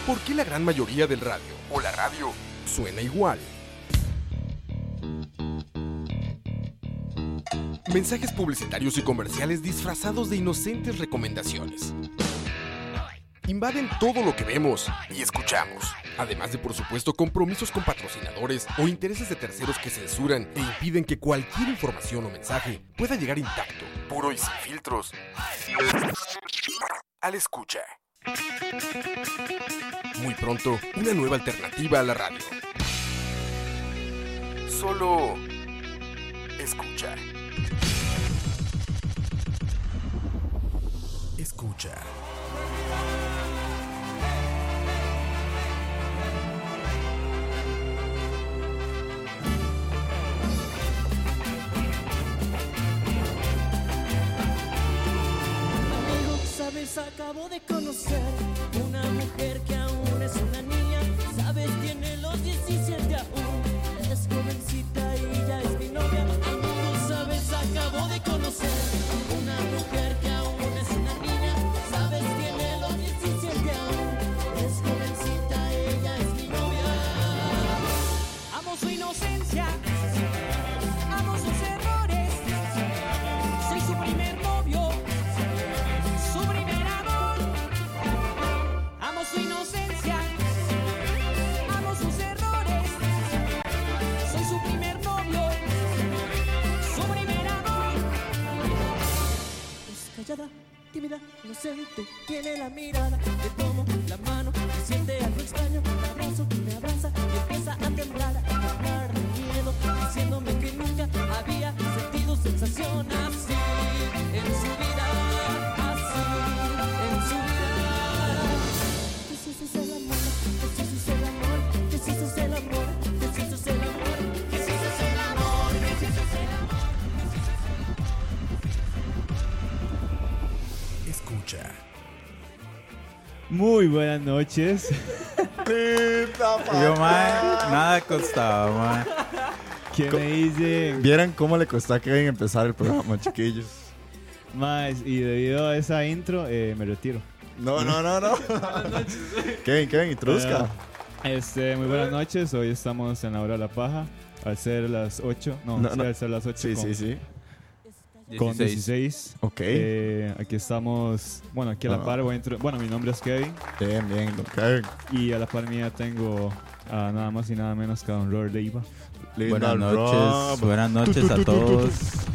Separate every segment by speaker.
Speaker 1: ¿Por qué la gran mayoría del radio o la radio suena igual? Mensajes publicitarios y comerciales disfrazados de inocentes recomendaciones. Invaden todo lo que vemos y escuchamos. Además de, por supuesto, compromisos con patrocinadores o intereses de terceros que censuran e impiden que cualquier información o mensaje pueda llegar intacto, puro y sin filtros, al escucha. Muy pronto, una nueva alternativa a la radio. Solo escucha. Escucha.
Speaker 2: Sabes, acabo de conocer una mujer que aún es una niña. Sabes, tiene los 17 aún. Es jovencita y ya es mi novia. Amigo, sabes, acabo de conocer una mujer que aún es una niña. Sabes, tiene los 17 aún. Es jovencita y ella es mi novia. Amo su inocencia. Amo sus errores. Soy su primer novio. Su inocencia, amo sus errores, soy su primer novio, su primer amor. Es callada, tímida, inocente, tiene la mirada, le tomo la mano, y siente algo extraño, me abrazo, me abraza y empieza a temblar, a temblar de miedo, diciéndome que nunca había sentido sensación así en su vida, así en su vida. Es el amor, que si es el amor, que si es el amor, que si es el amor, que si es el amor, que si es el amor.
Speaker 1: Escucha.
Speaker 3: Muy buenas noches.
Speaker 4: Yo, nada costaba, mae.
Speaker 3: ¿Qué me dicen?
Speaker 4: ¿Vieran cómo le costó a Kevin empezar el programa, chiquillos?
Speaker 3: Más, y debido a esa intro, me retiro.
Speaker 4: No. Kevin, introduzca.
Speaker 3: Muy buenas noches. Hoy estamos en la hora de la paja. Al ser las 8. Al ser las 8.
Speaker 4: Sí.
Speaker 3: Con 16.
Speaker 4: Ok.
Speaker 3: Aquí estamos. Bueno, aquí a la par. Mi nombre es Kevin.
Speaker 4: Bien, don Kevin.
Speaker 3: Y a la par mía tengo a nada más y nada menos que a don Robert Leiva.
Speaker 4: Buenas
Speaker 5: noches a todos.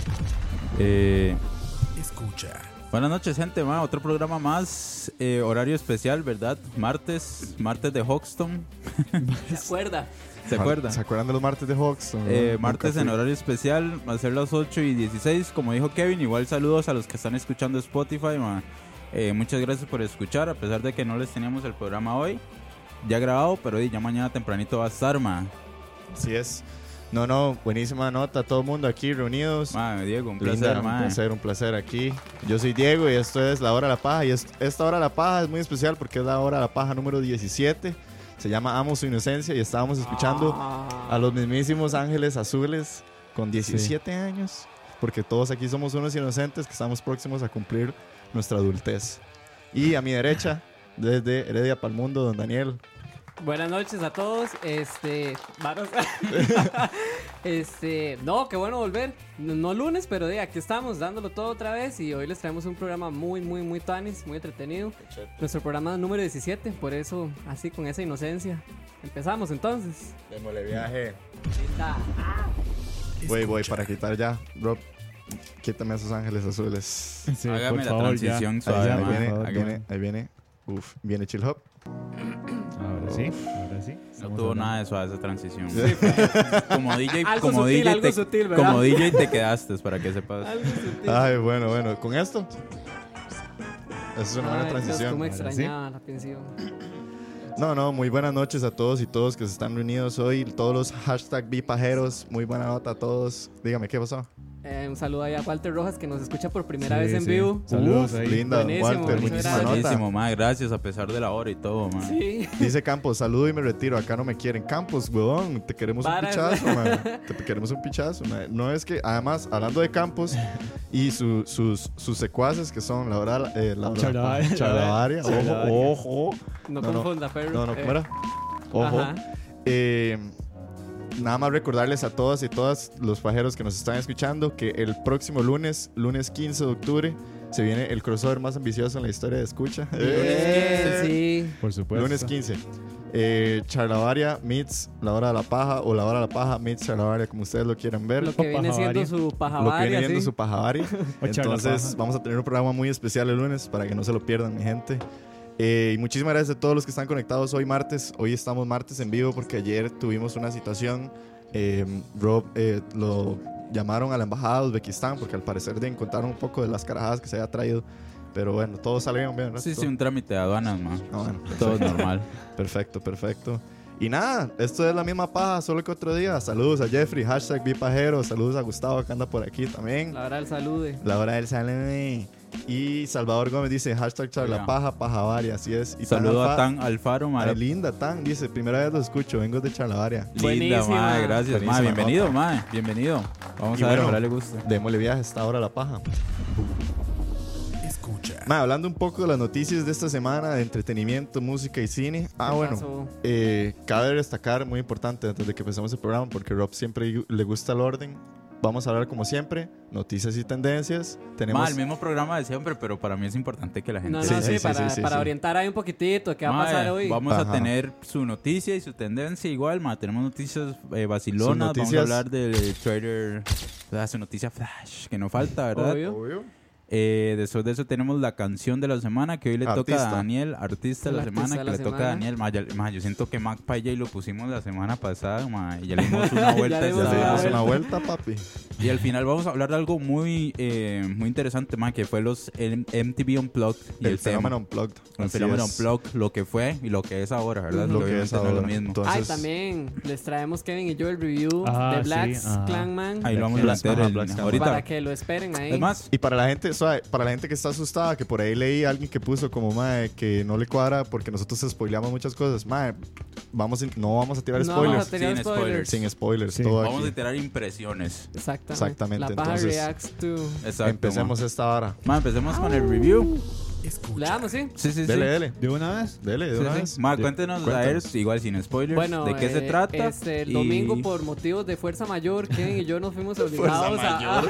Speaker 1: Escucha.
Speaker 5: Buenas noches, gente. Otro programa más. Horario especial, ¿verdad? Martes de Hoxton. ¿Se
Speaker 4: acuerdan de los martes de Hoxton?
Speaker 5: Martes en horario especial. Va a ser las 8:16. Como dijo Kevin, igual saludos a los que están escuchando Spotify. Muchas gracias por escuchar. A pesar de que no les teníamos el programa hoy ya grabado, pero ya mañana tempranito va a estar,
Speaker 4: Así es. No, buenísima nota, todo el mundo aquí reunidos.
Speaker 5: Diego, un
Speaker 4: placer aquí. Yo soy Diego y esto es La Hora de la Paja. Y esta Hora de la Paja es muy especial porque es la Hora de la Paja número 17. Se llama Amo su inocencia y estábamos escuchando a los mismísimos Ángeles Azules con 17 años. Porque todos aquí somos unos inocentes que estamos próximos a cumplir nuestra adultez. Y a mi derecha, desde Heredia para el Mundo, don Daniel.
Speaker 6: Buenas noches a todos, varos. No, qué bueno volver. No lunes, pero aquí estamos dándolo todo otra vez. Y hoy les traemos un programa muy, muy, muy tanis, muy entretenido. Nuestro programa número 17, por eso, así con esa inocencia. Empezamos entonces.
Speaker 4: Démosle viaje. Voy para quitar ya, Rob. Quítame esos Ángeles Azules.
Speaker 5: Sí, hágame la transición suave.
Speaker 4: Ahí viene. Viene Chill Hop.
Speaker 3: Ahora sí.
Speaker 5: No tuvo nada de suave esa transición.
Speaker 6: Sí,
Speaker 5: como DJ,
Speaker 6: algo sutil, ¿verdad?
Speaker 5: Como DJ te quedaste, para que sepas.
Speaker 4: Ay, bueno. ¿Con esto? Esa es una buena transición.
Speaker 6: Dios, cómo extrañaba la pensión.
Speaker 4: No, muy buenas noches a todos y todos que se están reunidos hoy. Todos los hashtag bipajeros. Muy buena nota a todos. Dígame, ¿qué pasó?
Speaker 6: Un saludo ahí a Walter Rojas, que nos escucha por primera vez en
Speaker 3: sí.
Speaker 6: vivo.
Speaker 3: Saludos ahí.
Speaker 4: Linda,
Speaker 6: Buenísimo,
Speaker 4: Walter,
Speaker 6: muchas
Speaker 4: muchísima
Speaker 6: gracias.
Speaker 4: nota.
Speaker 5: Buenísimo, ma, gracias a pesar de la hora y todo, ma.
Speaker 6: Sí.
Speaker 4: Dice Campos, saludo y me retiro, acá no me quieren. Campos, huevón, te queremos un
Speaker 6: Para.
Speaker 4: pichazo, man. Te queremos un pichazo, man. No es que, además, hablando de Campos y sus secuaces que son la hora
Speaker 3: Charlavaria.
Speaker 4: Charlavaria, ojo.
Speaker 6: No
Speaker 4: No,
Speaker 6: confunda, perro.
Speaker 4: No, ¿cómo era? Ojo.
Speaker 6: Ajá.
Speaker 4: Nada más recordarles a todas y todas los pajeros que nos están escuchando que el próximo lunes 15 de octubre, se viene el crossover más ambicioso en la historia de escucha.
Speaker 6: Sí.
Speaker 3: Por supuesto.
Speaker 4: Lunes 15. Charlavaria meets La Hora de la Paja o La Hora de la Paja meets Charlavaria, como ustedes lo quieran ver.
Speaker 6: Lo que viene siendo
Speaker 3: Pajavari.
Speaker 6: su
Speaker 4: Lo que
Speaker 6: pajavari,
Speaker 4: viene viendo
Speaker 6: así.
Speaker 4: su pajavari.
Speaker 3: O
Speaker 4: Entonces
Speaker 3: charlapaja.
Speaker 4: vamos a tener un programa muy especial el lunes para que no se lo pierdan, mi gente. Y muchísimas gracias a todos los que están conectados hoy martes. Hoy estamos martes en vivo porque ayer tuvimos una situación. Rob lo llamaron a la embajada de Uzbekistán porque al parecer encontraron un poco de las carajadas que se había traído. Pero bueno, todo salió bien, ¿no?
Speaker 5: Sí, un trámite de aduanas, ma.
Speaker 4: Ah, bueno,
Speaker 5: Todo es normal.
Speaker 4: perfecto. Y nada, esto es la misma paja, solo que otro día. Saludos a Jeffrey, hashtag Vipajero. Saludos a Gustavo que anda por aquí también.
Speaker 6: La hora del salude.
Speaker 4: La hora del saludo. Y Salvador Gómez dice hashtag charlapaja, pajavari, así es. Y
Speaker 5: Saludo a
Speaker 4: Alfa-
Speaker 5: Tan Alfaro, ma.
Speaker 4: Ay, linda, Tan, dice, primera vez lo escucho, vengo de Charlavaria.
Speaker 5: Linda,
Speaker 6: Buenísima.
Speaker 5: ma. Gracias, ma.
Speaker 4: Buenísima
Speaker 5: Bienvenido,
Speaker 4: nota.
Speaker 5: ma. Bienvenido. Vamos
Speaker 4: Y
Speaker 5: a ver,
Speaker 4: bueno,
Speaker 5: ojalá le guste.
Speaker 4: Démosle viaje hasta ahora la paja.
Speaker 1: Escucha.
Speaker 4: Ma, hablando un poco de las noticias de esta semana de entretenimiento, música y cine.
Speaker 6: ¿Qué
Speaker 4: Bueno,
Speaker 6: pasó?
Speaker 4: cabe destacar, muy importante antes de que empecemos el programa, porque Rob siempre le gusta el orden. Vamos a hablar como siempre, noticias y tendencias. Tenemos
Speaker 5: Ma, el mismo programa de siempre, pero para mí es importante que la gente...
Speaker 6: No,
Speaker 4: Sí,
Speaker 6: no, sí,
Speaker 4: sí,
Speaker 6: para,
Speaker 4: sí,
Speaker 6: para
Speaker 4: sí.
Speaker 6: orientar ahí un poquitito qué va a
Speaker 5: Ma,
Speaker 6: pasar hoy.
Speaker 5: Vamos
Speaker 4: Ajá.
Speaker 5: a tener su noticia y su tendencia igual, ma. Tenemos noticias vacilonas.
Speaker 4: Sus
Speaker 5: Vamos
Speaker 4: noticias-
Speaker 5: a hablar del trailer, su noticia flash, que no falta, ¿verdad?
Speaker 6: Obvio.
Speaker 5: Después de eso tenemos la canción de la semana que hoy le toca
Speaker 4: Artista.
Speaker 5: a Daniel, artista de la
Speaker 6: El
Speaker 5: semana,
Speaker 6: artista
Speaker 5: que
Speaker 6: de
Speaker 5: le
Speaker 6: la
Speaker 5: toca a
Speaker 6: semana.
Speaker 5: Daniel. Ma, yo siento que Mac Paya y lo pusimos la semana pasada, ma, y ya le dimos una vuelta.
Speaker 6: Ya le
Speaker 5: esta
Speaker 4: Ya le dimos
Speaker 5: vez.
Speaker 4: una vuelta, papi.
Speaker 5: Y al final vamos a hablar de algo muy interesante, ma, que fue los MTV Unplugged y
Speaker 4: El
Speaker 5: el tema.
Speaker 4: fenómeno Unplugged.
Speaker 5: El
Speaker 4: Así
Speaker 5: fenómeno
Speaker 4: es.
Speaker 5: Unplugged, lo que fue y lo que es ahora, ¿verdad?
Speaker 4: Lo
Speaker 5: Porque
Speaker 4: que es
Speaker 5: obviamente no
Speaker 4: ahora.
Speaker 5: lo mismo.
Speaker 4: Entonces,
Speaker 6: También les traemos Kevin y yo el review
Speaker 3: Ah,
Speaker 6: de
Speaker 3: sí,
Speaker 6: Black's
Speaker 3: ajá.
Speaker 6: Clanman.
Speaker 5: Ahí lo vamos a
Speaker 3: Black
Speaker 5: meter
Speaker 4: Ajá, Black Sabbath.
Speaker 5: ahorita.
Speaker 6: Para que lo esperen ahí.
Speaker 5: Es más,
Speaker 4: y para la gente, suave, para la gente que está asustada, que por ahí leí a alguien que puso como mae que no le cuadra porque nosotros spoileamos muchas cosas. Mae, no vamos a tirar
Speaker 6: No
Speaker 4: spoilers.
Speaker 6: vamos a tener
Speaker 5: Sin
Speaker 6: spoilers.
Speaker 5: spoilers.
Speaker 4: Sin spoilers,
Speaker 3: Sí.
Speaker 4: todo
Speaker 5: vamos
Speaker 4: aquí.
Speaker 5: a tirar impresiones.
Speaker 6: Exactamente. La paja
Speaker 4: entonces,
Speaker 6: reacts to.
Speaker 5: Exacto.
Speaker 4: Empecemos esta hora.
Speaker 5: Ma, empecemos con el review.
Speaker 6: Le damos, sí.
Speaker 5: Sí, sí, sí.
Speaker 4: Dele.
Speaker 3: ¿De una vez?
Speaker 4: Dele, de
Speaker 5: Sí,
Speaker 4: una
Speaker 5: sí.
Speaker 4: vez.
Speaker 5: Ma, cuéntenos, a ver, igual sin spoilers,
Speaker 6: Bueno,
Speaker 5: de qué se trata.
Speaker 6: El
Speaker 5: y-
Speaker 6: domingo, por motivos de fuerza mayor, Kevin y yo nos fuimos obligados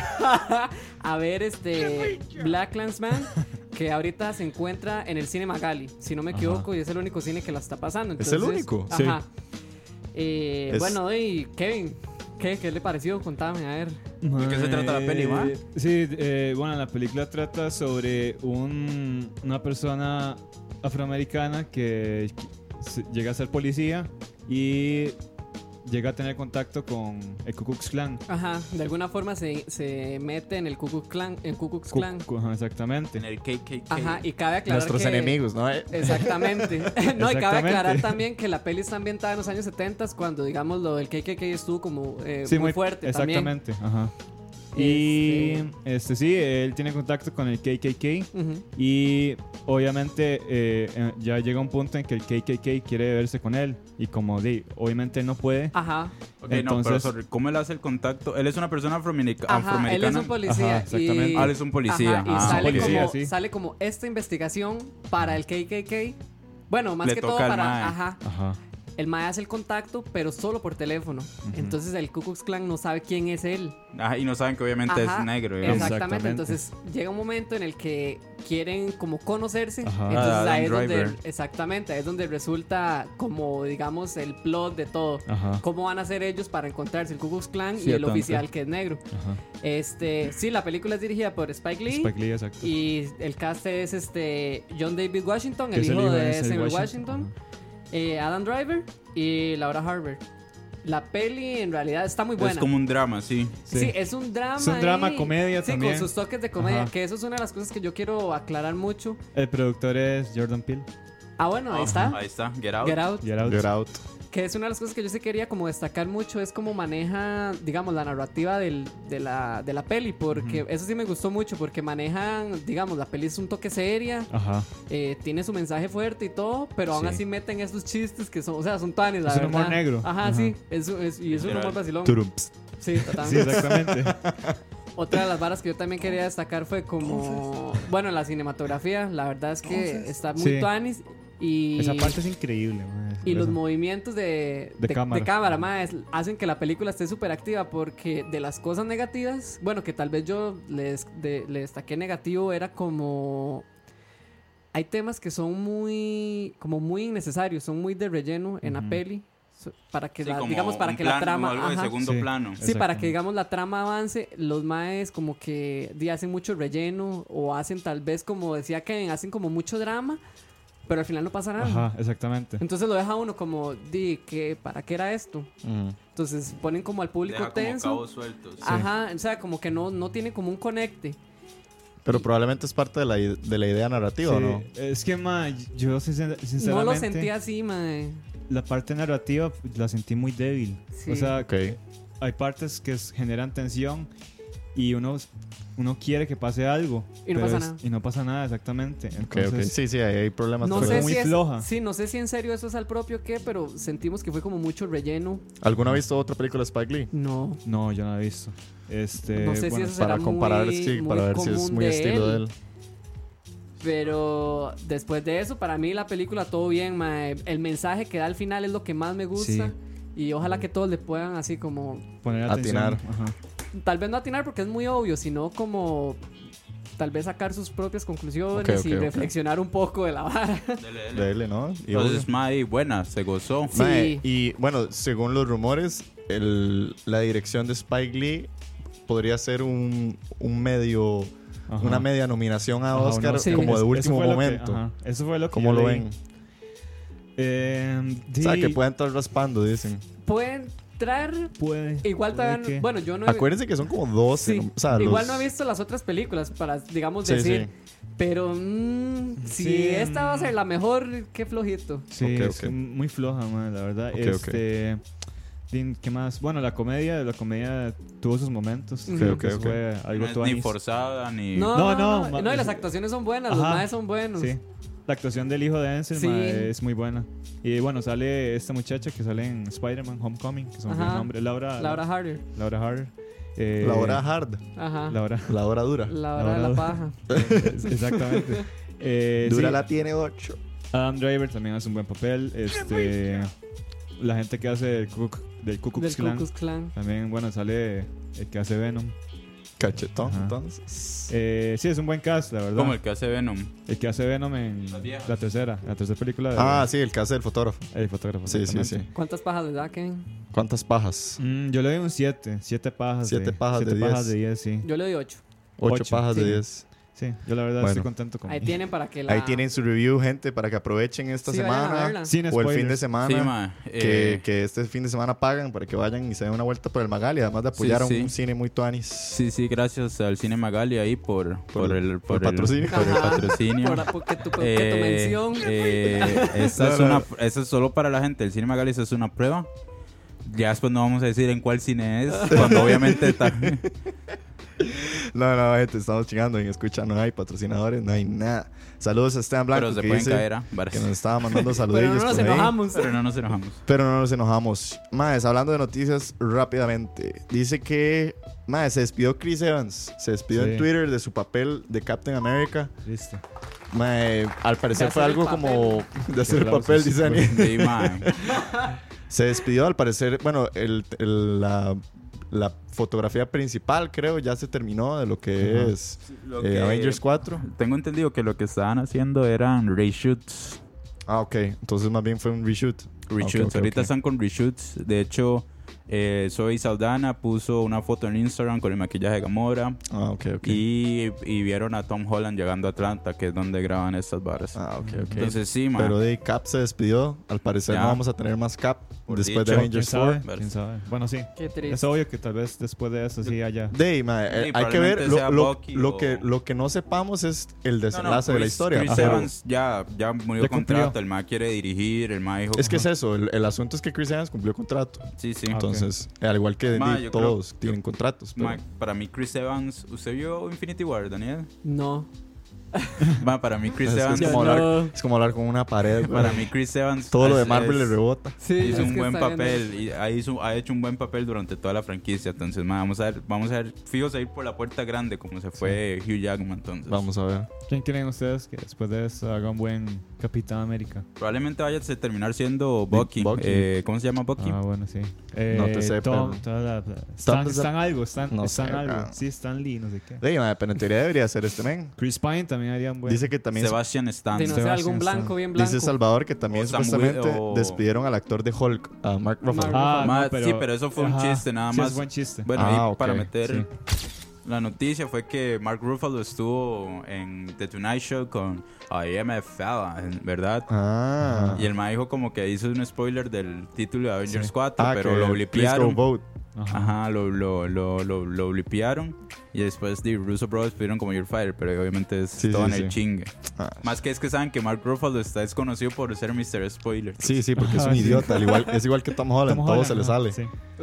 Speaker 6: a ver Black Clansman, que ahorita se encuentra en el Cine Magali, si no me equivoco, y es el único cine que la está pasando.
Speaker 4: ¿Es el
Speaker 6: Entonces,
Speaker 4: único?
Speaker 6: Ajá.
Speaker 4: Es-
Speaker 6: Bueno, y Kevin, ¿qué le pareció? Contame, a ver.
Speaker 5: ¿De qué se trata la peli, ma?
Speaker 3: Sí, bueno, la película trata sobre una persona afroamericana que llega a ser policía y llega a tener contacto con el Ku Klux Klan.
Speaker 6: Ajá, de alguna forma se mete en el Ku Klux Klan.
Speaker 3: Ajá, exactamente.
Speaker 5: En el KKK.
Speaker 6: Ajá, y cabe aclarar
Speaker 4: Nuestros
Speaker 6: que...
Speaker 4: enemigos, ¿no?
Speaker 6: Exactamente. No, y cabe
Speaker 3: Exactamente.
Speaker 6: aclarar también que la peli está ambientada en los años 70 cuando, digamos, lo del KKK estuvo como muy fuerte también.
Speaker 3: Exactamente, ajá. Y sí, él tiene contacto con el KKK
Speaker 6: Ujú.
Speaker 3: y obviamente ya llega un punto en que el KKK quiere verse con él y como obviamente él no puede.
Speaker 6: Ajá,
Speaker 5: Ok, no, pero
Speaker 3: Entonces-
Speaker 5: sorry, ¿cómo él hace el contacto? Él es una persona
Speaker 6: ajá, él es
Speaker 5: afroamericana.
Speaker 6: un policía.
Speaker 3: Ajá, exactamente.
Speaker 6: y,
Speaker 5: Ah, él es un policía.
Speaker 6: ajá, y
Speaker 5: Ah,
Speaker 6: sale,
Speaker 3: policía,
Speaker 6: como,
Speaker 3: sí.
Speaker 6: sale como esta investigación para el KKK. Bueno, más
Speaker 5: Le
Speaker 6: que todo
Speaker 5: toca al
Speaker 6: para...
Speaker 5: mae.
Speaker 6: Ajá.
Speaker 3: Ajá.
Speaker 6: El mae hace el contacto, pero solo por teléfono. Entonces el Ku Klux Klan no sabe quién es él.
Speaker 5: Ajá, y no saben que obviamente
Speaker 6: Ajá,
Speaker 5: es negro. digamos.
Speaker 6: Exactamente.
Speaker 3: Exactamente.
Speaker 6: Entonces llega un momento en el que quieren como conocerse.
Speaker 3: Ajá.
Speaker 6: Entonces
Speaker 5: Adam
Speaker 6: ahí es donde,
Speaker 5: Driver.
Speaker 6: exactamente, ahí es donde resulta como, digamos, el plot de todo.
Speaker 3: Ajá.
Speaker 6: ¿Cómo van a hacer ellos para encontrarse el Ku Klux Klan y el
Speaker 5: Ciertamente.
Speaker 6: oficial que es negro?
Speaker 3: Ajá.
Speaker 6: Sí, la película es dirigida por Spike Lee.
Speaker 3: Spike Lee, exacto.
Speaker 6: Y el cast es John David Washington,
Speaker 3: Que
Speaker 6: el
Speaker 3: es
Speaker 6: hijo de
Speaker 3: Denzel
Speaker 6: Samuel Washington, Adam Driver y Laura Harvard. La peli en realidad está muy buena.
Speaker 5: Es como un drama, sí.
Speaker 6: Sí, es un drama.
Speaker 3: Es un drama,
Speaker 6: ahí.
Speaker 3: comedia
Speaker 6: sí,
Speaker 3: también.
Speaker 6: con sus toques de comedia.
Speaker 3: Ajá.
Speaker 6: Que eso es una de las cosas que yo quiero aclarar mucho.
Speaker 3: El productor es Jordan Peele.
Speaker 6: Ah, bueno, ahí está.
Speaker 5: Ahí está, Get Out.
Speaker 6: Get Out.
Speaker 3: Get Out.
Speaker 4: Get Out.
Speaker 6: Que es una de las cosas que yo sí quería como destacar mucho, es cómo maneja, digamos, la narrativa de la peli, porque eso sí me gustó mucho, porque manejan, digamos, la peli es un toque seria,
Speaker 3: Ajá.
Speaker 6: tiene su mensaje fuerte y todo, pero aún
Speaker 3: Sí.
Speaker 6: así meten esos chistes que son, o sea, son tanis, la
Speaker 3: Es un
Speaker 6: verdad.
Speaker 3: humor negro.
Speaker 6: Ajá,
Speaker 3: Ajá.
Speaker 6: sí, y es un humor vacilón.
Speaker 4: Turumps.
Speaker 6: Sí,
Speaker 3: Sí,
Speaker 6: totalmente.
Speaker 3: exactamente.
Speaker 6: Otra de las varas que yo también quería destacar fue como, bueno, la cinematografía, la verdad es que está muy
Speaker 3: Sí.
Speaker 6: tanis y...
Speaker 3: Esa parte es increíble, mae.
Speaker 6: Y los
Speaker 3: Eso.
Speaker 6: movimientos de cámara mae, hacen que la película esté súper activa, porque de las cosas negativas, bueno, que tal vez yo le destaqué negativo, era como... Hay temas que son muy innecesarios, son muy de relleno en la peli, para que
Speaker 5: Sí,
Speaker 6: la,
Speaker 5: como
Speaker 6: digamos, para
Speaker 5: un
Speaker 6: que
Speaker 5: plano,
Speaker 6: la trama...
Speaker 5: algo de
Speaker 6: ajá.
Speaker 5: segundo
Speaker 3: Sí.
Speaker 5: plano.
Speaker 6: Sí, para que
Speaker 3: Exactamente.
Speaker 6: digamos la trama avance, los maes como que hacen mucho relleno o hacen tal vez, como decía Kevin, hacen como mucho drama, pero al final no pasa nada.
Speaker 3: Ajá, exactamente.
Speaker 6: Entonces lo deja uno como, ¿para qué era esto? Entonces ponen como al público
Speaker 5: Deja como
Speaker 6: tenso.
Speaker 5: cabos sueltos.
Speaker 6: Ajá, o sea, como que no tiene como un conecte.
Speaker 4: Pero probablemente es parte de la idea narrativa, ¿o no?
Speaker 3: Sí, es que, mae, yo sinceramente...
Speaker 6: No lo sentí así, mae.
Speaker 3: La parte narrativa la sentí muy débil.
Speaker 6: Sí.
Speaker 3: O sea,
Speaker 4: Ok.
Speaker 3: hay partes que generan tensión y uno quiere que pase algo.
Speaker 6: Y no
Speaker 3: pero
Speaker 6: pasa nada.
Speaker 3: Y no pasa nada, exactamente.
Speaker 4: Ok,
Speaker 3: Entonces,
Speaker 4: ok. Sí, hay problemas.
Speaker 6: No
Speaker 3: fue
Speaker 6: sé
Speaker 3: muy
Speaker 6: si es,
Speaker 3: floja.
Speaker 6: sí, no sé si en serio eso es al propio qué, pero sentimos que fue como mucho relleno.
Speaker 4: ¿Alguno ha visto otra película de Spike Lee?
Speaker 6: No.
Speaker 3: no, yo no he visto.
Speaker 6: No sé si
Speaker 3: bueno,
Speaker 6: eso será
Speaker 4: Para comparar,
Speaker 6: muy,
Speaker 4: sí,
Speaker 6: muy
Speaker 4: para ver si es
Speaker 6: común
Speaker 4: muy estilo de él.
Speaker 6: Pero después de eso, para mí la película todo bien, mae. El mensaje que da al final es lo que más me gusta. Y ojalá que todos le puedan así como...
Speaker 3: poner atención.
Speaker 4: Atinar.
Speaker 3: Ajá.
Speaker 6: Tal vez no atinar porque es muy obvio, sino como... Tal vez sacar sus propias conclusiones
Speaker 4: Ok, ok,
Speaker 6: y
Speaker 4: ok.
Speaker 6: reflexionar un poco de la vara.
Speaker 4: De él, ¿no? Y
Speaker 5: Entonces, mae, buena, se gozó.
Speaker 6: Sí.
Speaker 4: Mae, y bueno, según los rumores, la dirección de Spike Lee podría ser un medio,
Speaker 3: Ajá.
Speaker 4: una media nominación a
Speaker 3: Ajá, un
Speaker 4: Oscar
Speaker 6: Sí.
Speaker 4: como de
Speaker 3: Eso
Speaker 4: último
Speaker 3: fue lo que-
Speaker 4: momento.
Speaker 3: ajá, eso fue lo que
Speaker 4: ¿Cómo
Speaker 3: yo
Speaker 4: lo
Speaker 3: leí.
Speaker 4: ven?
Speaker 3: Sí,
Speaker 4: O sea, que pueden estar raspando, dicen.
Speaker 6: Pueden entrar...
Speaker 3: puede.
Speaker 6: Igual
Speaker 3: puede
Speaker 6: también...
Speaker 3: que-
Speaker 6: Bueno, yo no he...
Speaker 4: Acuérdense que son como 12.
Speaker 6: Sí.
Speaker 4: O sea,
Speaker 6: Igual
Speaker 4: los-
Speaker 6: no he visto las otras películas para, digamos,
Speaker 4: Sí,
Speaker 6: decir...
Speaker 4: sí.
Speaker 6: Pero si
Speaker 3: Sí,
Speaker 6: esta va a ser la mejor, qué flojito.
Speaker 3: Sí,
Speaker 4: Ok,
Speaker 3: es
Speaker 4: ok.
Speaker 3: muy floja, man, la verdad.
Speaker 4: Ok,
Speaker 3: ¿Qué más? Bueno, la comedia tuvo sus momentos.
Speaker 6: Ok,
Speaker 3: Creo
Speaker 4: ok,
Speaker 3: que eso
Speaker 4: ok.
Speaker 3: fue algo
Speaker 5: No es ni
Speaker 3: tuanis.
Speaker 5: forzada ni.
Speaker 6: No, y las actuaciones son buenas, los
Speaker 3: Ajá.
Speaker 6: maes son buenos.
Speaker 3: Sí. La actuación del hijo de Ansel
Speaker 6: Sí.
Speaker 3: es muy buena. Y bueno, sale esta muchacha que sale en Spider-Man Homecoming, que son
Speaker 6: Ajá.
Speaker 3: el nombre, Laura
Speaker 6: Harder.
Speaker 3: Laura Harder.
Speaker 4: La hora hard,
Speaker 6: Ajá.
Speaker 3: Laura.
Speaker 4: la hora dura.
Speaker 6: La hora de la
Speaker 3: Laura-
Speaker 6: paja.
Speaker 3: Exactamente.
Speaker 4: Dura
Speaker 3: sí,
Speaker 4: la tiene 8.
Speaker 3: Adam Driver también hace un buen papel. La gente que hace del Ku
Speaker 6: Del
Speaker 3: Klux
Speaker 6: Ku
Speaker 3: Klan.
Speaker 6: Klux Klan.
Speaker 3: También, bueno, sale el que hace Venom.
Speaker 4: Cachetón,
Speaker 3: Ajá.
Speaker 4: entonces.
Speaker 3: Sí, es un buen cast, la verdad.
Speaker 5: Como el que hace Venom.
Speaker 3: El que hace Venom en
Speaker 5: Las viejas.
Speaker 3: la tercera película de
Speaker 4: Ah, sí, el que hace el fotógrafo.
Speaker 3: el fotógrafo.
Speaker 4: Sí, sí, sí.
Speaker 3: exactamente.
Speaker 6: ¿Cuántas pajas le da, Ken?
Speaker 4: ¿Cuántas pajas?
Speaker 3: Yo le doy un 7 pajas.
Speaker 4: 7 pajas de
Speaker 3: 7 pajas
Speaker 4: 10.
Speaker 3: de 10, sí.
Speaker 6: Yo le doy 8.
Speaker 4: 8
Speaker 3: Ocho,
Speaker 4: pajas
Speaker 6: sí.
Speaker 4: de 10.
Speaker 3: Sí, yo la verdad
Speaker 4: Bueno.
Speaker 3: estoy contento con
Speaker 6: Ahí tienen para que la...
Speaker 4: Ahí tienen su review, gente, para que aprovechen esta
Speaker 6: Sí, vayan a
Speaker 4: semana.
Speaker 6: verla.
Speaker 3: Sin
Speaker 4: O el fin de
Speaker 3: spoilers.
Speaker 4: semana.
Speaker 5: Sí, mae.
Speaker 4: Que este fin de semana pagan para que vayan y se den una vuelta por el Magali. Además de apoyar
Speaker 5: Sí,
Speaker 4: a un
Speaker 5: sí.
Speaker 4: cine muy tuanis.
Speaker 5: Sí, gracias al Cine Magali ahí por el
Speaker 4: patrocinio.
Speaker 5: por el
Speaker 6: Ajá.
Speaker 5: patrocinio.
Speaker 6: Porque tu mención...
Speaker 5: Esa es solo para la gente del Cine Magali, esa es una prueba. Ya después no vamos a decir en cuál cine es, cuando obviamente está.
Speaker 4: No, gente, estamos chingando. En Escucha no hay patrocinadores, no hay nada. Saludos a Esteban Blanco,
Speaker 5: Pero se
Speaker 4: que
Speaker 5: pueden
Speaker 4: dice
Speaker 5: caer, ¿ah?
Speaker 4: que nos estaba mandando
Speaker 6: Pero
Speaker 4: saludillos
Speaker 6: no nos
Speaker 4: por ahí.
Speaker 6: enojamos.
Speaker 5: Pero no nos enojamos.
Speaker 4: Pero no nos enojamos. Maes, hablando de noticias rápidamente. Dice que, maes, se despidió Chris Evans. Se despidió
Speaker 3: Sí.
Speaker 4: en Twitter de su papel de Captain America.
Speaker 3: Listo.
Speaker 4: Mae, al parecer
Speaker 6: De
Speaker 4: fue
Speaker 6: hacer el
Speaker 4: algo
Speaker 6: papel.
Speaker 4: como de hacer el
Speaker 3: Aplausos.
Speaker 4: papel, dice Dani.
Speaker 5: Sí, mae.
Speaker 4: Se despidió, al parecer, bueno, la fotografía principal, creo, ya se terminó de lo que
Speaker 3: Ajá.
Speaker 4: es
Speaker 5: Lo que-
Speaker 4: Avengers 4.
Speaker 5: Tengo entendido que lo que estaban haciendo eran reshoots.
Speaker 4: Ah, ok. Entonces más bien fue un reshoot.
Speaker 5: Reshoots.
Speaker 4: Ok,
Speaker 5: Ahorita
Speaker 4: ok.
Speaker 5: están con reshoots. De hecho, Zoe Saldana puso una foto en Instagram con el maquillaje de Gamora.
Speaker 4: Ah, ok, ok.
Speaker 5: Y vieron a Tom Holland llegando a Atlanta, que es donde graban estas varas.
Speaker 4: Ah, ok, ok.
Speaker 5: Entonces sí, man.
Speaker 4: Pero de Cap se despidió. Al parecer
Speaker 5: Ya.
Speaker 4: no vamos a tener más Cap.
Speaker 5: por
Speaker 4: después de
Speaker 5: dicho.
Speaker 4: Avengers
Speaker 3: ¿Quién sabe?
Speaker 4: 4.
Speaker 3: ¿Quién sabe? Bueno, sí.
Speaker 6: Qué triste.
Speaker 3: Es obvio que tal vez después de eso sí haya...
Speaker 4: Dey, mae,
Speaker 5: Sí,
Speaker 4: hay que ver
Speaker 5: probablemente sea Bucky
Speaker 4: lo que no sepamos es el
Speaker 5: No, no,
Speaker 4: desenlace de la historia.
Speaker 5: Chris
Speaker 4: Ajá.
Speaker 5: Evans ya murió
Speaker 3: Ya cumplió.
Speaker 5: contrato, el mae quiere dirigir, el mae dijo...
Speaker 4: Es que es eso, el asunto es que Chris Evans cumplió contrato.
Speaker 5: Sí, sí.
Speaker 4: Entonces, al igual que
Speaker 5: Ma,
Speaker 4: di,
Speaker 5: yo
Speaker 4: todos
Speaker 5: creo-
Speaker 4: tienen contratos. pero-
Speaker 5: Ma, para mí Chris Evans... ¿Usted vio Infinity War, Daniel?
Speaker 6: No.
Speaker 5: Ma, para mí Chris
Speaker 4: Es,
Speaker 5: Evans...
Speaker 4: es como
Speaker 6: Yo
Speaker 4: hablar,
Speaker 6: no.
Speaker 4: es como hablar con una pared.
Speaker 5: Para
Speaker 4: güey.
Speaker 5: mí Chris Evans...
Speaker 4: Todo lo de
Speaker 5: es-
Speaker 4: Marvel le
Speaker 5: es-
Speaker 4: rebota.
Speaker 6: Sí,
Speaker 5: hizo
Speaker 6: es
Speaker 5: un
Speaker 6: que
Speaker 5: buen
Speaker 6: está viendo-
Speaker 5: papel y ha hecho un buen papel durante toda la franquicia. Entonces, ma, vamos a ver, fijos a ir por la puerta grande como se fue Hugh Jackman. Entonces,
Speaker 4: Vamos a ver.
Speaker 3: ¿Quién creen ustedes que después de eso haga un buen Capitán América?
Speaker 5: probablemente vaya a terminar siendo Bucky.
Speaker 4: Bucky.
Speaker 5: ¿Cómo se llama Bucky?
Speaker 3: Ah, bueno, sí.
Speaker 4: No te sé,
Speaker 3: Tom,
Speaker 4: pero-
Speaker 3: están algo, están
Speaker 4: No sé,
Speaker 3: algo.
Speaker 4: cabrón.
Speaker 3: Sí, Stan Lee, no sé qué.
Speaker 4: Dey, ma, pero en teoría debería ser este men.
Speaker 3: Chris Pine también haría un buen...
Speaker 4: Dice que también
Speaker 5: Sebastian Stan.
Speaker 6: De no ser
Speaker 3: Sebastian
Speaker 6: algún
Speaker 3: Stan.
Speaker 6: blanco, bien blanco.
Speaker 4: dice Salvador que también
Speaker 5: O Sam
Speaker 4: supuestamente
Speaker 5: Wi- o-
Speaker 4: despidieron al actor de Hulk, a Mark Ruffalo.
Speaker 3: Ah,
Speaker 5: Ma,
Speaker 3: no,
Speaker 5: sí, pero eso fue un
Speaker 3: ajá,
Speaker 5: chiste, nada
Speaker 3: sí,
Speaker 5: más.
Speaker 3: es buen chiste.
Speaker 5: Bueno,
Speaker 4: Ah,
Speaker 5: ahí
Speaker 4: ok,
Speaker 5: para meter
Speaker 3: sí.
Speaker 5: la noticia fue que Mark Ruffalo estuvo en The Tonight Show con I Am a Fella, ¿verdad?
Speaker 4: Ah.
Speaker 5: Y el ma dijo como que hizo un spoiler del título de Avengers
Speaker 3: Sí.
Speaker 5: 4, pero
Speaker 4: que
Speaker 5: lo
Speaker 4: please go
Speaker 5: blipearon.
Speaker 4: vote.
Speaker 3: Ajá.
Speaker 5: Ajá, lo blipearon. Y después The Russo Brothers pidieron como Your Fire, pero obviamente es
Speaker 4: Sí,
Speaker 5: todo
Speaker 4: sí,
Speaker 5: en el
Speaker 4: sí.
Speaker 5: chingue.
Speaker 4: Ah.
Speaker 5: Más que es que saben que Mark Ruffalo está desconocido por ser Mr. Spoiler.
Speaker 4: Sí, sí, porque es
Speaker 3: Ah,
Speaker 4: un
Speaker 3: sí.
Speaker 4: idiota. Es igual que Tom Holland,
Speaker 3: Tom
Speaker 4: todo
Speaker 3: Holland,
Speaker 4: se le
Speaker 3: ajá,
Speaker 4: sale.
Speaker 3: sí.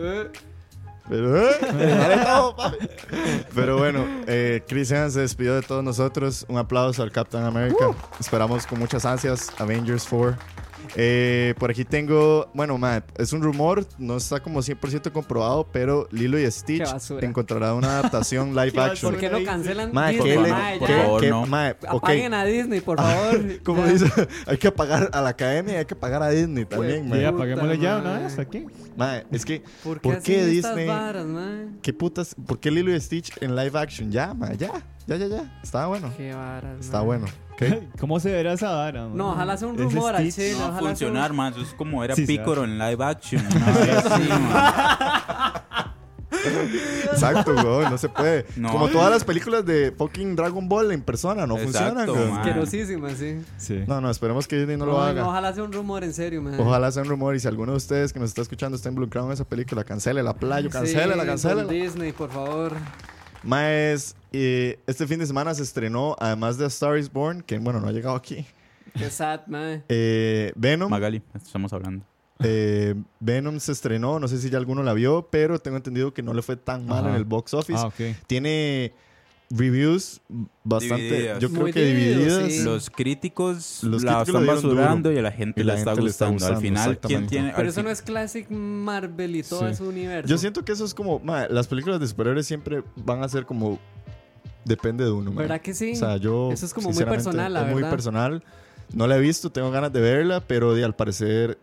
Speaker 4: Pero, dale todo, papi. Pero bueno, Chris Evans se despidió de todos nosotros. Un aplauso al Captain America. Esperamos con muchas ansias Avengers 4. Por aquí tengo, bueno, es un rumor, no está como 100% comprobado, pero Lilo y Stitch
Speaker 6: Qué basura.
Speaker 4: encontrará una adaptación live action.
Speaker 6: ¿Por qué no cancelan
Speaker 4: Mae,
Speaker 6: Disney?
Speaker 4: ¿qué le-
Speaker 6: Mae,
Speaker 5: por
Speaker 6: ya.
Speaker 5: favor,
Speaker 4: qué-
Speaker 5: no.
Speaker 4: mae, ok.
Speaker 6: Apaguen a Disney, por favor.
Speaker 4: Como
Speaker 6: Ya.
Speaker 4: dice, hay que pagar a la academia y hay que pagar a Disney también,
Speaker 3: Sí,
Speaker 4: mae.
Speaker 3: apaguémosle ya
Speaker 6: Puta
Speaker 3: una
Speaker 6: madre.
Speaker 3: vez aquí.
Speaker 4: Mae, es que,
Speaker 6: ¿Por
Speaker 4: ¿por qué
Speaker 6: hacen
Speaker 4: Disney?
Speaker 6: estas varas, mae?
Speaker 4: ¿qué putas? ¿Por qué Lilo y Stitch en live action? Ya, mae, ya. Estaba bueno.
Speaker 6: Qué varas,
Speaker 4: Está
Speaker 6: mae.
Speaker 4: bueno. ¿Qué?
Speaker 3: ¿Cómo se verá esa vara?
Speaker 6: No, ojalá sea un
Speaker 3: Ese
Speaker 6: rumor al
Speaker 3: Stitch.
Speaker 6: chile.
Speaker 5: No va a
Speaker 6: ojalá sea un-
Speaker 5: funcionar, man. Eso es como era
Speaker 3: Sí,
Speaker 5: Pícoro en live action. ¿no? Sí, man.
Speaker 4: Exacto, güey, no se puede.
Speaker 5: No.
Speaker 4: Como todas las películas de fucking Dragon Ball en persona, no
Speaker 5: Exacto,
Speaker 4: funcionan, güey.
Speaker 5: man.
Speaker 6: Asquerosísima, sí.
Speaker 3: Sí.
Speaker 4: No, esperemos que Disney no lo haga.
Speaker 6: Ojalá sea un rumor en serio, man.
Speaker 4: Ojalá sea un rumor y si alguno de ustedes que nos está escuchando está involucrado en esa película, cancele la playa, cancele
Speaker 6: Sí,
Speaker 4: cancele.
Speaker 6: con Disney, por favor.
Speaker 4: Maes, este fin de semana se estrenó, además de A Star is Born, que bueno, no ha llegado aquí,
Speaker 6: Qué sad, man.
Speaker 4: Venom.
Speaker 5: Magali, estamos hablando.
Speaker 4: Venom se estrenó, no sé si ya alguno la vio, pero tengo entendido que no le fue tan mal
Speaker 3: Ajá.
Speaker 4: en el box office.
Speaker 3: Ah, ok.
Speaker 4: Tiene reviews bastante,
Speaker 5: Divididas.
Speaker 4: yo creo
Speaker 6: Muy
Speaker 4: que
Speaker 6: divididos,
Speaker 4: divididas.
Speaker 6: sí.
Speaker 5: Los críticos
Speaker 4: Los
Speaker 5: la
Speaker 4: críticos
Speaker 5: están
Speaker 4: le dieron
Speaker 5: basurando
Speaker 4: duro.
Speaker 5: y a la gente
Speaker 4: Y la
Speaker 5: le está
Speaker 4: gente le está
Speaker 5: gustando. Al
Speaker 4: gustando,
Speaker 5: final, ¿quién
Speaker 4: exactamente.
Speaker 5: tiene?
Speaker 6: Pero
Speaker 5: al
Speaker 6: eso
Speaker 5: fin-
Speaker 6: no es Classic Marvel y todo
Speaker 3: Sí.
Speaker 6: ese universo.
Speaker 4: Yo siento que eso es como, las películas de superhéroes siempre van a ser como, depende de uno, mae.
Speaker 6: ¿Verdad que sí?
Speaker 4: O sea, yo
Speaker 6: Eso es como muy
Speaker 4: sinceramente,
Speaker 6: personal, la
Speaker 4: es muy
Speaker 6: verdad.
Speaker 4: personal. No la he visto, tengo ganas de verla, pero al parecer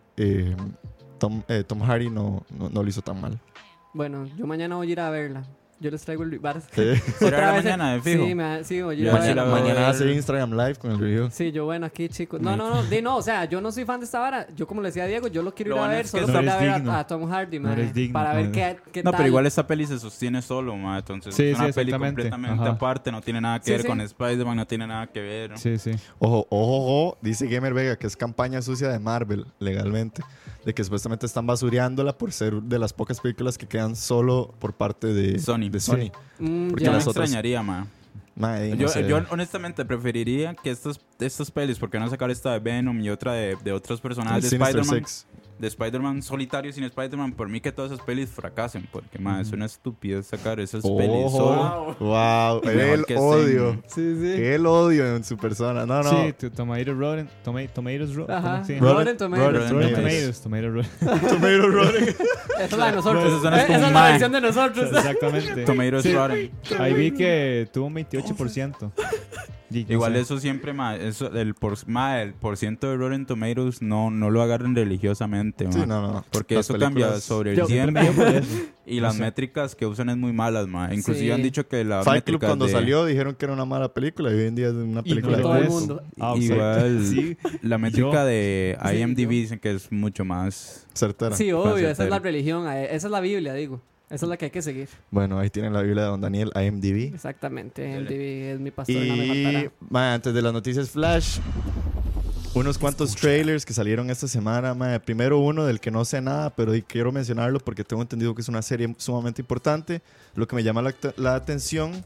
Speaker 4: Tom Hardy no lo hizo tan mal.
Speaker 6: Bueno, yo mañana voy a ir a verla. Yo les traigo el varas.
Speaker 4: Sí.
Speaker 5: ¿Será mañana, de fijo?
Speaker 6: Sí, voy a ir
Speaker 5: Yo
Speaker 6: a
Speaker 5: sí la
Speaker 6: verla.
Speaker 5: veo.
Speaker 4: Mañana hace Instagram Live con el review.
Speaker 6: Sí, yo bueno, aquí chicos. No, o sea, yo no soy fan de esta vara. Yo como le decía a Diego, yo lo quiero
Speaker 5: Lo
Speaker 6: ir a
Speaker 5: bueno
Speaker 6: ver
Speaker 5: es que
Speaker 6: solo
Speaker 3: no
Speaker 6: para ir a
Speaker 3: eres
Speaker 6: ver
Speaker 3: digno.
Speaker 6: a Tom Hardy,
Speaker 3: No
Speaker 6: man,
Speaker 3: eres digno,
Speaker 6: para ver
Speaker 3: man.
Speaker 6: qué
Speaker 5: No,
Speaker 6: tal.
Speaker 5: pero igual esta peli se sostiene solo, ma. Entonces
Speaker 3: Sí,
Speaker 5: es una
Speaker 3: sí,
Speaker 5: peli
Speaker 3: exactamente.
Speaker 5: completamente
Speaker 3: Ajá.
Speaker 5: aparte, no tiene nada que
Speaker 6: Sí,
Speaker 5: ver
Speaker 6: sí.
Speaker 5: con Spider-Man, no tiene nada que ver.
Speaker 3: Sí, sí.
Speaker 4: Ojo, dice Gamer Vega que es campaña sucia de Marvel, legalmente. De que supuestamente están basureándola por ser de las pocas películas que quedan solo por parte de
Speaker 5: Sony.
Speaker 4: De Sony.
Speaker 3: Sí.
Speaker 4: Porque
Speaker 5: Yo me
Speaker 4: las otras-
Speaker 5: extrañaría, ma.
Speaker 4: Mae, no
Speaker 5: Yo,
Speaker 4: sé.
Speaker 5: yo honestamente preferiría que estas pelis, porque no sacar esta de Venom y otra de otros personajes de
Speaker 4: Sinister
Speaker 5: Spider-Man,
Speaker 4: Six.
Speaker 5: de Spider-Man solitario sin Spider-Man, por mí que todas esas pelis fracasen, porque ma, es una estupidez sacar esas pelis solo.
Speaker 4: Ojo. Wow,
Speaker 5: Mejor
Speaker 4: el
Speaker 5: que
Speaker 4: odio.
Speaker 6: Sí, sí.
Speaker 4: El odio en su persona. No.
Speaker 3: Sí, Tomatoes Rotten. Tomatoes Rotten.
Speaker 6: Ajá.
Speaker 3: Sí.
Speaker 6: Rotten Tomatoes.
Speaker 5: Rotten
Speaker 3: Tomatoes. Tomatoes Rotten.
Speaker 4: Tomato Rotten.
Speaker 6: Esa es la de nosotros.
Speaker 5: Eso suena
Speaker 6: Esa
Speaker 5: como
Speaker 6: es la
Speaker 5: mae.
Speaker 6: versión de nosotros.
Speaker 3: Exactamente.
Speaker 5: Tomatoes
Speaker 3: Sí.
Speaker 5: Rotten.
Speaker 3: Ahí vi que tuvo un 28%. Y no
Speaker 5: Igual
Speaker 3: sé.
Speaker 5: eso siempre, ma, eso, el porciento de Rotten Tomatoes no lo agarren religiosamente, ma.
Speaker 4: Sí, no.
Speaker 5: Porque
Speaker 4: Las
Speaker 5: eso cambia
Speaker 4: películas-
Speaker 5: sobre el
Speaker 6: Yo-
Speaker 5: tiempo
Speaker 3: Siempre me dio por eso.
Speaker 5: y
Speaker 3: no
Speaker 5: las
Speaker 3: sé.
Speaker 5: métricas que usan es muy malas, ma. Inclusive
Speaker 6: Sí.
Speaker 5: han dicho que la
Speaker 4: Fight Club
Speaker 5: métrica
Speaker 4: cuando
Speaker 5: de-
Speaker 4: salió dijeron que era una mala película y hoy en día es una película
Speaker 3: no
Speaker 6: todo
Speaker 4: de
Speaker 6: el
Speaker 3: es.
Speaker 6: mundo.
Speaker 3: Ah, o sea,
Speaker 5: Igual
Speaker 3: sí.
Speaker 5: la métrica
Speaker 3: Yo-
Speaker 5: de
Speaker 6: Sí,
Speaker 5: IMDb
Speaker 6: yo-
Speaker 5: dicen que es mucho más.
Speaker 4: certera.
Speaker 6: Sí, obvio, esa es
Speaker 5: certero.
Speaker 6: la religión, esa es la Biblia, digo. Esa es la que hay que seguir.
Speaker 4: Bueno, ahí tienen la Biblia de Don Daniel, IMDb.
Speaker 6: Exactamente. MTV es mi pastor, no me
Speaker 4: Y
Speaker 6: faltará.
Speaker 4: antes de las noticias flash, unos cuantos trailers que salieron esta semana, mae. Primero uno del que no sé nada, pero quiero mencionarlo porque tengo entendido que es una serie sumamente importante. Lo que me llama la atención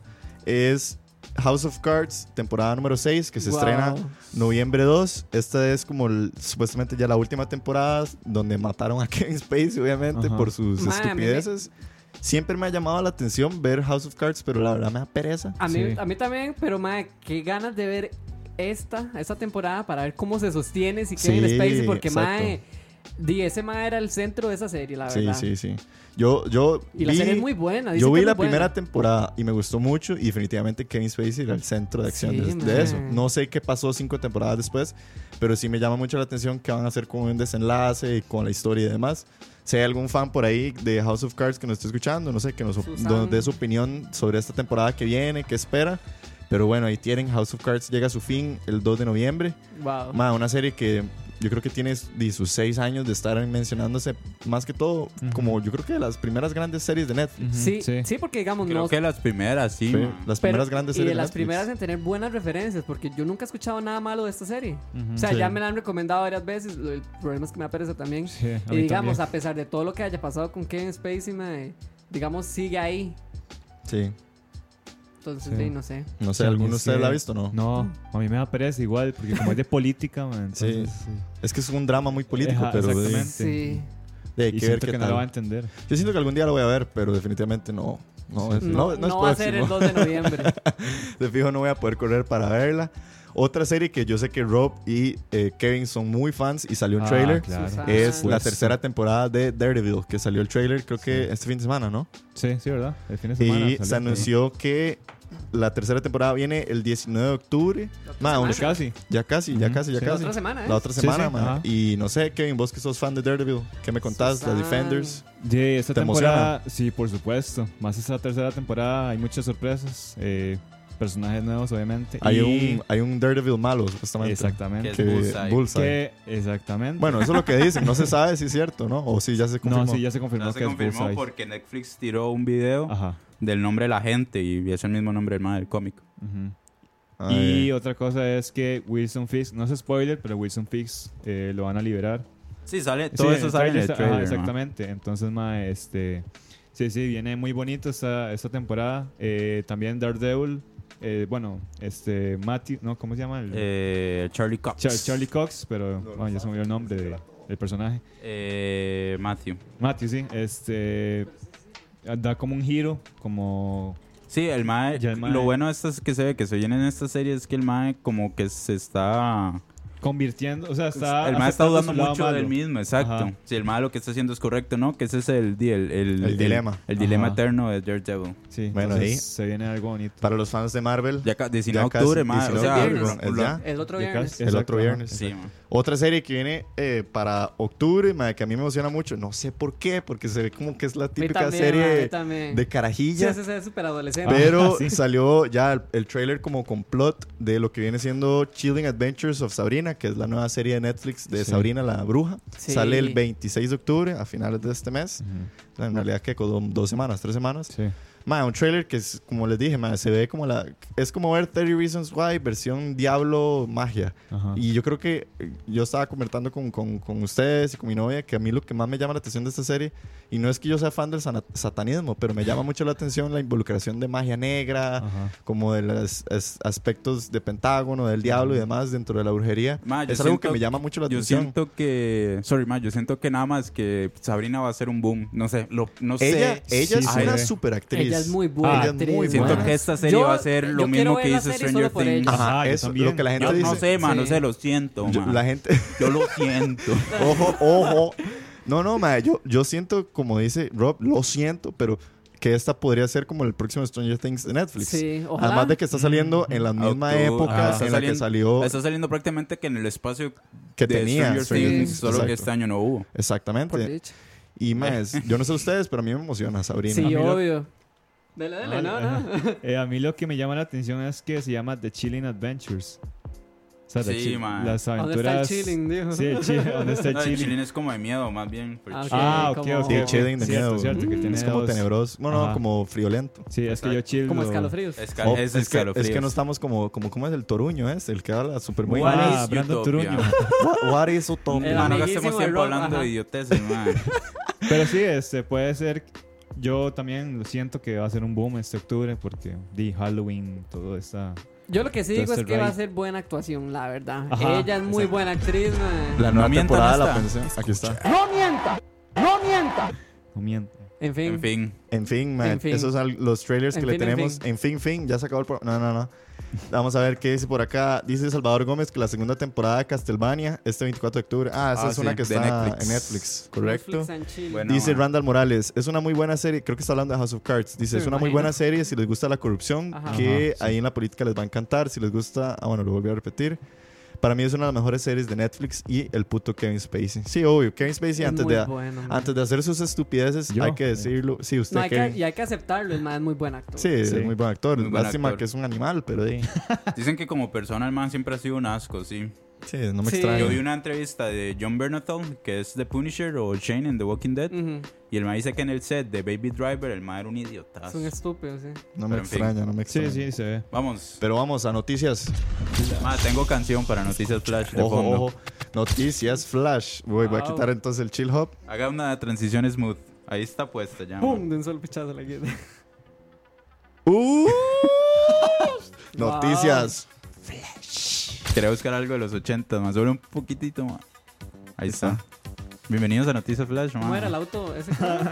Speaker 4: es House of Cards, temporada número 6, que se
Speaker 6: Wow.
Speaker 4: estrena noviembre 2. Esta es como supuestamente ya la última temporada donde mataron a Kevin Spacey, obviamente,
Speaker 3: Ajá.
Speaker 4: por sus
Speaker 6: Mae, a mí
Speaker 4: estupideces. Siempre me ha llamado la atención ver House of Cards, pero la verdad me da pereza.
Speaker 3: Sí.
Speaker 6: A mí también, pero mae, qué ganas de ver esta temporada para ver cómo se sostiene si
Speaker 4: Sí,
Speaker 6: Kevin Spacey, porque
Speaker 4: exacto.
Speaker 6: mae, ese mae era el centro de esa serie, la
Speaker 4: Sí,
Speaker 6: verdad.
Speaker 4: sí, sí. Yo
Speaker 6: Y la serie es muy buena. dicen
Speaker 4: Yo
Speaker 6: que
Speaker 4: vi
Speaker 6: es
Speaker 4: la
Speaker 6: muy buena.
Speaker 4: primera temporada y me gustó mucho y definitivamente Kevin Spacey era el centro de acción
Speaker 6: Sí,
Speaker 4: de
Speaker 6: man.
Speaker 4: eso. No sé qué pasó 5 temporadas después, pero sí me llama mucho la atención que van a hacer con un desenlace y con la historia y demás. Si hay algún fan por ahí de House of Cards que nos esté escuchando, no sé, que nos
Speaker 6: Susan.
Speaker 4: dé su opinión sobre esta temporada que viene, qué espera. Pero bueno, ahí tienen, House of Cards llega a su fin el 2 de noviembre.
Speaker 6: Wow.
Speaker 4: Una serie que yo creo que tiene sus 6 años de estar mencionándose, más que todo, como yo creo que de las primeras grandes series de Netflix.
Speaker 6: Sí, porque digamos,
Speaker 5: Creo
Speaker 6: no.
Speaker 5: que las primeras, sí.
Speaker 4: Sí,
Speaker 5: man.
Speaker 4: las
Speaker 6: Pero-
Speaker 4: primeras grandes
Speaker 6: y
Speaker 4: series
Speaker 6: de las
Speaker 4: Netflix.
Speaker 6: primeras en tener buenas referencias, porque yo nunca he escuchado nada malo de esta serie. O sea,
Speaker 4: Sí.
Speaker 6: ya me la han recomendado varias veces. El problema es que me aparece también.
Speaker 3: Sí, a
Speaker 6: Y
Speaker 3: mí
Speaker 6: digamos,
Speaker 3: también.
Speaker 6: a pesar de todo lo que haya pasado con Kevin Spacey, digamos, sigue ahí.
Speaker 4: Sí,
Speaker 6: Entonces,
Speaker 3: Sí.
Speaker 6: sí, no sé.
Speaker 4: no sé,
Speaker 3: Sí,
Speaker 4: ¿alguno de
Speaker 3: es
Speaker 4: ustedes
Speaker 3: que-
Speaker 4: la ha visto o no?
Speaker 3: No, a mí me da pereza igual, porque como es de política, man,
Speaker 4: Sí.
Speaker 3: entonces, sí.
Speaker 4: Es que es un drama muy político,
Speaker 3: Ajá,
Speaker 4: pero
Speaker 3: exactamente.
Speaker 6: Sí.
Speaker 4: hay
Speaker 3: Y
Speaker 4: que ver
Speaker 3: siento
Speaker 4: qué
Speaker 3: que
Speaker 4: tal.
Speaker 3: no lo va a entender.
Speaker 4: Yo siento que algún día lo voy a ver, pero definitivamente no. No, es,
Speaker 6: No,
Speaker 4: no es
Speaker 6: va a ser el
Speaker 4: próximo.
Speaker 6: 2 de noviembre.
Speaker 4: De fijo no voy a poder correr para verla. Otra serie que yo sé que Rob y Kevin son muy fans y salió un
Speaker 3: Ah,
Speaker 4: trailer.
Speaker 3: claro.
Speaker 6: Susan.
Speaker 4: Es la
Speaker 3: Pues,
Speaker 4: tercera temporada de Daredevil, que salió el trailer creo que este fin de semana, ¿no?
Speaker 3: Sí, sí, ¿verdad? El fin de semana.
Speaker 4: Y
Speaker 3: salió.
Speaker 4: se anunció que la tercera temporada viene el 19 de octubre. Ma,
Speaker 6: semana.
Speaker 3: Casi.
Speaker 4: ya casi.
Speaker 3: Sí.
Speaker 6: La
Speaker 4: casi.
Speaker 6: otra semana, ¿eh?
Speaker 4: La otra
Speaker 3: Sí,
Speaker 4: semana,
Speaker 3: sí,
Speaker 4: ma.
Speaker 3: ajá.
Speaker 4: Y no sé, Kevin, vos que sos fan de Daredevil, ¿qué me contás?
Speaker 6: Susan.
Speaker 4: The Defenders.
Speaker 3: Sí, esta
Speaker 4: ¿Te
Speaker 3: temporada, sí, por supuesto. Más esta tercera temporada hay muchas sorpresas. Personajes nuevos, obviamente.
Speaker 4: Hay un Daredevil malo, supuestamente.
Speaker 3: Exactamente.
Speaker 5: Que es Bullseye.
Speaker 3: Que, exactamente.
Speaker 4: Bueno, eso es lo que dicen. No se sabe si es cierto, ¿no? O si ya se confirmó.
Speaker 3: no, sí, ya se confirmó
Speaker 5: No
Speaker 3: que
Speaker 5: se
Speaker 3: es
Speaker 5: confirmó
Speaker 3: Bullseye.
Speaker 5: porque Netflix tiró un video
Speaker 3: Ajá.
Speaker 5: del nombre de la gente y es el mismo nombre del man del cómic.
Speaker 3: Ujú.
Speaker 4: Ay,
Speaker 3: Y otra cosa es que Wilson Fisk, no es spoiler, pero Wilson Fisk lo van a liberar.
Speaker 5: Sí, sale, todo
Speaker 3: Sí,
Speaker 5: eso sale en el
Speaker 3: ajá,
Speaker 5: trailer. man.
Speaker 3: exactamente. Entonces, sí, viene muy bonito esta temporada. También Daredevil, Matthew, ¿no? ¿Cómo se llama?
Speaker 5: Charlie Cox.
Speaker 3: Charlie Cox, pero bueno, ya se me olvidó el nombre del personaje.
Speaker 5: Matthew.
Speaker 3: Matthew, sí. Da como un giro, como...
Speaker 5: Sí, el mae,
Speaker 3: Ya el mae-
Speaker 5: lo bueno de estas que se ve que se viene en esta serie es que el mae como que se está...
Speaker 3: Convirtiendo, o sea, está...
Speaker 5: el mae está
Speaker 3: aceptando
Speaker 5: dudando
Speaker 3: su lado
Speaker 5: mucho del
Speaker 3: malo.
Speaker 5: mismo, exacto.
Speaker 3: Ajá.
Speaker 5: Si el mae lo que está haciendo es correcto, ¿no? Que ese es el
Speaker 4: dilema.
Speaker 5: El dilema
Speaker 3: Ajá.
Speaker 5: eterno de Daredevil.
Speaker 3: Sí,
Speaker 4: Bueno,
Speaker 3: entonces
Speaker 4: ahí-
Speaker 3: se viene algo bonito.
Speaker 4: Para los fans de Marvel,
Speaker 5: Ya 19 de
Speaker 4: casi,
Speaker 5: octubre, mae.
Speaker 4: 19
Speaker 5: O
Speaker 4: de
Speaker 5: sea,
Speaker 6: octubre,
Speaker 4: ¿es ya?
Speaker 6: El otro
Speaker 3: Ya
Speaker 6: viernes.
Speaker 3: casi.
Speaker 4: El
Speaker 3: Exacto,
Speaker 4: otro
Speaker 3: ajá.
Speaker 4: viernes.
Speaker 5: sí, mae.
Speaker 4: Otra serie que viene para octubre, ma, que a mí me emociona mucho. No sé por qué, porque se ve como que es la
Speaker 6: A mí
Speaker 4: típica
Speaker 6: también, a
Speaker 4: serie
Speaker 6: mí también.
Speaker 4: de
Speaker 6: Sí,
Speaker 4: carajilla.
Speaker 6: ese es súper adolescente.
Speaker 4: Pero
Speaker 3: sí.
Speaker 4: salió ya el trailer como complot de lo que viene siendo Chilling Adventures of Sabrina, que es la nueva serie de Netflix de
Speaker 3: Sí.
Speaker 4: Sabrina la Bruja.
Speaker 6: Sí.
Speaker 4: Sale el 26 de octubre, a finales de este mes.
Speaker 3: Ujú.
Speaker 4: En realidad que con 2 semanas, 3 semanas.
Speaker 3: Sí.
Speaker 4: Ma, un trailer que es, como les dije, ma, se ve como es como ver 30 Reasons Why, versión Diablo Magia.
Speaker 3: Ajá.
Speaker 4: Y yo creo que yo estaba comentando con ustedes y con mi novia que a mí lo que más me llama la atención de esta serie, y no es que yo sea fan del satanismo, pero me llama mucho la atención la involucración de magia negra,
Speaker 3: Ajá.
Speaker 4: como de los aspectos de Pentágono, del diablo y demás dentro de la brujería.
Speaker 5: Ma, yo
Speaker 4: Es algo que
Speaker 5: siento-
Speaker 4: me llama mucho la
Speaker 5: Yo
Speaker 4: atención.
Speaker 5: siento que... Sorry, ma, yo siento que nada más que Sabrina va a ser un boom. No sé, no
Speaker 4: Ella
Speaker 5: sé.
Speaker 4: es
Speaker 3: sí,
Speaker 4: una
Speaker 3: sí.
Speaker 4: super actriz.
Speaker 6: Ella es muy buena
Speaker 4: Ella es
Speaker 6: actriz.
Speaker 4: muy
Speaker 5: Siento
Speaker 4: buena.
Speaker 5: que esta serie va a ser lo
Speaker 6: yo quiero
Speaker 5: mismo
Speaker 6: ver
Speaker 5: que
Speaker 6: la
Speaker 5: hizo
Speaker 6: serie
Speaker 5: Stranger
Speaker 6: solo por
Speaker 5: Things.
Speaker 6: ella.
Speaker 4: Ajá,
Speaker 3: Yo
Speaker 4: eso
Speaker 3: también.
Speaker 4: lo que la gente
Speaker 5: Yo
Speaker 4: dice.
Speaker 5: no sé, ma, no
Speaker 6: Sí.
Speaker 5: sé, lo siento, ma.
Speaker 4: La gente...
Speaker 5: Yo lo siento.
Speaker 4: Ojo. No, ma, yo siento, como dice Rob, lo siento, pero que esta podría ser como el próximo Stranger Things de Netflix.
Speaker 6: Sí, ojalá.
Speaker 4: Además de que está saliendo en la misma
Speaker 5: Octubre.
Speaker 4: época
Speaker 5: Está
Speaker 4: en la que salió
Speaker 5: Está saliendo prácticamente que en el espacio
Speaker 4: que
Speaker 5: de
Speaker 4: tenía
Speaker 5: Stranger
Speaker 4: Stranger
Speaker 5: Things,
Speaker 4: Things,
Speaker 5: solo que
Speaker 4: exacto.
Speaker 5: este año no hubo.
Speaker 6: Por
Speaker 4: Exactamente.
Speaker 6: dicho.
Speaker 4: Y más, yo no sé ustedes, pero a mí me emociona Sabrina.
Speaker 6: Sí,
Speaker 3: mí lo-
Speaker 6: obvio. Dele, no.
Speaker 3: A mí lo que me llama la atención es que se llama The Chilling Adventures. O sea,
Speaker 5: Sí, man.
Speaker 3: las
Speaker 6: ¿Dónde
Speaker 3: aventuras.
Speaker 6: está el chilling, dijo?
Speaker 3: Sí, el chilling. ¿Dónde está el
Speaker 5: No, el
Speaker 3: chilling?
Speaker 5: chilling es como de miedo, más bien. porque-
Speaker 6: Ah,
Speaker 3: Ah, ok,
Speaker 6: como-
Speaker 3: ok.
Speaker 4: Sí, el
Speaker 3: ok.
Speaker 4: chilling de
Speaker 3: Cierto,
Speaker 4: miedo.
Speaker 3: cierto, que tiene
Speaker 4: Es como
Speaker 3: dos.
Speaker 4: tenebroso. Bueno,
Speaker 3: Ajá.
Speaker 4: como friolento.
Speaker 3: Sí, es que yo chill.
Speaker 6: Como
Speaker 3: lo-
Speaker 6: escalofríos.
Speaker 5: Es
Speaker 4: Oh,
Speaker 5: es
Speaker 4: es que
Speaker 5: escalofríos.
Speaker 4: no estamos como ¿cómo es el toruño el que habla súper muy
Speaker 5: What
Speaker 3: Ah,
Speaker 5: is
Speaker 3: Brandon
Speaker 5: Utopia?
Speaker 3: Turuño.
Speaker 4: What is utopia?
Speaker 6: El
Speaker 5: Man, no
Speaker 6: amiguísimo
Speaker 5: gastemos
Speaker 6: de
Speaker 5: tiempo
Speaker 6: Rob,
Speaker 5: hablando
Speaker 6: ajá.
Speaker 5: de idioteces, man.
Speaker 3: Pero sí, puede ser. Yo también lo siento que va a ser un boom este octubre porque di Halloween, todo está.
Speaker 6: Yo lo que sí digo es
Speaker 3: Entonces,
Speaker 6: que va a
Speaker 3: Ray.
Speaker 6: ser buena actuación, la verdad.
Speaker 3: Ajá,
Speaker 6: Ella es muy
Speaker 3: exacto.
Speaker 6: buena actriz, man.
Speaker 4: La nueva
Speaker 5: No mientan
Speaker 4: temporada la
Speaker 5: esta.
Speaker 4: pensé. Aquí está.
Speaker 3: No miento.
Speaker 6: En fin.
Speaker 5: En fin.
Speaker 4: En fin, man,
Speaker 6: En fin.
Speaker 4: esos son los trailers
Speaker 6: En
Speaker 4: que le
Speaker 6: fin, en
Speaker 4: tenemos.
Speaker 6: fin.
Speaker 4: En fin, ya se acabó el programa. No. Vamos a ver qué dice por acá. Dice Salvador Gómez que la segunda temporada de Castlevania, este 24 de octubre. Esa es
Speaker 5: sí,
Speaker 4: una que
Speaker 5: de
Speaker 4: está
Speaker 5: Netflix.
Speaker 4: en Netflix, correcto.
Speaker 6: Netflix and chill.
Speaker 5: Bueno.
Speaker 4: Dice
Speaker 5: man.
Speaker 4: Randall Morales, es una muy buena serie, creo que está hablando de House of Cards. Dice,
Speaker 6: Sí,
Speaker 4: es
Speaker 6: me
Speaker 4: una muy
Speaker 6: imagino.
Speaker 4: buena serie si les gusta la corrupción,
Speaker 6: Ajá.
Speaker 4: que
Speaker 3: Ajá, sí.
Speaker 4: ahí en la política les va a encantar. Si les gusta, bueno, lo volví a repetir. Para mí es una de las mejores series de Netflix y el puto Kevin Spacey. Sí, obvio, Kevin Spacey
Speaker 6: Es
Speaker 4: antes
Speaker 6: muy
Speaker 4: de,
Speaker 6: bueno, man.
Speaker 4: antes de hacer sus estupideces,
Speaker 3: Yo.
Speaker 4: hay que decirlo. Sí, usted,
Speaker 6: No, hay
Speaker 4: Kevin.
Speaker 6: y hay que aceptarlo, es más, es muy buen actor.
Speaker 4: Sí, es
Speaker 3: Sí.
Speaker 4: muy buen actor.
Speaker 5: Muy buen
Speaker 4: Lástima
Speaker 5: actor.
Speaker 4: que es un animal, pero
Speaker 5: Dicen que como persona el man siempre ha sido un asco, sí.
Speaker 4: sí, no me
Speaker 6: Sí.
Speaker 4: extraña.
Speaker 5: Yo vi una entrevista de John Bernthal, que es The Punisher o Shane en The Walking Dead,
Speaker 6: Ujú.
Speaker 5: y el man dice que en el set de Baby Driver el man era un
Speaker 6: Es
Speaker 5: idiotazo.
Speaker 6: un estúpido, sí.
Speaker 4: No me
Speaker 5: Pero en fin.
Speaker 4: extraña, no me
Speaker 3: Sí,
Speaker 4: extraña.
Speaker 3: sí, se ve.
Speaker 5: Vamos.
Speaker 4: Pero vamos a noticias.
Speaker 5: Tengo canción para Noticias Flash de
Speaker 4: Ojo,
Speaker 5: fondo.
Speaker 4: ojo. Noticias Flash. Voy a
Speaker 6: Wow.
Speaker 4: quitar entonces el chill hop.
Speaker 5: Haga una transición smooth. Ahí está puesta ya.
Speaker 6: ¡Pum!
Speaker 5: man.
Speaker 6: De un solo pichazo la quita.
Speaker 4: Noticias.
Speaker 5: Quería buscar algo de los 80, más sobre un poquitito más. Ahí está. Bienvenidos a Noticias Flash, man.
Speaker 6: ¿Cómo era el auto? Ese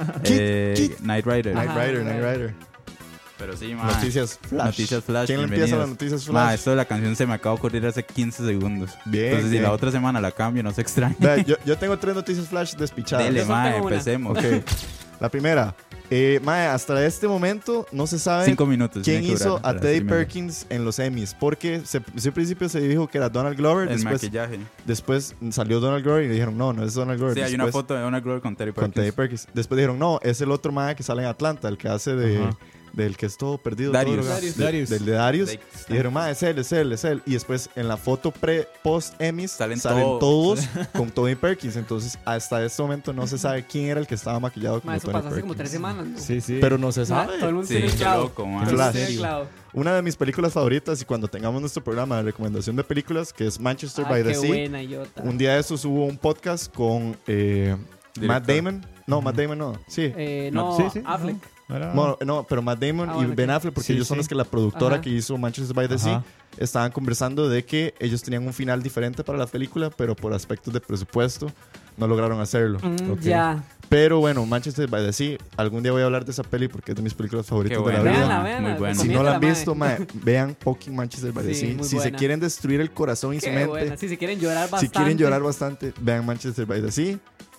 Speaker 5: Knight Rider.
Speaker 6: Ajá.
Speaker 4: Night Rider.
Speaker 5: Pero sí, man.
Speaker 4: Noticias Flash.
Speaker 5: Noticias Flash,
Speaker 4: ¿Quién le empieza
Speaker 5: bienvenidos.
Speaker 4: las noticias
Speaker 5: Ma,
Speaker 4: Flash?
Speaker 5: esto de la canción se me acaba de ocurrir hace 15 segundos.
Speaker 4: Bien,
Speaker 5: Entonces, si
Speaker 4: bien.
Speaker 5: la otra semana la cambio, no se extraña.
Speaker 4: Vea, yo tengo 3 noticias Flash despichadas.
Speaker 5: Dele,
Speaker 6: Yo solo
Speaker 5: ma,
Speaker 6: tengo una.
Speaker 5: empecemos.
Speaker 4: Ok. La primera. Mae, hasta este momento no se sabe
Speaker 5: 5 minutos.
Speaker 4: quién
Speaker 5: tiene que
Speaker 4: hizo
Speaker 5: durar
Speaker 4: a
Speaker 5: para
Speaker 4: Teddy
Speaker 5: terminar.
Speaker 4: Perkins en los Emmys. Porque al principio se dijo que era Donald Glover.
Speaker 5: El
Speaker 4: Después,
Speaker 5: maquillaje.
Speaker 4: después salió Donald Glover y le dijeron, no es Donald Glover.
Speaker 5: Sí, hay una
Speaker 4: Después-
Speaker 5: foto de Donald Glover con Teddy
Speaker 4: con
Speaker 5: Perkins.
Speaker 4: Teddy Perkins. Después dijeron, no, es el otro mae que sale en Atlanta, el que hace
Speaker 3: Ajá.
Speaker 4: del que es todo perdido.
Speaker 5: Darius.
Speaker 4: todo drogado.
Speaker 3: Darius.
Speaker 4: Del de Darius.
Speaker 5: Like,
Speaker 4: Y dijeron, mae, es él. Y después en la foto post Emmys
Speaker 5: Salen
Speaker 4: todos con Teddy Perkins. Entonces, hasta este momento no se sabe quién era el que estaba maquillado como
Speaker 6: Ma, eso
Speaker 4: Tony
Speaker 6: pasó hace
Speaker 4: Perkins.
Speaker 6: como 3 semanas, ¿no?
Speaker 3: Sí, sí.
Speaker 4: Pero no se
Speaker 6: Ma,
Speaker 4: sabe.
Speaker 6: todo el mundo
Speaker 5: Sí,
Speaker 6: tiene
Speaker 5: qué
Speaker 6: clavo.
Speaker 5: loco, man.
Speaker 6: Todo el mundo
Speaker 4: Flash.
Speaker 6: tiene clavo.
Speaker 4: Una de mis películas favoritas y cuando tengamos nuestro programa de recomendación de películas, que es Manchester by
Speaker 6: Ay,
Speaker 4: the
Speaker 6: qué
Speaker 4: Sea.
Speaker 6: buena, idiota.
Speaker 4: Un día de estos hubo un podcast con Matt
Speaker 5: Director.
Speaker 4: Damon. No, Matt Damon no. Sí.
Speaker 6: No,
Speaker 3: Sí, sí.
Speaker 6: Affleck.
Speaker 3: Era-
Speaker 4: Bueno, no, pero Matt Damon
Speaker 6: Ah,
Speaker 4: y
Speaker 6: bueno,
Speaker 4: Ben
Speaker 6: ok.
Speaker 4: Affleck, porque
Speaker 3: Sí,
Speaker 4: ellos son
Speaker 3: sí.
Speaker 4: los que la productora
Speaker 6: Ajá.
Speaker 4: que hizo Manchester by the Sea,
Speaker 3: Ajá.
Speaker 4: estaban conversando de que ellos tenían un final diferente para la película, pero por aspectos de presupuesto no lograron hacerlo.
Speaker 3: Ok.
Speaker 6: Ya.
Speaker 4: Pero bueno, Manchester by the Sea, algún día voy a hablar de esa peli porque es de mis películas favoritas
Speaker 5: Qué
Speaker 4: de la
Speaker 5: buena.
Speaker 4: vida.
Speaker 6: Véanla,
Speaker 5: Muy
Speaker 6: véanla.
Speaker 5: buena.
Speaker 4: Si no la han
Speaker 6: recomiéndala,
Speaker 4: visto, mae, vean fucking Manchester by the
Speaker 6: Sí,
Speaker 4: Sea.
Speaker 6: muy
Speaker 4: Si se
Speaker 6: buena.
Speaker 4: quieren destruir el corazón y su
Speaker 6: Qué
Speaker 4: mente,
Speaker 6: buena. Sí, si quieren llorar
Speaker 4: si
Speaker 6: bastante.
Speaker 4: quieren llorar bastante, vean Manchester by the Sea.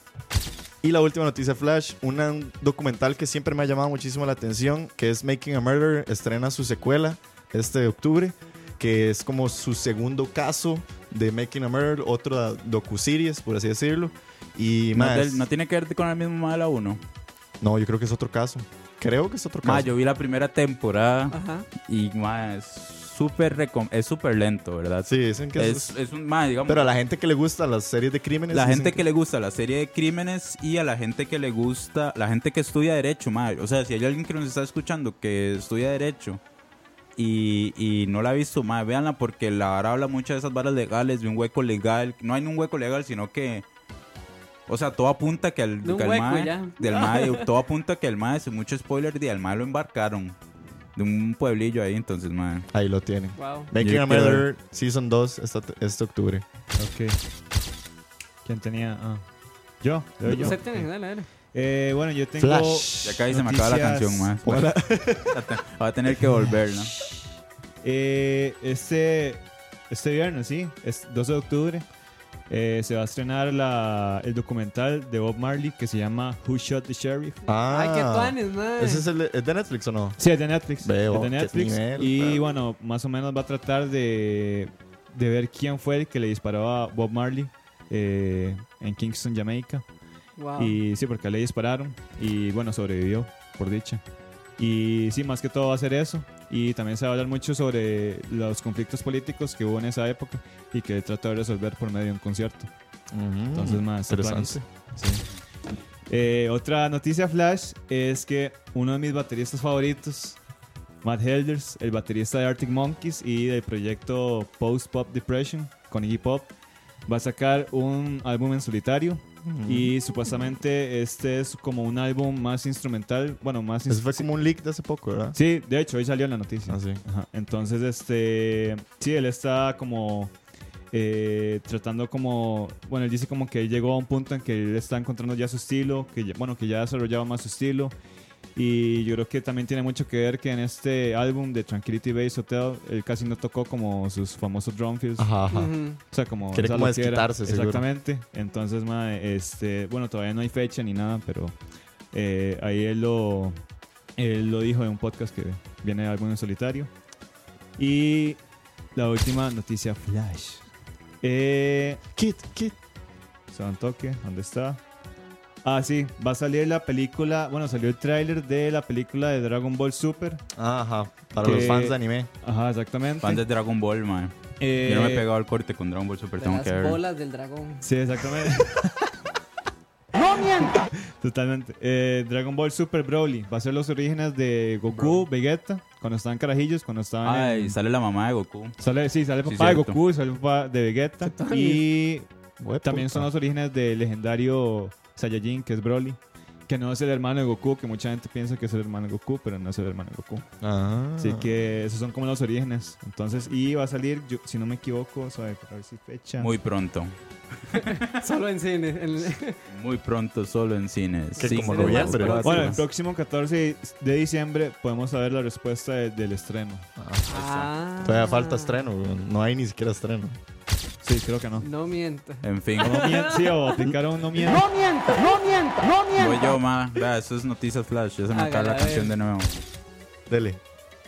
Speaker 4: Y la última noticia Flash, un documental que siempre me ha llamado muchísimo la atención, que es Making a Murderer, estrena su secuela este octubre, que es como su segundo caso de Making a Murderer, otro docu-series, por así decirlo. Y
Speaker 5: No,
Speaker 4: más,
Speaker 5: no tiene que ver con el mismo ma de la 1.
Speaker 4: no, yo creo que es otro caso. Creo que es otro caso.
Speaker 5: Ma, yo vi la primera temporada
Speaker 6: Ajá.
Speaker 5: y ma, es súper lento, ¿verdad?
Speaker 4: Sí, dicen que
Speaker 5: Es un ma, digamos.
Speaker 4: pero a la gente que le gusta las series de crímenes,
Speaker 5: La
Speaker 4: dicen
Speaker 5: gente que le gusta la serie de crímenes y a la gente que le gusta, la gente que estudia derecho, madre. O sea, si hay alguien que nos está escuchando que estudia derecho y no la ha visto, madre, véanla porque la vara habla mucho de esas varas legales, de un hueco legal. No hay un hueco legal, sino que, o sea, todo apunta que al,
Speaker 6: De un
Speaker 5: que al
Speaker 6: hueco
Speaker 5: mae-
Speaker 6: ya.
Speaker 5: del mae, todo apunta que el mae, sin mucho spoiler, al mae lo embarcaron de un pueblillo ahí, entonces, madre.
Speaker 4: ahí lo tienen.
Speaker 6: Wow.
Speaker 4: Making
Speaker 5: Yo
Speaker 4: a
Speaker 5: quiero
Speaker 4: Murderer Season 2 este octubre.
Speaker 3: Ok. ¿Quién tenía? Yo. ¿Doy yo?
Speaker 6: Usted tiene, dale, dale.
Speaker 3: Bueno, yo tengo.
Speaker 4: Flash.
Speaker 5: Ya casi se me acaba la
Speaker 3: noticias-
Speaker 5: canción, más. Va a tener que volver, ¿no?
Speaker 3: Este viernes, sí, es 12 de octubre, se va a estrenar el documental de Bob Marley que se llama Who Shot the Sheriff.
Speaker 6: Ay, qué tuanes, man.
Speaker 4: ¿Ese es de Netflix o no?
Speaker 3: Sí, es de Netflix.
Speaker 4: Veo,
Speaker 3: es de
Speaker 4: qué
Speaker 3: Netflix.
Speaker 4: nivel,
Speaker 3: y
Speaker 4: claro.
Speaker 3: bueno, más o menos va a tratar de ver quién fue el que le disparó a Bob Marley en Kingston, Jamaica.
Speaker 6: Wow.
Speaker 3: Y sí, porque le dispararon y bueno, sobrevivió, por dicha. Y sí, más que todo va a ser eso. y también se va a hablar mucho sobre los conflictos políticos que hubo en esa época y que trata de resolver por medio de un concierto. Entonces, más
Speaker 4: interesante.
Speaker 3: Otra noticia flash es que uno de mis bateristas favoritos, Matt Helders, el baterista de Arctic Monkeys y del proyecto Post Pop Depression con Iggy Pop, va a sacar un álbum en solitario. Y supuestamente este es como un álbum más instrumental. Bueno, más
Speaker 4: Eso fue como un leak de hace poco, ¿verdad?
Speaker 3: Sí, de hecho, hoy salió en la noticia.
Speaker 4: Ah, sí.
Speaker 3: Ajá. Entonces, sí, él está como tratando como, bueno, él dice como que llegó a un punto en que él está encontrando ya su estilo, que ya ha desarrollado más su estilo. Y yo creo que también tiene mucho que ver que en este álbum de Tranquility Base Hotel él casi no tocó como sus famosos drum fills.
Speaker 4: Ajá.
Speaker 6: Ujú.
Speaker 3: O sea, como
Speaker 4: Quiere
Speaker 3: esa
Speaker 4: como
Speaker 3: loquera.
Speaker 4: desquitarse, seguro.
Speaker 3: Exactamente. Entonces, bueno, todavía no hay fecha ni nada, pero ahí él lo dijo en un podcast que viene de álbum en solitario. Y la última noticia flash.
Speaker 4: Kit.
Speaker 3: Se da un toque, ¿dónde está? Ah, sí, va a salir la película, bueno, salió el tráiler de la película de Dragon Ball Super.
Speaker 4: Ajá, para
Speaker 3: Que-
Speaker 4: los fans de anime.
Speaker 3: Ajá, exactamente.
Speaker 5: Fan de Dragon Ball, man.
Speaker 3: Eh,
Speaker 5: Yo no me he pegado al corte con Dragon Ball Super,
Speaker 6: De
Speaker 5: tengo
Speaker 6: las
Speaker 5: que ver.
Speaker 6: bolas del dragón.
Speaker 3: Sí, exactamente. ¡No mienta! Totalmente. Dragon Ball Super Broly va a ser los orígenes de Goku, Vegeta, cuando estaban carajillos, cuando estaban
Speaker 5: Ay, sale la mamá de Goku.
Speaker 3: sale
Speaker 5: Sí,
Speaker 3: papá de
Speaker 5: cierto.
Speaker 3: Goku, sale papá de Vegeta. Y también son
Speaker 4: Hueputa.
Speaker 3: los orígenes del legendario Saiyajin, que es Broly. Que no es el hermano de Goku, que mucha gente piensa que es el hermano de Goku, pero no es el hermano de Goku.
Speaker 4: Ah.
Speaker 3: Así que esos son como los orígenes. Entonces, y va a salir, si no me equivoco, a ver si fecha.
Speaker 5: Muy pronto.
Speaker 6: Solo en cine.
Speaker 5: Muy pronto, solo en cines.
Speaker 4: Que
Speaker 5: Sí,
Speaker 4: como
Speaker 6: sí,
Speaker 4: noviembre,
Speaker 6: más
Speaker 4: ¿verdad?
Speaker 3: Bueno, el próximo 14 de diciembre podemos saber la respuesta del estreno.
Speaker 6: Ah.
Speaker 4: Todavía falta estreno, güey. No hay ni siquiera estreno.
Speaker 3: Sí, creo que no.
Speaker 6: No mienta.
Speaker 5: En fin.
Speaker 3: O no miente, sí, o aplicaron no miente.
Speaker 5: Voy yo, ma. Vea, eso es Noticias Flash. Ya se me acaba
Speaker 6: Hágala,
Speaker 5: la canción
Speaker 6: a
Speaker 5: de nuevo.
Speaker 4: Dele.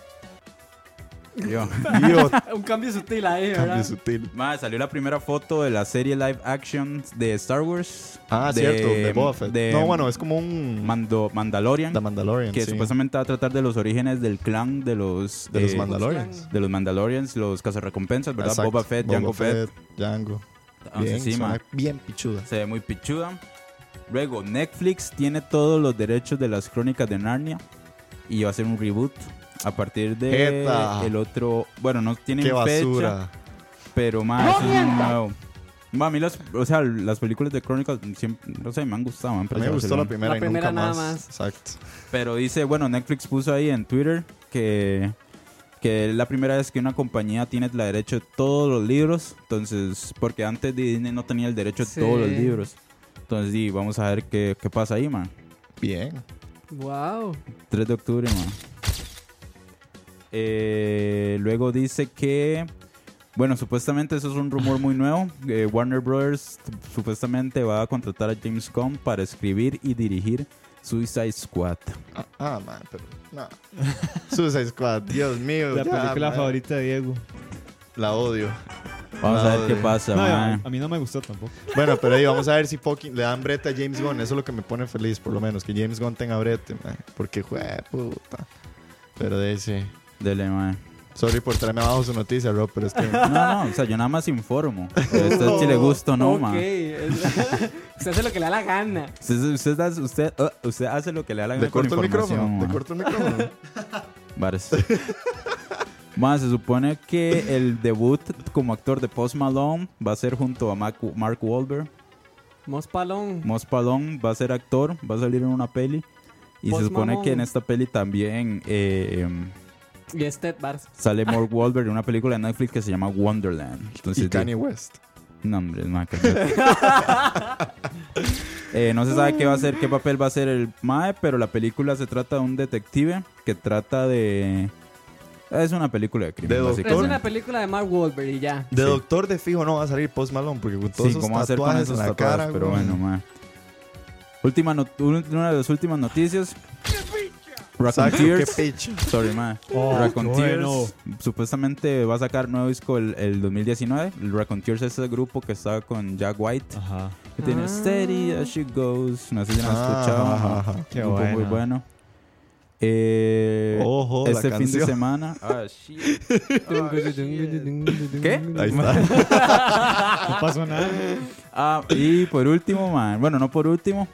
Speaker 5: Yo.
Speaker 4: Dios,
Speaker 6: Un cambio sutil ahí,
Speaker 4: cambio
Speaker 6: ¿verdad?
Speaker 4: sutil.
Speaker 5: Ma, salió la primera foto de la serie live action de Star Wars.
Speaker 4: Ah, cierto, de Boba Fett. No, bueno, es como un...
Speaker 5: Mandalorian.
Speaker 4: The Mandalorian,
Speaker 5: Que
Speaker 4: sí.
Speaker 5: supuestamente va a tratar de los orígenes del clan de los
Speaker 4: Mandalorians.
Speaker 5: de los Mandalorians, los cazarrecompensas, ¿verdad?
Speaker 4: Exacto.
Speaker 5: Boba Fett, Jango Fett.
Speaker 4: Django.
Speaker 5: Entonces,
Speaker 4: Bien,
Speaker 5: sí, ma,
Speaker 4: suena bien pichuda.
Speaker 5: se ve muy pichuda. Luego, Netflix tiene todos los derechos de las crónicas de Narnia y va a hacer un reboot a partir de
Speaker 4: Jeta.
Speaker 5: el otro. Bueno, no tienen
Speaker 4: Qué
Speaker 5: fecha,
Speaker 4: basura.
Speaker 5: pero más es un nuevo. Ma, a mí las películas de crónicas siempre, no sé, me han gustado.
Speaker 4: A mí me gustó la primera
Speaker 6: La
Speaker 4: y
Speaker 6: primera
Speaker 4: nunca
Speaker 6: nada
Speaker 4: más.
Speaker 6: más.
Speaker 4: Exacto.
Speaker 5: Pero dice, bueno, Netflix puso ahí en Twitter que es la primera vez que una compañía tiene el derecho de todos los libros. Entonces, porque antes Disney no tenía el derecho de
Speaker 6: Sí.
Speaker 5: todos los libros. Entonces, sí, vamos a ver qué pasa ahí, man.
Speaker 4: Bien.
Speaker 6: Wow.
Speaker 5: 3 de octubre, man. Luego dice que, bueno, supuestamente eso es un rumor muy nuevo. Warner Brothers supuestamente va a contratar a James Gunn para escribir y dirigir Suicide Squad.
Speaker 4: Man, pero no. Suicide Squad, Dios mío.
Speaker 3: La
Speaker 4: ya,
Speaker 3: película
Speaker 4: man.
Speaker 3: favorita de Diego.
Speaker 4: La odio.
Speaker 5: Vamos a ver
Speaker 4: No,
Speaker 5: qué
Speaker 4: de-
Speaker 5: pasa,
Speaker 3: No,
Speaker 5: man.
Speaker 3: a mí no me gustó tampoco.
Speaker 4: Bueno, pero ahí vamos a ver si fucking le dan brete a James Gunn. Eso es lo que me pone feliz, por lo menos. Que James Gunn tenga brete, man. Porque, puta. Pero de ese.
Speaker 5: Dele, man.
Speaker 4: Sorry por traerme abajo su noticia, Rob, pero es que.
Speaker 5: No, o sea, yo nada más informo. A usted si le gusta o no,
Speaker 6: Ok.
Speaker 5: man.
Speaker 6: Usted hace lo que le da la gana.
Speaker 5: Usted hace lo que le da la gana
Speaker 4: Le
Speaker 5: con
Speaker 4: corto el
Speaker 5: información,
Speaker 4: micrófono. Le
Speaker 5: man.
Speaker 4: corto el micrófono.
Speaker 5: Varas. Más, se supone que el debut como actor de Post Malone va a ser junto a Mark Wahlberg.
Speaker 6: Mospalón.
Speaker 5: Moss Malone va a ser actor, va a salir en una peli. Y
Speaker 6: Post
Speaker 5: se supone
Speaker 6: Malone.
Speaker 5: que en esta peli también
Speaker 6: Y este Bars.
Speaker 5: sale Mark Wahlberg en una película de Netflix que se llama Wonderland. Entonces,
Speaker 4: Y Kanye West.
Speaker 5: no, hombre, es más no se sabe qué va a ser, qué papel va a ser el Mae, pero la película se trata de un detective que trata de... Es una película de crimen,
Speaker 4: De doctor.
Speaker 6: Es
Speaker 5: básicamente.
Speaker 6: una película de Mark Wahlberg y ya.
Speaker 4: De
Speaker 5: Sí.
Speaker 4: doctor de fijo no va a salir Post Malone porque con todos
Speaker 5: Sí,
Speaker 4: esos
Speaker 5: ¿cómo hacer con
Speaker 4: tatuajes
Speaker 5: esos
Speaker 4: en la
Speaker 5: tatuajes?
Speaker 4: cara,
Speaker 5: Pero
Speaker 4: güey.
Speaker 5: bueno, mae. Una de las últimas noticias.
Speaker 4: Exacto, qué
Speaker 5: Raccoonteers.
Speaker 4: pitch.
Speaker 5: Sorry, mae.
Speaker 3: Oh,
Speaker 5: Raccoonteers
Speaker 3: bueno.
Speaker 5: supuestamente va a sacar nuevo disco el 2019. El Raccoonteers es el grupo que estaba con Jack White.
Speaker 3: Ajá.
Speaker 5: Que tiene
Speaker 6: Ah.
Speaker 5: Steady as she goes. No sé si lo han escuchado.
Speaker 4: Ajá,
Speaker 5: ajá.
Speaker 4: ajá.
Speaker 3: Qué
Speaker 5: Un grupo muy
Speaker 3: bueno.
Speaker 5: bueno.
Speaker 4: Ojo, la
Speaker 5: este fin de
Speaker 4: canción.
Speaker 5: semana. Shit. ¿Qué?
Speaker 4: Ahí está.
Speaker 3: No pasó nada.
Speaker 5: Y por último, man, bueno, no por último,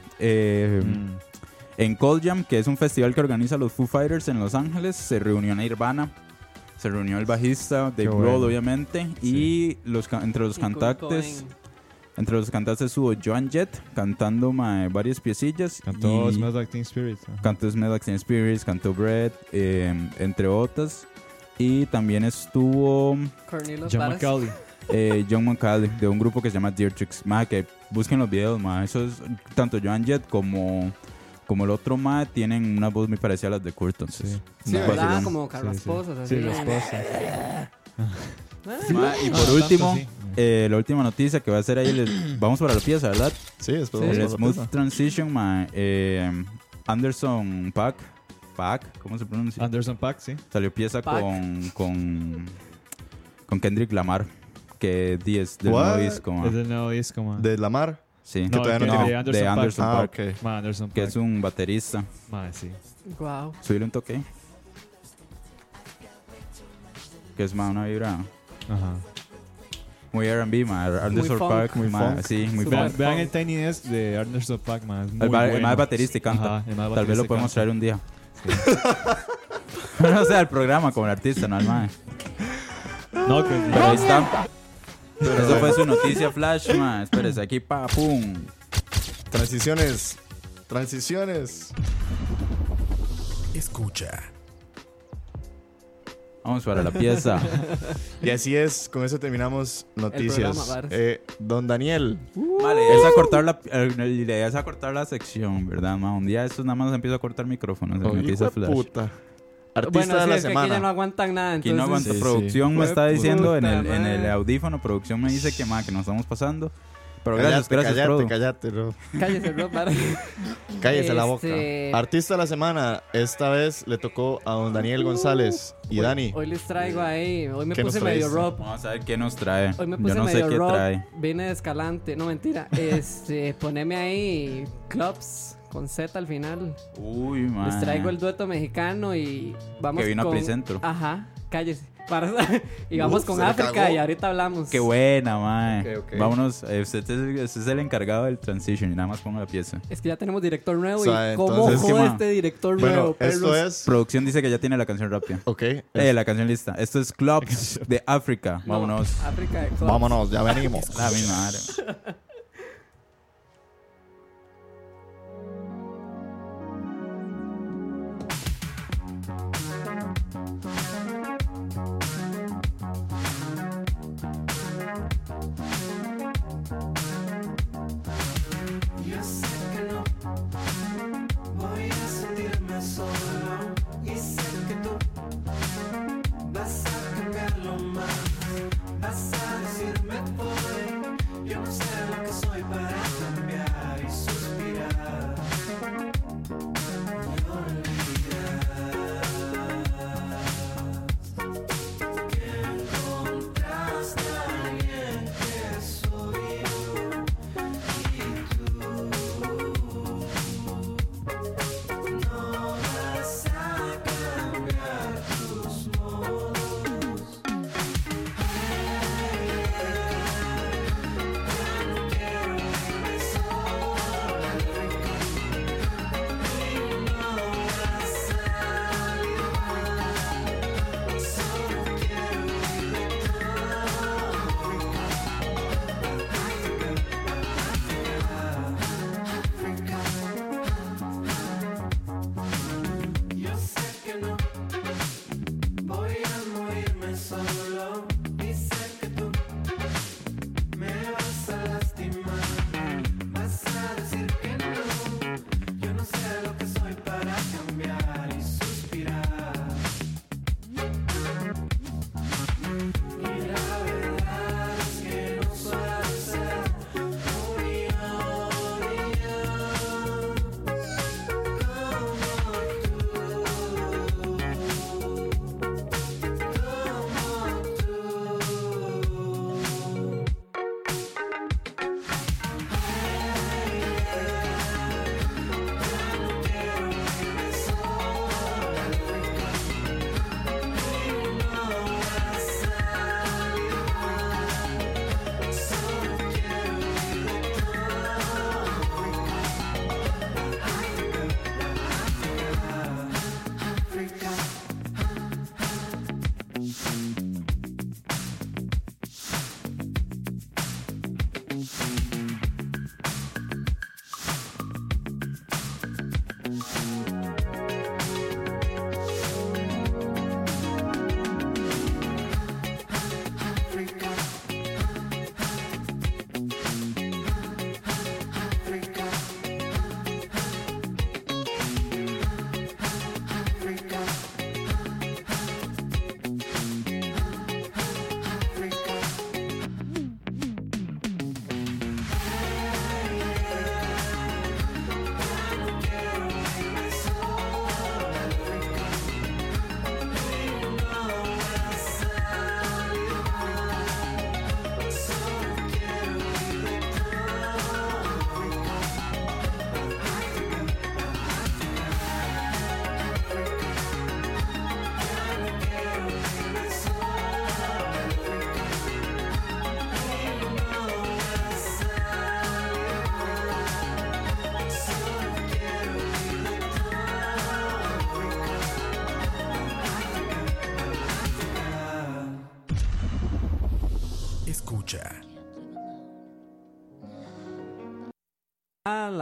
Speaker 5: en Cold Jam, que es un festival que organiza los Foo Fighters en Los Ángeles, se reunió Nirvana, se reunió el bajista Dave
Speaker 3: Qué
Speaker 5: Grohl,
Speaker 3: bueno.
Speaker 5: obviamente, y entre los
Speaker 6: Y Kurt
Speaker 5: cantantes,
Speaker 6: Cobain.
Speaker 5: entre los cantantes estuvo Joan Jett cantando varias piecillas.
Speaker 3: Cantó
Speaker 5: y
Speaker 3: Smells Like Teen Spirit. Ajá.
Speaker 5: cantó Smells Like Teen Spirits, cantó Bread, entre otras. Y también estuvo
Speaker 6: Cornelius
Speaker 3: John
Speaker 6: Varas.
Speaker 3: McCauley.
Speaker 5: John McCauley, de un grupo que se llama Dietrich. Que busquen los videos, eso es tanto Joan Jett como el otro tienen una voz muy parecida a las de Kurt. Entonces,
Speaker 6: Sí,
Speaker 5: un
Speaker 6: ¿verdad?
Speaker 5: vacilón.
Speaker 6: Como carrasposas, así.
Speaker 3: Sí, la esposa.
Speaker 5: Y por
Speaker 3: No,
Speaker 5: último,
Speaker 3: tanto, sí.
Speaker 5: la última noticia que va a ser ahí, vamos para la pieza, ¿verdad?
Speaker 4: Sí, después
Speaker 6: Sí.
Speaker 4: vamos
Speaker 5: El
Speaker 4: a la
Speaker 5: Smooth
Speaker 4: pieza.
Speaker 5: Transition, Anderson Paak, ¿cómo se pronuncia?
Speaker 3: Anderson .Paak, sí.
Speaker 5: Salió pieza
Speaker 6: Paak.
Speaker 5: con Kendrick Lamar, que es 10 del
Speaker 4: What?
Speaker 5: nuevo disco, man.
Speaker 3: Es el nuevo disco, man.
Speaker 4: De Lamar.
Speaker 5: Sí,
Speaker 3: No,
Speaker 4: todavía no
Speaker 3: que
Speaker 4: tiene-
Speaker 3: de
Speaker 5: de
Speaker 3: Anderson
Speaker 5: Anderson
Speaker 4: Ah,
Speaker 5: Paak,
Speaker 4: ok.
Speaker 3: Man, Anderson
Speaker 5: que
Speaker 3: Paak.
Speaker 5: es un baterista.
Speaker 3: Man, sí.
Speaker 6: Wow.
Speaker 5: Subile un toque. Que es una vibra
Speaker 3: Ajá.
Speaker 5: muy R&B, Anderson
Speaker 6: funk.
Speaker 5: Paak,
Speaker 4: Muy funk.
Speaker 5: sí, muy
Speaker 6: Super
Speaker 5: funk.
Speaker 3: Vean el Tiny Desk de Anderson .Paak, man. Es muy
Speaker 5: El
Speaker 3: bueno.
Speaker 5: más baterista y canta.
Speaker 3: Ajá, el más
Speaker 5: Tal vez lo
Speaker 3: baterista y
Speaker 5: podemos
Speaker 3: canta.
Speaker 5: traer un día. No sea el programa como el artista, no el mae.
Speaker 3: No, que
Speaker 5: Pero ahí está. Eso fue su noticia flash, man. Espérese, aquí pum.
Speaker 4: Transiciones.
Speaker 1: Escucha.
Speaker 5: Vamos para la pieza.
Speaker 4: Y así es, con eso terminamos noticias.
Speaker 6: programa, Varas.
Speaker 4: Don Daniel.
Speaker 5: Vale, es a cortar la idea es a cortar la sección, ¿verdad, ma? Un día estos nada más empiezo a cortar micrófonos en
Speaker 4: Hijo
Speaker 5: noticias
Speaker 4: de
Speaker 5: flash.
Speaker 4: puta. Artista
Speaker 6: Bueno,
Speaker 4: de
Speaker 6: sí,
Speaker 4: la
Speaker 6: es que aquí
Speaker 4: semana.
Speaker 6: ya no aguantan nada.
Speaker 5: Aquí no
Speaker 6: entonces-
Speaker 5: aguanto.
Speaker 4: Sí,
Speaker 5: Producción
Speaker 4: sí.
Speaker 5: me está
Speaker 4: Puta
Speaker 5: diciendo en el
Speaker 6: madre.
Speaker 5: audífono, producción me dice que nos estamos pasando. Pero gracias, gracias, produ.
Speaker 4: cállate, bro.
Speaker 6: Cállese, bro, para.
Speaker 4: Cállese la boca.
Speaker 6: Este-
Speaker 4: Artista de la semana. Esta vez le tocó a don Daniel González. Y Dani.
Speaker 6: Hoy les traigo ahí. Hoy me
Speaker 4: ¿Qué
Speaker 6: puse
Speaker 4: nos
Speaker 6: medio
Speaker 4: traíste?
Speaker 6: rock.
Speaker 5: Vamos a ver qué nos trae.
Speaker 6: Hoy me
Speaker 5: Yo
Speaker 6: puse
Speaker 5: no sé
Speaker 6: medio
Speaker 5: qué
Speaker 6: rock.
Speaker 5: trae.
Speaker 6: Vine de Escalante. No, mentira. Poneme ahí clubs con Z al final.
Speaker 5: Uy, man.
Speaker 6: Les traigo el dueto mexicano y vamos
Speaker 5: Que vino a
Speaker 6: con...
Speaker 5: Playcentro.
Speaker 6: Ajá, cállese. Y vamos
Speaker 4: Uf,
Speaker 6: con
Speaker 4: se le
Speaker 6: África
Speaker 4: cagó.
Speaker 6: y ahorita hablamos.
Speaker 5: Qué buena, mae.
Speaker 4: Ok, ok.
Speaker 5: Vámonos. Usted es el encargado del transition y nada más pongo la pieza.
Speaker 6: Es que ya tenemos director nuevo
Speaker 4: O sea,
Speaker 6: y cómo
Speaker 4: entonces,
Speaker 5: ¿qué
Speaker 6: jode
Speaker 5: más?
Speaker 6: este director
Speaker 4: Bueno,
Speaker 6: nuevo,
Speaker 4: esto
Speaker 6: perros.
Speaker 4: es.
Speaker 5: Producción dice que ya tiene la canción rápida.
Speaker 4: Ok.
Speaker 5: La canción lista. Esto es Clubs de África.
Speaker 6: No,
Speaker 5: Vámonos.
Speaker 6: África de clubs.
Speaker 4: Vámonos, ya venimos.
Speaker 5: La misma madre.
Speaker 2: Yo sé que no voy a sentirme solo y sé que tú vas a cambiarlo más, vas a decirme voy. Yo no sé lo que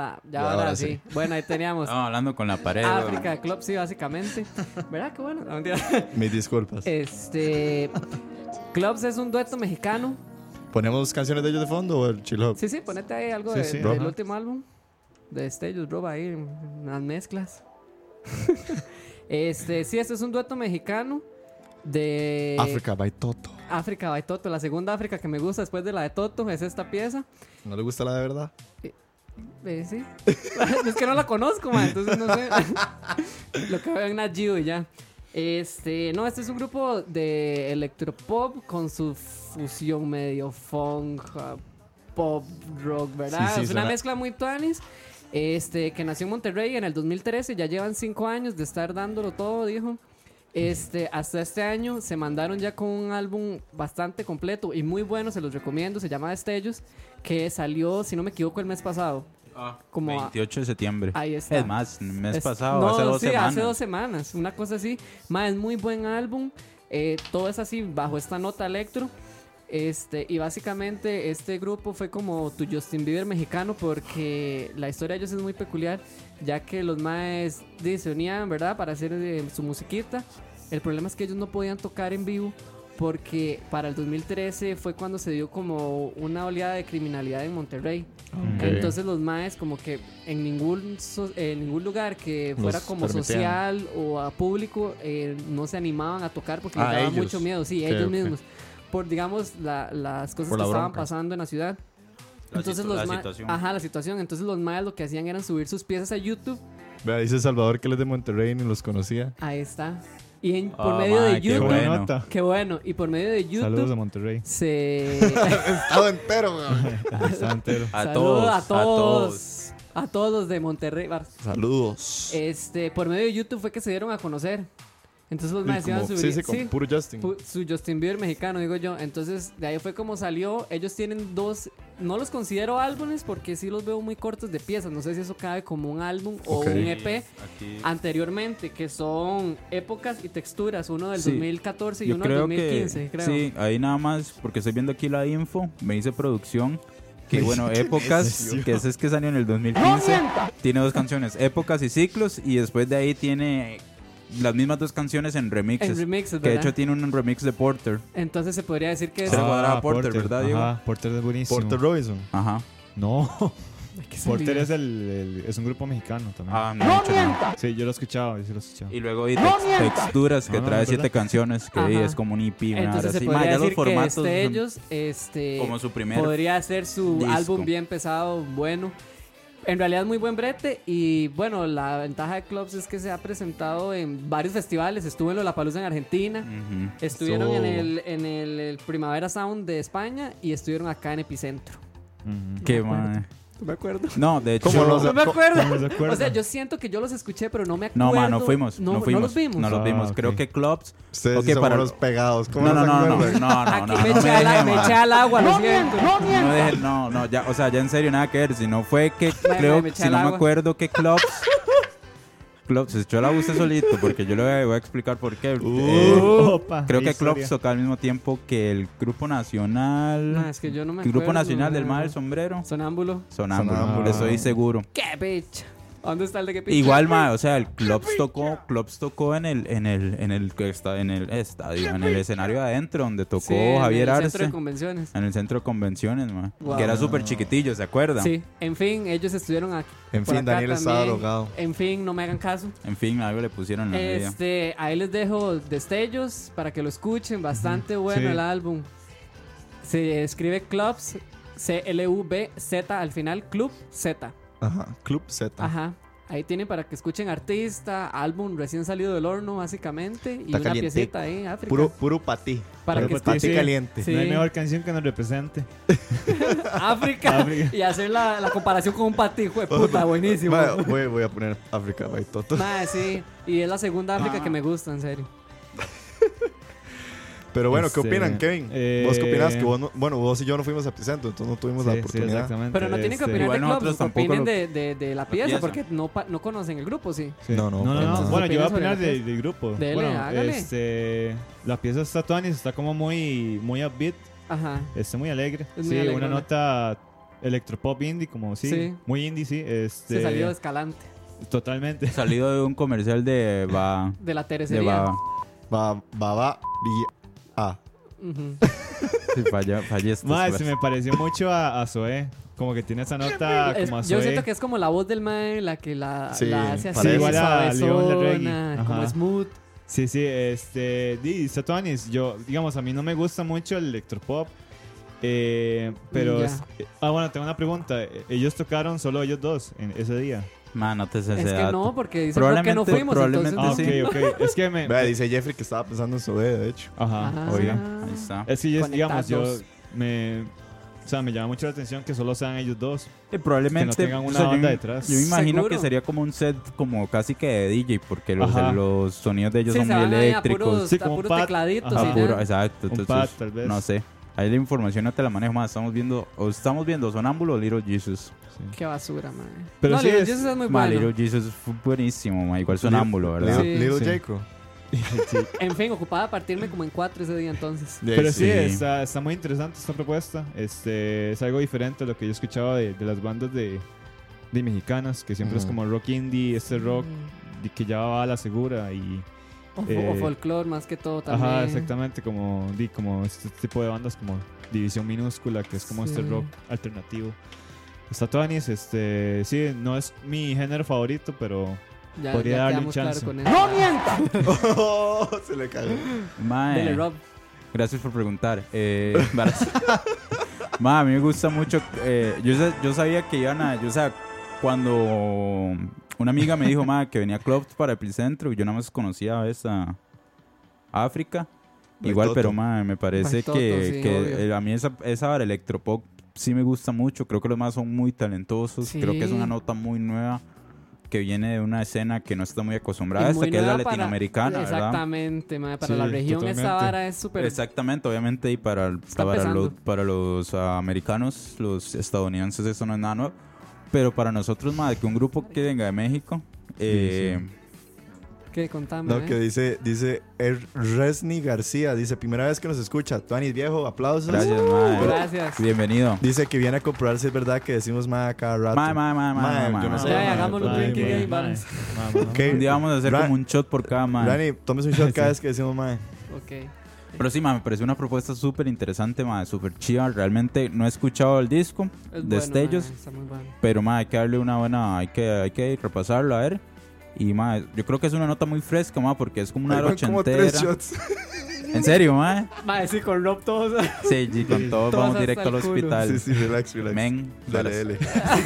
Speaker 6: Ya ahora sí. Bueno, ahí teníamos
Speaker 5: Estamos hablando con la pared. weón.
Speaker 6: África Club, sí, básicamente. ¿Verdad? Qué bueno. No, mentira.
Speaker 4: Mis disculpas.
Speaker 6: Clubs es un dueto mexicano.
Speaker 4: ¿Ponemos canciones de ellos de fondo o el chill hop?
Speaker 6: Sí, ponete ahí algo
Speaker 3: Sí, sí.
Speaker 6: del
Speaker 4: Ajá.
Speaker 6: último álbum de Stellus, Roba ahí, unas mezclas. Sí, este es un dueto mexicano de
Speaker 4: África by Toto.
Speaker 6: África by Toto. La segunda África que me gusta después de la de Toto es esta pieza.
Speaker 4: ¿No le gusta la de verdad?
Speaker 6: Sí. Es que no la conozco, man, entonces no sé. Lo que veo en Nat Geo y ya. No, este es un grupo de electropop con su fusión medio funk, pop, rock, ¿verdad?
Speaker 4: Sí, sí,
Speaker 6: es una
Speaker 4: suena-
Speaker 6: mezcla muy tuanis. Que nació en Monterrey en el 2013, ya llevan 5 años de estar dándolo todo, dijo. Hasta este año se mandaron ya con un álbum bastante completo y muy bueno, se los recomiendo, se llama Destellos, que salió, si no me equivoco, el mes pasado. Como
Speaker 5: 28 de septiembre.
Speaker 6: Ahí está.
Speaker 5: Es más, el mes
Speaker 6: Es-
Speaker 5: pasado,
Speaker 6: no,
Speaker 5: hace 2
Speaker 6: sí,
Speaker 5: semanas.
Speaker 6: hace 2 semanas, una cosa así. Es muy buen álbum. Todo es así, bajo esta nota electro. Y básicamente este grupo fue como tu Justin Bieber mexicano, porque la historia de ellos es muy peculiar, ya que los maes se unían, ¿verdad?, para hacer su musiquita. El problema es que ellos no podían tocar en vivo, porque para el 2013 fue cuando se dio como una oleada de criminalidad en Monterrey. Entonces los maes como que en ningún lugar que fuera
Speaker 4: Los
Speaker 6: como
Speaker 4: permitían.
Speaker 6: social o a público no se animaban a tocar porque les
Speaker 4: Ah,
Speaker 6: daba
Speaker 4: ellos.
Speaker 6: mucho miedo, sí,
Speaker 4: Ok,
Speaker 6: ellos
Speaker 4: ok.
Speaker 6: mismos, por digamos las cosas
Speaker 4: Por
Speaker 6: que
Speaker 4: la
Speaker 6: estaban
Speaker 4: bronca.
Speaker 6: pasando en la ciudad. Entonces
Speaker 5: la
Speaker 6: los
Speaker 5: situación.
Speaker 6: la situación. Entonces los maes lo que hacían eran subir sus piezas a YouTube.
Speaker 4: Vea, dice Salvador que él es de Monterrey y ni los conocía.
Speaker 6: Ahí está. Y por
Speaker 5: Ah,
Speaker 6: medio
Speaker 5: mae,
Speaker 6: de
Speaker 5: qué
Speaker 6: YouTube,
Speaker 5: bueno.
Speaker 3: Nota.
Speaker 6: qué bueno. Y por medio de
Speaker 3: Saludos a
Speaker 6: YouTube
Speaker 3: Monterrey.
Speaker 6: se
Speaker 4: Estado entero, weón.
Speaker 3: Está entero.
Speaker 5: A
Speaker 6: Saludos
Speaker 5: todos.
Speaker 6: a todos los de Monterrey.
Speaker 4: Saludos.
Speaker 6: Por medio de YouTube fue que se dieron a conocer. Entonces los
Speaker 4: Y
Speaker 6: maes iban
Speaker 4: como-
Speaker 6: subir.
Speaker 4: sí, como puro Justin.
Speaker 6: Su Justin Bieber mexicano, digo yo. Entonces, de ahí fue como salió. Ellos tienen 2. No los considero álbumes porque sí los veo muy cortos de piezas. No sé si eso cabe como un álbum o
Speaker 4: Ok.
Speaker 6: un EP.
Speaker 5: Aquí.
Speaker 6: Anteriormente, que son épocas y texturas. Uno del
Speaker 5: Sí.
Speaker 6: 2014 y
Speaker 5: Yo
Speaker 6: uno del
Speaker 5: creo
Speaker 6: 2015,
Speaker 5: que
Speaker 6: creo.
Speaker 5: sí, ahí nada más, porque estoy viendo aquí la info, me dice producción, que bueno, épocas, que ese es que salió en el 2015, tiene 2 canciones, épocas y ciclos, y después de ahí tiene las mismas 2 canciones en remixes,
Speaker 6: En remixes,
Speaker 5: que de
Speaker 6: ¿verdad?
Speaker 5: hecho tiene un remix de Porter.
Speaker 6: Entonces se podría decir que es.
Speaker 5: Se cuadraba Porter, ¿verdad, Diego?
Speaker 3: Ajá, Porter es buenísimo.
Speaker 4: Porter Robinson.
Speaker 5: Ajá.
Speaker 3: No,
Speaker 6: Ay, qué
Speaker 3: Porter
Speaker 6: salida.
Speaker 3: es un grupo mexicano también.
Speaker 5: Ah, no, he dicho nada.
Speaker 3: Sí, yo lo he escuchado, yo sí lo he escuchado.
Speaker 5: Y luego hay texturas que
Speaker 3: No,
Speaker 5: trae
Speaker 3: es
Speaker 5: 7
Speaker 3: verdad.
Speaker 5: canciones, que
Speaker 6: Ajá.
Speaker 5: es como un EP, una hora
Speaker 6: Entonces se
Speaker 5: así.
Speaker 6: podría
Speaker 5: Ma, ya los
Speaker 6: decir que
Speaker 5: formatos son
Speaker 6: ellos,
Speaker 5: como su primer
Speaker 6: podría ser su
Speaker 5: disco.
Speaker 6: álbum bien pesado, bueno. En realidad es muy buen brete y bueno, la ventaja de Clubs es que se ha presentado en varios festivales. Estuvo en Lollapalooza en Argentina,
Speaker 5: Ujú.
Speaker 6: estuvieron
Speaker 4: So-
Speaker 6: en el Primavera Sound de España y estuvieron acá en Epicentro.
Speaker 3: Ujú.
Speaker 5: Qué
Speaker 6: me acuerdo.
Speaker 5: ma.
Speaker 6: No me acuerdo.
Speaker 5: No, de hecho.
Speaker 4: ¿Cómo los-
Speaker 6: No me acuerdo.
Speaker 3: ¿Cómo se acuerda?
Speaker 6: O sea, yo siento que yo los escuché, pero no me acuerdo.
Speaker 5: No, ma, no fuimos. No fuimos.
Speaker 6: No los vimos.
Speaker 5: No los
Speaker 3: Ah,
Speaker 5: vimos.
Speaker 3: ok.
Speaker 5: Creo que Clubs.
Speaker 4: Ustedes
Speaker 5: Ok,
Speaker 4: sí son
Speaker 5: para-
Speaker 4: los pegados. ¿Cómo
Speaker 5: No, no,
Speaker 4: se
Speaker 5: no, no, no,
Speaker 4: acuerdan?
Speaker 5: no, no,
Speaker 6: Aquí
Speaker 5: no,
Speaker 6: me
Speaker 5: no
Speaker 6: eché
Speaker 5: me
Speaker 6: a la-
Speaker 5: deje,
Speaker 6: me
Speaker 5: ma.
Speaker 6: eché al agua, lo siento.
Speaker 5: No deje, no, ya, o sea, ya en serio nada que ver, sino fue que creo,
Speaker 6: me eché
Speaker 5: si
Speaker 6: al
Speaker 5: no me
Speaker 6: agua.
Speaker 5: acuerdo que Clubs, se echó el agua usted solito, porque yo le voy a explicar por qué.
Speaker 3: Opa,
Speaker 5: Creo
Speaker 3: qué
Speaker 5: que
Speaker 3: historia.
Speaker 5: Clubs tocaba al mismo tiempo que el Grupo Nacional,
Speaker 6: No, es que yo no me
Speaker 5: el Grupo
Speaker 6: acuerdo,
Speaker 5: Nacional del
Speaker 6: no.
Speaker 5: Mal Sombrero,
Speaker 6: Sonámbulo.
Speaker 5: Sonámbulo,
Speaker 4: Sonámbulo.
Speaker 5: estoy seguro.
Speaker 6: ¡Qué bitch! ¿Dónde está el de qué bitch?
Speaker 5: Igual, ma, o sea, el Clubs tocó en el estadio, en el escenario adentro donde tocó
Speaker 6: Sí, en
Speaker 5: Javier
Speaker 6: el
Speaker 5: Arce.
Speaker 6: centro de convenciones.
Speaker 5: En el centro de convenciones, ma.
Speaker 6: Wow.
Speaker 5: Que era súper chiquitillo, ¿se acuerdan?
Speaker 6: Sí, en fin, ellos estuvieron aquí.
Speaker 4: En
Speaker 6: por
Speaker 4: fin,
Speaker 6: acá
Speaker 4: Daniel estaba
Speaker 6: también.
Speaker 4: drogado.
Speaker 6: En fin, no me hagan caso.
Speaker 5: En fin, algo le pusieron en la vida.
Speaker 6: Ahí les dejo Destellos para que lo escuchen. Bastante bueno
Speaker 3: Sí.
Speaker 6: el álbum. Se escribe Clubs, C-L-U-B-Z al final, Club Z.
Speaker 4: Ajá. Club Z.
Speaker 6: Ajá. Ahí tienen para que escuchen artista, álbum recién salido del horno, básicamente. Y
Speaker 4: Está
Speaker 6: una
Speaker 4: caliente.
Speaker 6: piecita ahí, África.
Speaker 4: Puro para ti.
Speaker 6: para
Speaker 3: Puro
Speaker 6: que
Speaker 3: pa' ti,
Speaker 4: Para ti
Speaker 3: sí.
Speaker 4: caliente.
Speaker 6: Sí.
Speaker 3: No hay mejor canción que nos represente.
Speaker 6: África.
Speaker 3: África.
Speaker 6: Y hacer la comparación con un patijo de puta, buenísimo.
Speaker 4: Mae, voy a poner África by Toto.
Speaker 6: Mae, sí. Y es la segunda África que me gusta, en serio.
Speaker 4: Pero bueno, ¿qué
Speaker 3: Este,
Speaker 4: opinan, Kevin? ¿Vos qué opinás? Que vos no- bueno, vos y yo no fuimos a Epicentro, entonces no tuvimos la
Speaker 3: Sí, sí,
Speaker 4: oportunidad.
Speaker 3: exactamente.
Speaker 6: Pero no tienen que
Speaker 3: Este,
Speaker 6: opinar
Speaker 5: igual
Speaker 6: de
Speaker 5: nosotros
Speaker 6: clubs,
Speaker 5: tampoco
Speaker 6: opinen
Speaker 5: lo-
Speaker 6: de la pieza,
Speaker 5: pieza.
Speaker 6: porque no conocen el grupo, sí.
Speaker 3: sí.
Speaker 4: No, no,
Speaker 3: no,
Speaker 4: pero
Speaker 3: no.
Speaker 6: entonces
Speaker 3: Bueno, yo voy a
Speaker 6: opinen sobre
Speaker 3: opinar
Speaker 6: la pieza.
Speaker 3: del grupo.
Speaker 6: Dele,
Speaker 3: Bueno,
Speaker 6: hágale.
Speaker 3: la pieza está upbeat, está como muy upbeat,
Speaker 6: Ajá.
Speaker 3: muy alegre.
Speaker 6: Es muy
Speaker 3: Sí,
Speaker 6: alegre,
Speaker 3: una
Speaker 6: ¿no?
Speaker 3: nota electropop indie, como
Speaker 6: Sí.
Speaker 3: muy indie, sí.
Speaker 6: Se salió de Escalante.
Speaker 3: Totalmente.
Speaker 5: Salido de un comercial de
Speaker 6: De la
Speaker 5: de
Speaker 6: tercería. Ujú.
Speaker 5: Sí, fallé esto.
Speaker 3: Mae, se me pareció mucho a Zoé. Como que tiene esa nota como a Zoé.
Speaker 6: Yo siento que es como la voz del mae la que la
Speaker 4: Sí,
Speaker 6: hace así,
Speaker 4: parece.
Speaker 3: Igual a León Larregui.
Speaker 6: suavezona, como
Speaker 3: Ajá.
Speaker 6: smooth.
Speaker 3: Sí, Satuanis, yo, digamos, a mí no me gusta mucho el electropop. Pero...
Speaker 6: Ya.
Speaker 3: bueno, tengo una pregunta. Ellos tocaron solo ellos dos en ese día.
Speaker 5: Man, no te sé ese
Speaker 6: Es que
Speaker 5: dato.
Speaker 6: no, porque dicen Rob que no fuimos, entonces...
Speaker 5: Probablemente
Speaker 3: Ok,
Speaker 5: sí.
Speaker 3: ok. Es que me...
Speaker 4: Vea, dice Jeffrey que estaba pensando en Zoé, de hecho.
Speaker 3: Ajá,
Speaker 6: Ah.
Speaker 3: oiga.
Speaker 5: Ahí está.
Speaker 3: Es que yo, digamos, yo
Speaker 6: Conectados.
Speaker 3: o sea, me llama mucho la atención que solo sean ellos dos.
Speaker 5: Probablemente
Speaker 3: que no tengan una
Speaker 5: yo
Speaker 3: banda
Speaker 5: me-
Speaker 3: detrás.
Speaker 5: Yo me imagino
Speaker 6: Seguro.
Speaker 5: que sería como un set como casi que de DJ porque
Speaker 3: Ajá.
Speaker 5: los sonidos de ellos
Speaker 6: Sí,
Speaker 5: son
Speaker 6: se
Speaker 5: muy
Speaker 6: van ahí a
Speaker 5: eléctricos.
Speaker 6: puros,
Speaker 3: Sí,
Speaker 6: a
Speaker 3: como un
Speaker 6: puros
Speaker 3: pad.
Speaker 6: tecladitos
Speaker 3: Ajá.
Speaker 6: y
Speaker 5: A
Speaker 6: ya.
Speaker 5: puro- exacto.
Speaker 3: Un
Speaker 5: Entonces,
Speaker 3: pad, tal vez.
Speaker 5: no sé. Ahí la información no te la manejo más. Estamos viendo Sonámbulo o Little Jesus.
Speaker 6: Qué basura, man.
Speaker 3: Pero
Speaker 6: no,
Speaker 3: sí
Speaker 6: Little
Speaker 3: es-
Speaker 6: Jesus es muy
Speaker 5: Ma,
Speaker 6: bueno.
Speaker 5: Little Jesus fue buenísimo, ma, igual Sonámbulo, ¿verdad?
Speaker 6: Sí.
Speaker 4: Little
Speaker 3: Sí.
Speaker 4: Jacob.
Speaker 6: En fin, ocupaba partirme como en 4 ese día entonces.
Speaker 3: Pero sí,
Speaker 5: Sí.
Speaker 3: está muy interesante esta propuesta. Es algo diferente a lo que yo escuchaba de las bandas de mexicanas, que siempre es
Speaker 4: Ujú.
Speaker 3: como rock indie, rock que ya va a la segura y...
Speaker 6: O folclore más que todo también.
Speaker 3: Ajá, exactamente, como este tipo de bandas como División Minúscula, que es como
Speaker 6: Sí.
Speaker 3: este rock alternativo. Está Tuanis, sí, no es mi género favorito, pero
Speaker 6: Ya,
Speaker 3: podría
Speaker 6: ya
Speaker 3: darle un
Speaker 6: quedamos claro
Speaker 3: chance.
Speaker 6: con eso.
Speaker 4: Oh, se le cagó.
Speaker 5: Ma,
Speaker 6: Dele, Rob.
Speaker 5: gracias por preguntar. Ma, a mí me gusta mucho. Yo sabía que iban a. O sea, cuando una amiga me dijo, ma, que venía Clubs para Epicentro, y yo nada más conocía a esa África. Igual,
Speaker 4: Baitoto.
Speaker 5: pero ma, me parece
Speaker 6: Baitoto,
Speaker 5: que,
Speaker 6: sí,
Speaker 5: que,
Speaker 6: obvio.
Speaker 5: a mí esa vara electropop sí me gusta mucho. Creo que los más son muy talentosos.
Speaker 6: Sí.
Speaker 5: Creo que es una nota muy nueva que viene de una escena que no está muy acostumbrada
Speaker 6: Y
Speaker 5: esta,
Speaker 6: muy
Speaker 5: que es la
Speaker 6: nueva para-
Speaker 5: latinoamericana, ¿verdad?
Speaker 6: Exactamente, ma, para
Speaker 3: Sí,
Speaker 6: la región
Speaker 3: totalmente.
Speaker 6: esa vara es súper...
Speaker 5: Exactamente, obviamente, y para
Speaker 6: empezando.
Speaker 5: los americanos, los estadounidenses, eso no es nada nuevo. Pero para nosotros, más que un grupo que venga de México,
Speaker 6: ¿Qué? Contame,
Speaker 4: No, que dice Resni García, dice, primera vez que nos escucha, Tuanis viejo, aplausos.
Speaker 5: gracias, mae.
Speaker 6: Gracias.
Speaker 5: Bienvenido.
Speaker 4: Dice que viene a comprobar si es verdad que decimos mae cada rato.
Speaker 5: Mae,
Speaker 4: Yo no sé.
Speaker 6: Ya,
Speaker 4: mae,
Speaker 6: hagámoslo
Speaker 4: mae,
Speaker 6: drinking
Speaker 4: mae.
Speaker 6: game, vamos.
Speaker 4: Ok.
Speaker 5: Un día vamos a hacer
Speaker 4: Ra-
Speaker 5: como un shot por cada mae.
Speaker 4: Rani, tomes un shot cada vez que decimos mae.
Speaker 6: Ok.
Speaker 5: Pero sí, mae, me pareció una propuesta súper interesante, mae, súper chiva. Realmente no he escuchado el disco,
Speaker 6: Es
Speaker 5: Destellos,
Speaker 6: bueno, ma, está muy bueno.
Speaker 5: pero mae, hay que darle una buena, hay que repasarlo, a ver. Y mae, yo creo que es una nota muy fresca, mae, porque es como una
Speaker 4: Ahí van como 3
Speaker 5: ochentera.
Speaker 4: shots.
Speaker 5: ¿En serio, mae?
Speaker 6: Ma, sí, con Rob todos.
Speaker 5: Sí, y con todos
Speaker 6: Todos
Speaker 5: vamos
Speaker 6: hasta
Speaker 5: directo al
Speaker 6: el culo.
Speaker 5: hospital.
Speaker 4: Sí, sí, relax.
Speaker 5: Men,
Speaker 4: Dale,
Speaker 5: varas.
Speaker 4: dale.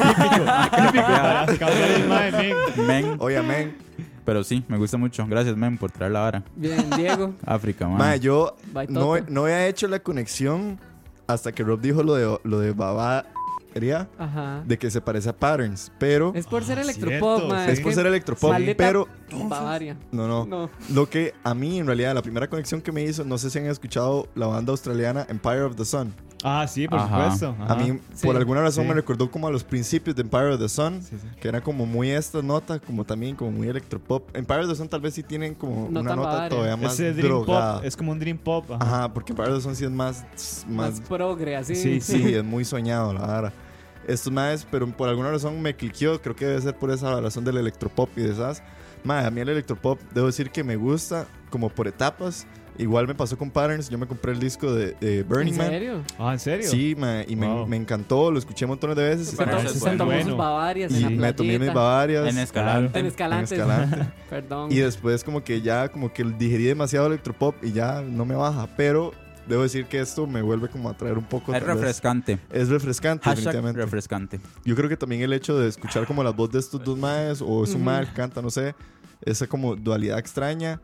Speaker 3: Típico para cambiar el mae, men.
Speaker 5: Men.
Speaker 4: Oye, men.
Speaker 5: Pero sí, me gusta mucho. Gracias, men, por traer la vara.
Speaker 6: Bien, Diego.
Speaker 5: África, man.
Speaker 4: Mae, yo
Speaker 6: Baitoto.
Speaker 4: no había hecho la conexión hasta que Rob dijo lo de Bavaria,
Speaker 6: Ajá.
Speaker 4: de que se parece a Patterns, pero
Speaker 6: Es por ser
Speaker 3: Ah,
Speaker 6: electropop,
Speaker 3: cierto,
Speaker 6: ma.
Speaker 3: sí.
Speaker 4: es por ser electropop,
Speaker 6: maldita
Speaker 4: pero
Speaker 6: Bavaria.
Speaker 4: no.
Speaker 6: No.
Speaker 4: Lo que a mí, en realidad, la primera conexión que me hizo, no sé si han escuchado la banda australiana Empire of the Sun.
Speaker 3: Ah, sí, por
Speaker 5: Ajá.
Speaker 3: supuesto.
Speaker 4: A mí,
Speaker 6: Sí.
Speaker 4: por alguna razón,
Speaker 3: Sí.
Speaker 4: me recordó como a los principios de Empire of the Sun,
Speaker 3: Sí, sí.
Speaker 4: que era como muy esta nota, como también como muy electropop. Empire of the Sun tal vez sí tienen como
Speaker 6: No
Speaker 4: una
Speaker 6: tan
Speaker 4: nota
Speaker 6: Bavaria.
Speaker 4: todavía más
Speaker 3: Ese dream
Speaker 4: drogada.
Speaker 3: pop es como un dream pop. Ajá.
Speaker 4: Ajá, porque Empire of the Sun sí es más
Speaker 6: Más progre, así.
Speaker 3: Sí,
Speaker 4: sí, es muy soñado, la verdad. Estos más, pero por alguna razón me cliqueó, creo que debe ser por esa razón del electropop y de esas. Madre, a mí el electropop, debo decir que me gusta como por etapas. Igual me pasó con Patterns, yo me compré el disco de Burning
Speaker 6: ¿En
Speaker 4: Man.
Speaker 6: serio?
Speaker 3: Ah, ¿en serio?
Speaker 4: Sí, mae, y
Speaker 3: Wow.
Speaker 4: me encantó, lo escuché montones de veces.
Speaker 6: Se,
Speaker 5: Bueno,
Speaker 6: to-
Speaker 5: eso es
Speaker 6: se tomó
Speaker 3: bueno.
Speaker 6: sus Bavarias
Speaker 4: Y
Speaker 6: en la
Speaker 4: me tomé mis
Speaker 6: playita.
Speaker 4: Bavarias.
Speaker 5: En Escalante.
Speaker 6: En Escalante.
Speaker 4: En Escalante.
Speaker 6: Perdón.
Speaker 4: Y después como que ya como que digerí demasiado electropop y ya no me baja. Pero debo decir que esto me vuelve como a traer un poco.
Speaker 5: Es
Speaker 4: tal vez.
Speaker 5: refrescante.
Speaker 4: Es refrescante,
Speaker 5: Hashtag
Speaker 4: definitivamente.
Speaker 5: refrescante.
Speaker 4: Yo creo que también el hecho de escuchar como las voces de estos dos maes o es un
Speaker 6: Ujú.
Speaker 4: mae que canta, no sé, esa como dualidad extraña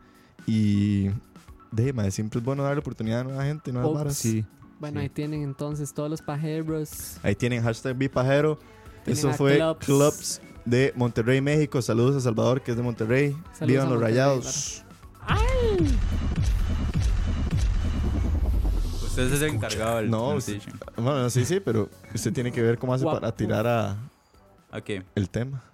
Speaker 4: y de mae, siempre es bueno darle oportunidad a nueva gente, nuevas
Speaker 6: Oh,
Speaker 4: varas.
Speaker 3: Sí.
Speaker 6: Bueno, ahí tienen entonces todos los pajeros.
Speaker 4: Ahí tienen hashtag Bipajero.
Speaker 6: Tienen
Speaker 4: Eso
Speaker 6: a
Speaker 4: fue
Speaker 6: Clubs.
Speaker 4: Clubs de Monterrey, México. Saludos a Salvador, que es de Monterrey.
Speaker 6: Saludos
Speaker 4: Vivan
Speaker 6: a
Speaker 4: los
Speaker 6: Monterrey,
Speaker 4: Rayados.
Speaker 5: Usted es el encargado del
Speaker 4: No,
Speaker 5: transition.
Speaker 4: Bueno, sí, pero usted tiene que ver cómo hace
Speaker 6: Guapo.
Speaker 4: para tirar a
Speaker 5: Ok.
Speaker 4: el tema.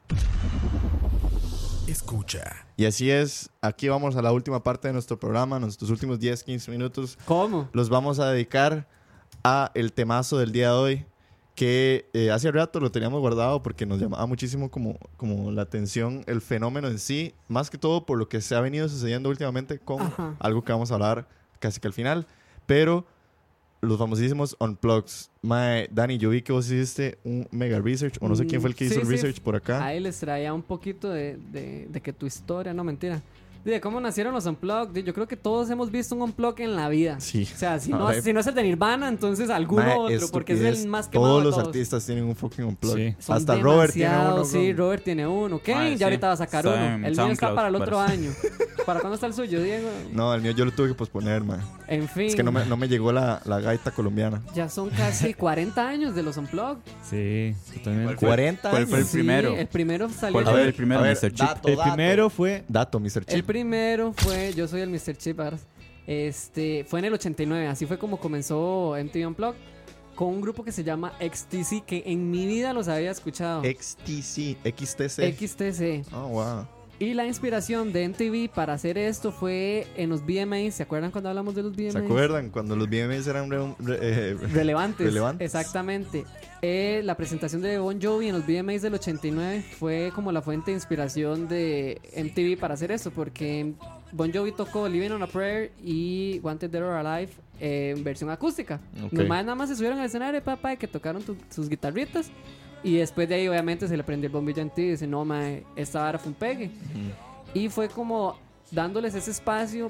Speaker 1: Escucha.
Speaker 4: Y así es, aquí vamos a la última parte de nuestro programa, nuestros últimos 10, 15 minutos.
Speaker 6: ¿Cómo?
Speaker 4: Los vamos a dedicar a el temazo del día de hoy, que hace rato lo teníamos guardado porque nos llamaba muchísimo como la atención el fenómeno en sí, más que todo por lo que se ha venido sucediendo últimamente con
Speaker 6: Ajá.
Speaker 4: algo que vamos a hablar casi que al final, pero los famosísimos Unplugs. Mae, Dani, yo vi que vos hiciste un mega research, o no sé quién fue el que hizo
Speaker 6: Sí,
Speaker 4: el
Speaker 6: sí.
Speaker 4: research por acá.
Speaker 6: Ahí les traía un poquito de que tu historia, no mentira. De cómo nacieron los Unplugged. Yo creo que todos hemos visto un Unplugged en la vida.
Speaker 4: Sí.
Speaker 6: O sea, si
Speaker 4: A
Speaker 6: no,
Speaker 4: ver.
Speaker 6: si no es el de Nirvana, entonces alguno
Speaker 4: Mae,
Speaker 6: otro, porque es el
Speaker 4: estupidez.
Speaker 6: más quemado
Speaker 4: Todos
Speaker 6: de
Speaker 4: los
Speaker 6: todos.
Speaker 4: artistas tienen un fucking Unplug.
Speaker 3: Sí.
Speaker 6: Son
Speaker 4: Hasta Robert tiene
Speaker 6: demasiados,
Speaker 4: uno.
Speaker 6: Sí,
Speaker 4: con-
Speaker 6: Robert tiene uno. Kevin
Speaker 5: Mae,
Speaker 6: ya
Speaker 5: sí.
Speaker 6: ahorita va a sacar
Speaker 5: Está
Speaker 6: uno.
Speaker 5: en
Speaker 6: El mío está
Speaker 5: SoundCloud,
Speaker 6: para el otro
Speaker 5: parece.
Speaker 6: año. ¿Para cuándo está el suyo, Diego?
Speaker 4: No, el mío yo lo tuve que posponer, mae.
Speaker 6: En fin.
Speaker 4: Es que no me llegó la gaita colombiana.
Speaker 6: Ya son casi 40 años de los Unplugged.
Speaker 3: Sí, totalmente.
Speaker 4: 40
Speaker 5: ¿Cuál fue el
Speaker 4: años.
Speaker 5: primero?
Speaker 6: Sí, el primero salió.
Speaker 5: ¿Cuál
Speaker 4: A
Speaker 5: fue
Speaker 4: ver,
Speaker 5: el primero,
Speaker 4: a ver,
Speaker 5: Mr. Chip?
Speaker 3: El primero fue...
Speaker 4: Dato, Mr.
Speaker 6: El
Speaker 4: Chip.
Speaker 6: primero fue, yo soy el Mr. Chip, ¿verdad? Fue en el 89, así fue como comenzó MTV Unplugged, con un grupo que se llama XTC, que en mi vida los había escuchado.
Speaker 4: XTC.
Speaker 6: XTC.
Speaker 4: Oh, wow.
Speaker 6: Y la inspiración de MTV para hacer esto fue en los VMAs. ¿Se acuerdan cuando hablamos de los VMAs?
Speaker 4: ¿Se acuerdan cuando los BMWs eran
Speaker 6: Relevantes.
Speaker 4: Relevantes.
Speaker 6: Exactamente. La presentación de Bon Jovi en los VMAs del 89 fue como la fuente de inspiración de MTV para hacer esto, porque Bon Jovi tocó Living on a Prayer y Wanted Dead or Alive en versión acústica.
Speaker 4: Ok.
Speaker 6: Los más nada más se subieron al escenario, papá, y que tocaron sus guitarritas. Y después de ahí, obviamente, se le prendió el bombillo en ti y dice, no, mae, esta vara fue un pegue. Y fue como dándoles ese espacio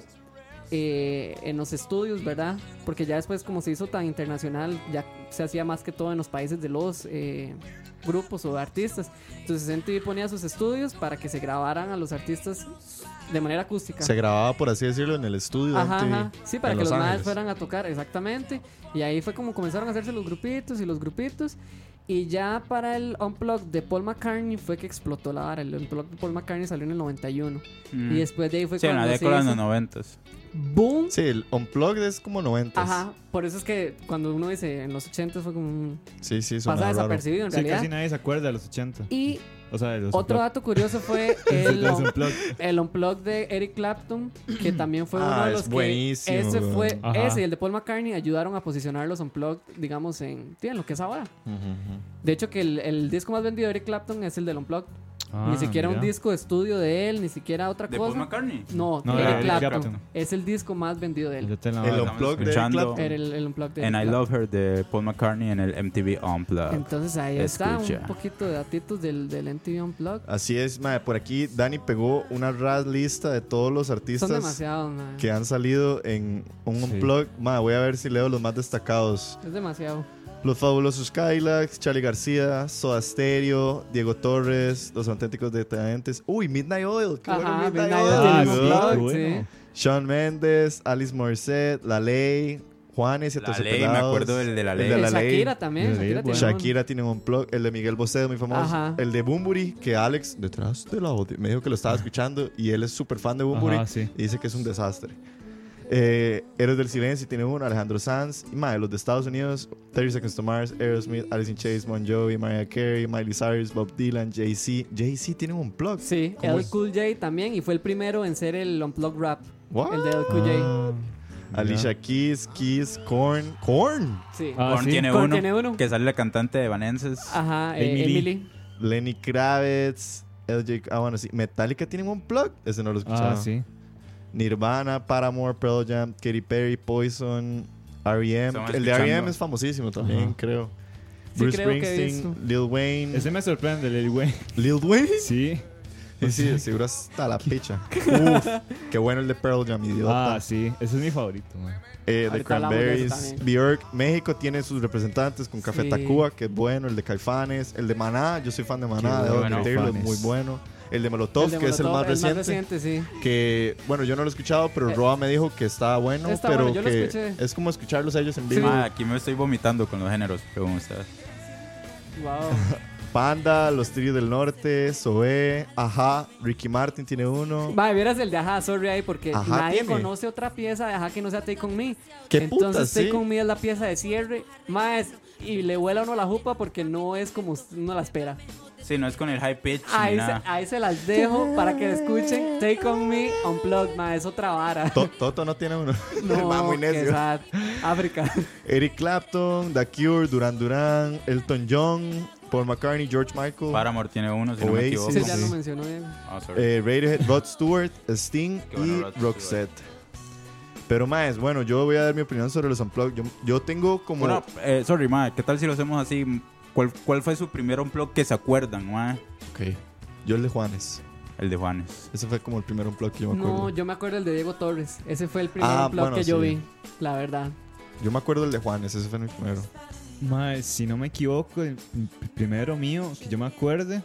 Speaker 6: en los estudios, ¿verdad? Porque ya después, como se hizo tan internacional, ya se hacía más que todo en los países de los grupos o artistas. Entonces MTV ponía sus estudios para que se grabaran a los artistas de manera acústica.
Speaker 4: Se grababa, por así decirlo, en el estudio de
Speaker 6: Ajá,
Speaker 4: MTV,
Speaker 6: ajá. Sí, para
Speaker 4: en
Speaker 6: que los madres
Speaker 4: Ángeles.
Speaker 6: fueran a tocar, exactamente. Y ahí fue como comenzaron a hacerse los grupitos y los grupitos. Y ya para el Unplugged de Paul McCartney fue que explotó la vara. El Unplugged de Paul McCartney salió en el 91. Y después de ahí fue
Speaker 5: Sí, en la
Speaker 6: cuando se
Speaker 5: década de
Speaker 6: hizo
Speaker 5: los 90s.
Speaker 6: boom.
Speaker 4: Sí, el Unplugged es como 90.
Speaker 6: Ajá, por eso es que cuando uno dice en los 80 fue como un...
Speaker 4: Sí, suena
Speaker 6: pasa
Speaker 4: raro.
Speaker 6: desapercibido en
Speaker 3: Sí,
Speaker 6: realidad.
Speaker 3: casi nadie se acuerda de los 80.
Speaker 6: Y
Speaker 3: O sea, de los
Speaker 6: otro
Speaker 3: Unplugged.
Speaker 6: dato curioso fue
Speaker 3: De los Unplugged.
Speaker 6: el Unplugged de Eric Clapton, que también fue uno de
Speaker 4: es
Speaker 6: los que...
Speaker 4: buenísimo,
Speaker 6: Ese fue,
Speaker 3: Ajá.
Speaker 6: ese y el de Paul McCartney ayudaron a posicionar los Unplugged, digamos, en lo que es ahora.
Speaker 4: Ujú, ujú.
Speaker 6: De hecho, que el disco más vendido de Eric Clapton es el del Unplugged.
Speaker 3: Ah,
Speaker 6: Ni siquiera un
Speaker 3: mira.
Speaker 6: disco de estudio de él, ni siquiera otra
Speaker 5: ¿De
Speaker 6: cosa.
Speaker 5: Paul McCartney?
Speaker 6: No,
Speaker 3: No,
Speaker 6: Eric
Speaker 3: Eric
Speaker 6: Clapton.
Speaker 3: Clapton.
Speaker 6: Es el disco más vendido de él.
Speaker 3: Yo te la
Speaker 4: El
Speaker 3: mando.
Speaker 4: Unplugged de Eric
Speaker 5: escuchando.
Speaker 4: Clapton.
Speaker 6: Era el Unplugged de
Speaker 5: And
Speaker 6: Eric
Speaker 5: I
Speaker 6: Clapton.
Speaker 5: Love Her de Paul McCartney en el MTV Unplugged.
Speaker 6: Entonces ahí está
Speaker 5: Escucha.
Speaker 6: un poquito de datitos del MTV Unplugged.
Speaker 4: Así es, mae. Por aquí Dani pegó una ras lista de todos los
Speaker 6: Son
Speaker 4: artistas
Speaker 6: demasiados, man.
Speaker 4: que han salido en un
Speaker 3: Sí.
Speaker 4: Unplugged. Mae, voy a ver si leo los más destacados.
Speaker 6: Es demasiado.
Speaker 4: Los Fabulosos Skylarks, Charlie García, Soda Stereo, Diego Torres, Los Auténticos Decadentes. Uy, Midnight Oil. Qué bueno,
Speaker 6: Ajá,
Speaker 4: Midnight
Speaker 6: Midnight
Speaker 4: Oil.
Speaker 6: Oil
Speaker 3: Ah,
Speaker 6: del
Speaker 3: sí,
Speaker 6: Unplugged,
Speaker 3: qué bueno.
Speaker 4: Shawn Mendes, Alice Morissette, La Ley, Juanes y
Speaker 5: La Ley, me acuerdo del de La Ley.
Speaker 4: El de La Ley.
Speaker 6: Shakira también.
Speaker 3: La Ley
Speaker 6: Shakira,
Speaker 3: es
Speaker 6: tiene
Speaker 3: bueno.
Speaker 6: un-
Speaker 4: Shakira tiene un blog, el de Miguel Bosé, muy famoso.
Speaker 6: Ajá.
Speaker 4: El de Bunbury, que Alex, detrás de la audi- me dijo que lo estaba escuchando y él es súper fan de Bunbury
Speaker 3: Ajá, sí.
Speaker 4: y dice que es un desastre. Héroes del Silencio tiene uno, Alejandro Sanz, y mae, los de Estados Unidos, 30 Seconds to Mars, Aerosmith, Alice in Chains, Bon Jovi, Mariah Carey, Miley Cyrus, Bob Dylan, Jay-Z. Jay-Z tiene un blog.
Speaker 6: Sí,
Speaker 4: ¿Cómo
Speaker 6: el
Speaker 4: es?
Speaker 6: Cool J también. Y fue el primero en ser el Unplugged Rap.
Speaker 4: What?
Speaker 6: El de El Cool J.
Speaker 3: Ah, mira.
Speaker 4: Alicia Keys, Korn. ¿Korn?
Speaker 6: Sí.
Speaker 3: Ah,
Speaker 5: Korn
Speaker 3: sí.
Speaker 5: tiene,
Speaker 6: Korn
Speaker 5: uno,
Speaker 6: tiene uno.
Speaker 5: que sale la cantante de Evanescence.
Speaker 6: Ajá,
Speaker 3: Emily.
Speaker 6: Emily.
Speaker 4: Lenny Kravitz, LJ. Ah, bueno, sí. Metallica tiene un blog. Ese no lo escuchaba.
Speaker 3: Ah, sí.
Speaker 4: Nirvana, Paramore, Pearl Jam, Katy Perry, Poison, R.E.M.
Speaker 5: Estamos
Speaker 4: El de
Speaker 5: escuchando.
Speaker 4: R.E.M. es famosísimo también,
Speaker 3: Ajá.
Speaker 4: creo.
Speaker 6: Sí,
Speaker 4: Bruce
Speaker 6: creo que
Speaker 4: Springsteen, Lil Wayne.
Speaker 3: Ese me sorprende, Lil Wayne.
Speaker 4: ¿Lil Wayne?
Speaker 3: Sí.
Speaker 4: Sí, sí, seguro hasta la picha. Uf, qué bueno el de Pearl Jam, idiota.
Speaker 3: Ah, sí. Ese es mi favorito, man.
Speaker 4: The
Speaker 6: Ahorita hablamos de eso
Speaker 4: Cranberries,
Speaker 6: también.
Speaker 4: Björk. México tiene sus representantes con Café
Speaker 6: Sí.
Speaker 4: Tacuba, que es bueno. El de Caifanes. El de Maná, yo soy fan de Maná,
Speaker 3: Qué
Speaker 4: debo
Speaker 5: bueno,
Speaker 4: admitirlo, es
Speaker 3: Caifanes.
Speaker 4: muy bueno. El de Molotov,
Speaker 6: El de
Speaker 4: que es el
Speaker 6: Molotov,
Speaker 4: más reciente.
Speaker 6: sí.
Speaker 4: Que, bueno, yo no lo he escuchado, pero Roa me dijo que estaba bueno,
Speaker 6: Está
Speaker 4: pero
Speaker 6: bueno, yo lo
Speaker 4: que
Speaker 6: escuché.
Speaker 4: es como escucharlos a ellos en vivo.
Speaker 5: Ah, aquí me estoy vomitando con los géneros, según ustedes.
Speaker 6: Wow.
Speaker 4: Panda, Los Trillos del Norte, Zoé, Ajá, Ricky Martin tiene uno.
Speaker 6: Vale, vieras el de Ajá, sorry ahí, porque
Speaker 4: Ajá
Speaker 6: nadie
Speaker 4: tiene.
Speaker 6: conoce otra pieza de Ajá que no sea Take On Me.
Speaker 4: ¿Qué
Speaker 6: Entonces
Speaker 4: putas,
Speaker 6: Take
Speaker 4: sí?
Speaker 6: On Me es la pieza de cierre. Más, y le vuela a uno la jupa porque no es como uno la espera.
Speaker 5: Sí, no es con el high pitch ni nada.
Speaker 6: Ahí se las dejo para que escuchen. Take On Me, Unplugged, ma, es otra vara.
Speaker 4: Toto no tiene uno.
Speaker 6: No,
Speaker 4: Va muy
Speaker 6: qué
Speaker 4: necio.
Speaker 6: sad. África.
Speaker 4: Eric Clapton, The Cure, Duran Duran, Elton John, Paul McCartney, George Michael,
Speaker 5: Paramore tiene uno, si no me
Speaker 4: Oasis.
Speaker 5: equivoco.
Speaker 6: Sí, ya
Speaker 4: Sí.
Speaker 6: lo mencionó bien.
Speaker 5: Ah, sorry.
Speaker 4: Radiohead, Rod Stewart, Sting
Speaker 5: Qué bueno,
Speaker 4: y
Speaker 5: Rod
Speaker 4: Roxette. Pero más, bueno, yo voy a dar mi opinión sobre los Unplugged. Yo tengo como...
Speaker 5: Bueno, sorry, ma, ¿qué tal si lo hacemos así? ¿Cuál fue su primer unplug que se acuerdan, ma?
Speaker 4: Ok, yo el de Juanes.
Speaker 5: El de Juanes.
Speaker 4: Ese fue como el primer Unplugged que yo me acuerdo.
Speaker 6: No, yo me acuerdo el de Diego Torres. Ese fue el primer unplug
Speaker 4: bueno,
Speaker 6: que yo
Speaker 4: sí.
Speaker 6: vi, la verdad.
Speaker 4: Yo me acuerdo el de Juanes, ese fue mi primero.
Speaker 3: Mae, si no me equivoco, el primero mío, que yo me acuerde.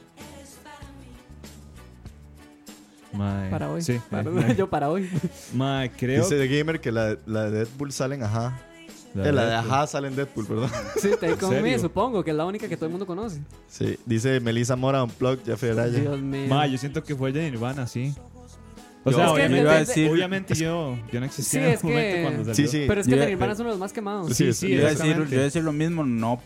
Speaker 3: Mae,
Speaker 6: Para hoy.
Speaker 3: Sí,
Speaker 6: Yo para hoy.
Speaker 3: Mae, creo.
Speaker 4: Dice The Gamer que la de Deadpool sale en Ajá. La de
Speaker 3: Deadpool.
Speaker 4: Ajá sale en Deadpool, perdón.
Speaker 6: Sí, Take On Me,
Speaker 3: serio?
Speaker 6: supongo, que es la única que todo el mundo conoce.
Speaker 4: Sí, dice Melissa Mora Unplugged, Jeffrey Araya.
Speaker 6: Dios mío.
Speaker 3: Mae, yo siento que fue el de Nirvana, sí. O
Speaker 5: Yo-
Speaker 3: sea,
Speaker 6: Es que
Speaker 3: obviamente,
Speaker 5: iba a decir-
Speaker 3: obviamente yo no existía
Speaker 6: Sí,
Speaker 3: en
Speaker 6: es
Speaker 3: el momento
Speaker 6: que-
Speaker 3: cuando salió.
Speaker 4: Sí, sí.
Speaker 6: Pero es que el
Speaker 5: Yo-
Speaker 6: de Nirvana es uno de los más quemados.
Speaker 4: Sí,
Speaker 3: Sí,
Speaker 5: Yo iba a
Speaker 3: exactamente.
Speaker 5: decir lo mismo, no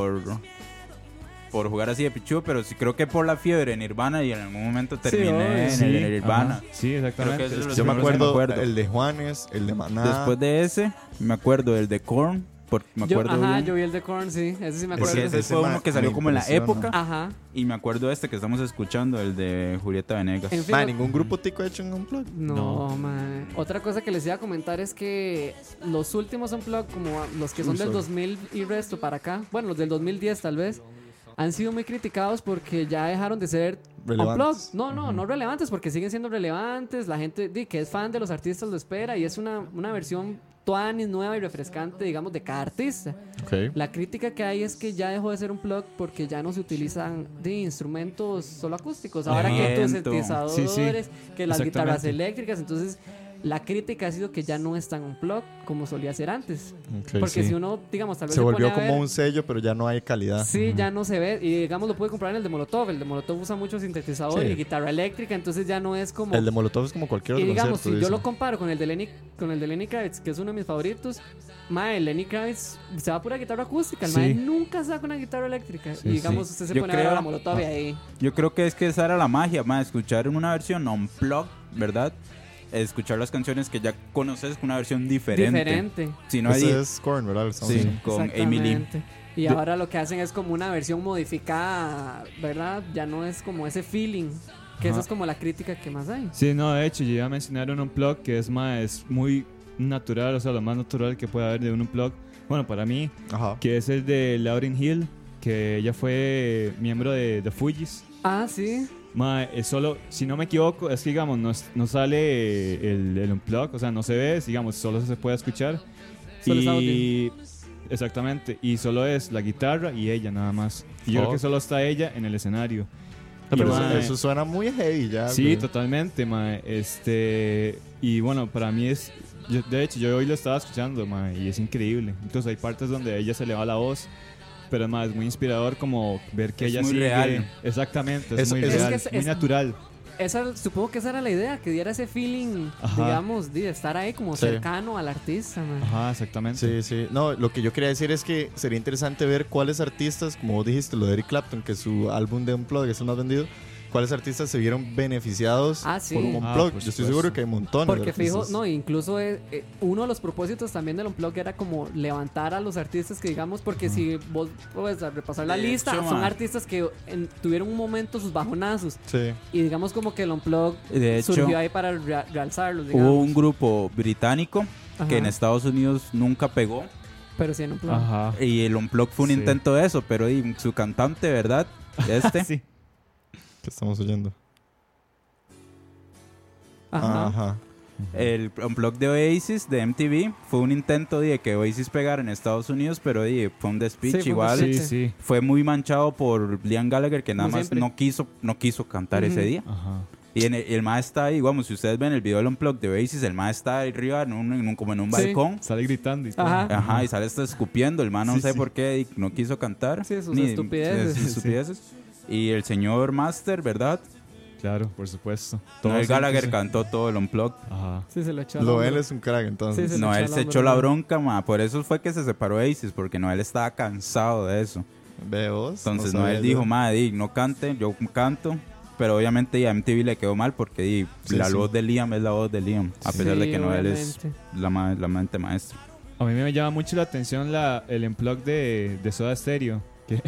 Speaker 5: por jugar así de pichu, pero sí creo que por la fiebre en Nirvana y en algún momento terminé
Speaker 6: obvio.
Speaker 5: en
Speaker 3: Sí,
Speaker 5: el Nirvana.
Speaker 3: ajá, sí, exactamente.
Speaker 5: Creo que eso es lo
Speaker 4: Yo me
Speaker 5: primeros que
Speaker 4: acuerdo el de Juanes, el de Maná.
Speaker 5: Después de ese, me acuerdo del de Korn, porque me acuerdo bien.
Speaker 6: Yo vi el de Korn, sí. Ese sí me
Speaker 5: Porque
Speaker 6: acuerdo.
Speaker 5: ese
Speaker 4: Ese
Speaker 5: fue
Speaker 4: ma-
Speaker 5: uno que salió
Speaker 4: me
Speaker 5: como en la
Speaker 4: impresiona.
Speaker 5: época.
Speaker 6: Ajá.
Speaker 5: Y me acuerdo este que estamos escuchando, el de Julieta Venegas.
Speaker 6: En fin,
Speaker 4: Ma, ningún grupo tico ha hecho un Unplugged.
Speaker 6: No, man. Otra cosa que les iba a comentar es que los últimos Unplugged, como los que son del 2000 y resto para acá, bueno, los del 2010 tal vez, han sido muy criticados porque ya dejaron de ser
Speaker 4: Relevantes.
Speaker 6: Unplugged. No relevantes, porque siguen siendo relevantes. La gente que es fan de los artistas lo espera y es una versión tuanis, nueva y refrescante, digamos, de cada artista.
Speaker 4: Ok.
Speaker 6: La crítica que hay es que ya dejó de ser un plug porque ya no se utilizan de instrumentos solo acústicos. Ahora que tus
Speaker 5: Viento.
Speaker 6: sintetizadores, que las guitarras
Speaker 3: Exactamente.
Speaker 6: eléctricas, entonces la crítica ha sido que ya no es tan un plug como solía ser antes.
Speaker 4: Ok,
Speaker 6: Porque
Speaker 4: sí.
Speaker 6: si uno, digamos, tal vez
Speaker 4: Se
Speaker 6: pone
Speaker 4: volvió
Speaker 6: a
Speaker 4: como
Speaker 6: ver-
Speaker 4: un sello, pero ya no hay calidad.
Speaker 6: Sí, ya no se ve. Y digamos, lo puede comprar en el de Molotov. El de Molotov usa mucho sintetizador
Speaker 4: Sí.
Speaker 6: y guitarra eléctrica, entonces ya no es como...
Speaker 4: El de Molotov es como cualquier
Speaker 6: Y
Speaker 4: otro
Speaker 6: digamos,
Speaker 4: concierto,
Speaker 6: si yo
Speaker 4: dice.
Speaker 6: lo comparo con el de Lenny Kravitz, que es uno de mis favoritos, mae, Lenny Kravitz se va a pura guitarra acústica, el
Speaker 3: Sí.
Speaker 6: mae nunca saca una guitarra eléctrica.
Speaker 3: Sí,
Speaker 6: y digamos,
Speaker 5: sí.
Speaker 6: usted se
Speaker 5: Yo
Speaker 6: pone a ver a la
Speaker 5: creo-
Speaker 6: Molotov y ahí.
Speaker 5: Yo creo que es que esa era la magia, más escuchar en una versión unplugged, ¿verdad? Escuchar las canciones que ya conoces con una versión diferente.
Speaker 6: Diferente.
Speaker 5: Si no hay
Speaker 4: Ese es Korn, ¿verdad? Lo estamos
Speaker 5: sí,
Speaker 4: diciendo.
Speaker 5: con Amy Lee.
Speaker 6: Exactamente. Y ahora lo que hacen es como una versión modificada, ¿verdad? Ya no es como ese feeling. Que esa
Speaker 3: Ajá.
Speaker 6: es como la crítica que más hay.
Speaker 3: Sí, no, de hecho, yo iba a mencionar un unplug que es muy natural, o sea, lo más natural que puede haber de un unplug. Bueno, para mí,
Speaker 4: Ajá.
Speaker 3: que es el de Lauryn Hill, que ella fue miembro de The Fugees.
Speaker 6: Ah, sí.
Speaker 3: Mae, es solo, si no me equivoco, es que digamos, no sale el unplug, o sea, no se ve, digamos, solo se puede escuchar.
Speaker 6: Solo es
Speaker 3: Y exactamente, y solo es la guitarra y ella nada más. Y yo creo que solo está ella en el escenario.
Speaker 4: Pero
Speaker 3: Y,
Speaker 4: eso,
Speaker 3: mae,
Speaker 4: eso suena muy heavy ya.
Speaker 3: sí,
Speaker 4: güey.
Speaker 3: totalmente, mae. Y bueno, para mí es, de hecho, yo hoy lo estaba escuchando, mae, y es increíble. Entonces hay partes donde a ella se le va la voz. Pero más, es muy inspirador como ver que
Speaker 5: Es
Speaker 3: ella
Speaker 5: muy
Speaker 3: sigue.
Speaker 5: real.
Speaker 3: Exactamente, es
Speaker 4: Eso-
Speaker 3: muy
Speaker 4: eso-
Speaker 3: real,
Speaker 6: Es que
Speaker 3: muy
Speaker 6: es-
Speaker 3: natural.
Speaker 6: Supongo que esa era la idea, que diera ese feeling,
Speaker 3: Ajá.
Speaker 6: digamos, de estar ahí como
Speaker 4: Sí.
Speaker 6: cercano al artista, man.
Speaker 3: Ajá, exactamente.
Speaker 4: Sí, sí. No, lo que yo quería decir es que sería interesante ver cuáles artistas, como vos dijiste, lo de Eric Clapton, que su álbum de Unplugged es el más vendido, cuáles artistas se vieron beneficiados
Speaker 6: Ah, sí.
Speaker 4: por un
Speaker 3: Ah,
Speaker 4: Unplugged.
Speaker 3: por
Speaker 4: Yo estoy
Speaker 3: supuesto.
Speaker 4: seguro que hay montones
Speaker 6: Porque
Speaker 4: de
Speaker 6: fijo,
Speaker 4: artistas.
Speaker 6: no, incluso uno de los propósitos también del Unplugged era como levantar a los artistas que digamos, porque si vos puedes repasar la
Speaker 5: De
Speaker 6: lista,
Speaker 5: hecho,
Speaker 6: son
Speaker 5: ma.
Speaker 6: artistas que tuvieron un momento sus bajonazos
Speaker 4: Sí.
Speaker 6: y digamos como que el Unplugged
Speaker 5: De hecho,
Speaker 6: surgió ahí para realzarlos, digamos.
Speaker 5: hubo un grupo británico
Speaker 6: Ajá.
Speaker 5: que en Estados Unidos nunca pegó.
Speaker 6: Pero sí en Unplugged.
Speaker 3: Ajá.
Speaker 5: Y el unplug fue un
Speaker 3: Sí.
Speaker 5: intento de eso, pero su cantante, ¿verdad?
Speaker 3: Sí.
Speaker 4: ¿Qué estamos oyendo?
Speaker 6: Ajá.
Speaker 4: Ajá.
Speaker 5: El unplug de Oasis de MTV fue un intento de que Oasis pegara en Estados Unidos, pero fue un despiche
Speaker 6: Sí, fue un
Speaker 5: igual.
Speaker 3: Sí,
Speaker 6: despiche.
Speaker 3: sí.
Speaker 5: Fue muy manchado por Liam Gallagher, que nada
Speaker 6: Como
Speaker 5: más
Speaker 6: siempre.
Speaker 5: no quiso cantar
Speaker 6: Ujú.
Speaker 5: ese día.
Speaker 3: Ajá.
Speaker 5: Y el ma está ahí, vamos, si ustedes ven el video del unplug de Oasis, el ma está ahí arriba como en un
Speaker 6: Sí.
Speaker 5: balcón.
Speaker 3: Sale gritando y todo.
Speaker 6: Ajá.
Speaker 5: Ajá, y sale hasta escupiendo. El man no
Speaker 3: Sí,
Speaker 5: sé
Speaker 3: sí.
Speaker 5: por qué no quiso cantar.
Speaker 6: Sí, sus estupideces.
Speaker 5: sus estupideces. Y el señor Master, ¿verdad?
Speaker 3: Claro, por supuesto.
Speaker 5: Noel
Speaker 3: Todos
Speaker 5: Gallagher
Speaker 3: siempre
Speaker 5: cantó todo el unplug.
Speaker 3: Ajá.
Speaker 6: Sí, se lo echó. al
Speaker 4: Noel
Speaker 6: hombro.
Speaker 4: es un crack, entonces.
Speaker 6: Sí, sí.
Speaker 5: Noel
Speaker 6: echó
Speaker 5: se
Speaker 6: al
Speaker 5: echó
Speaker 6: hombro,
Speaker 5: la
Speaker 6: ¿no?
Speaker 5: bronca, ma. Por eso fue que se separó Oasis, porque Noel estaba cansado de eso.
Speaker 4: Ve vos.
Speaker 5: Entonces
Speaker 4: no sabía
Speaker 5: Noel
Speaker 4: yo.
Speaker 5: dijo, madre, no cante, yo canto. Pero obviamente a MTV le quedó mal porque
Speaker 4: Sí,
Speaker 5: la
Speaker 4: sí.
Speaker 5: voz de Liam es la voz de Liam. A pesar de
Speaker 6: Sí,
Speaker 5: que Noel es
Speaker 6: obviamente.
Speaker 5: la mente maestra.
Speaker 3: A mí me llama mucho la atención el unplug de Soda Stereo,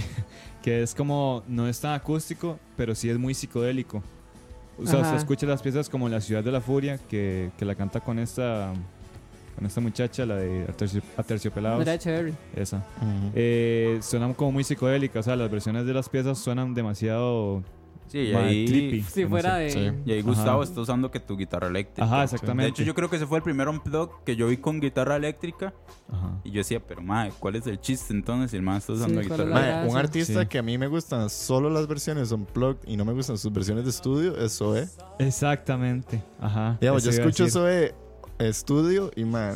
Speaker 3: que es como, no es tan acústico, pero sí es muy psicodélico. O sea,
Speaker 6: Ajá.
Speaker 3: usted escucha las piezas como La Ciudad de la Furia, que la canta con esta muchacha, la de Aterciopelados.
Speaker 6: Mariah Carey.
Speaker 3: Esa.
Speaker 4: Ujú.
Speaker 3: Suenan como muy psicodélicas, o sea, las versiones de las piezas suenan demasiado
Speaker 5: Sí, y
Speaker 3: mae, creepy.
Speaker 5: ahí,
Speaker 6: Si
Speaker 3: no
Speaker 6: fuera
Speaker 3: sé.
Speaker 6: de...
Speaker 4: Sí.
Speaker 5: y ahí Gustavo
Speaker 3: Ajá.
Speaker 5: está usando que tu guitarra eléctrica.
Speaker 3: Ajá,
Speaker 5: De
Speaker 3: exactamente.
Speaker 5: hecho, yo creo que ese fue el primer unplug que yo vi con guitarra eléctrica.
Speaker 3: Ajá.
Speaker 5: Y yo decía, pero madre, ¿cuál es el chiste entonces? Y el man está usando
Speaker 6: Sí, ¿cuál es
Speaker 5: guitarra
Speaker 6: la
Speaker 5: eléctrica.
Speaker 4: Mae, un
Speaker 6: gracia.
Speaker 4: artista
Speaker 3: Sí.
Speaker 4: que a mí me gustan solo las versiones unplugged y no me gustan sus versiones de estudio es Zoé.
Speaker 3: Exactamente. Ajá.
Speaker 4: Digamos, yo
Speaker 3: Eso iba a
Speaker 4: escucho
Speaker 3: decir.
Speaker 4: Zoé estudio y man,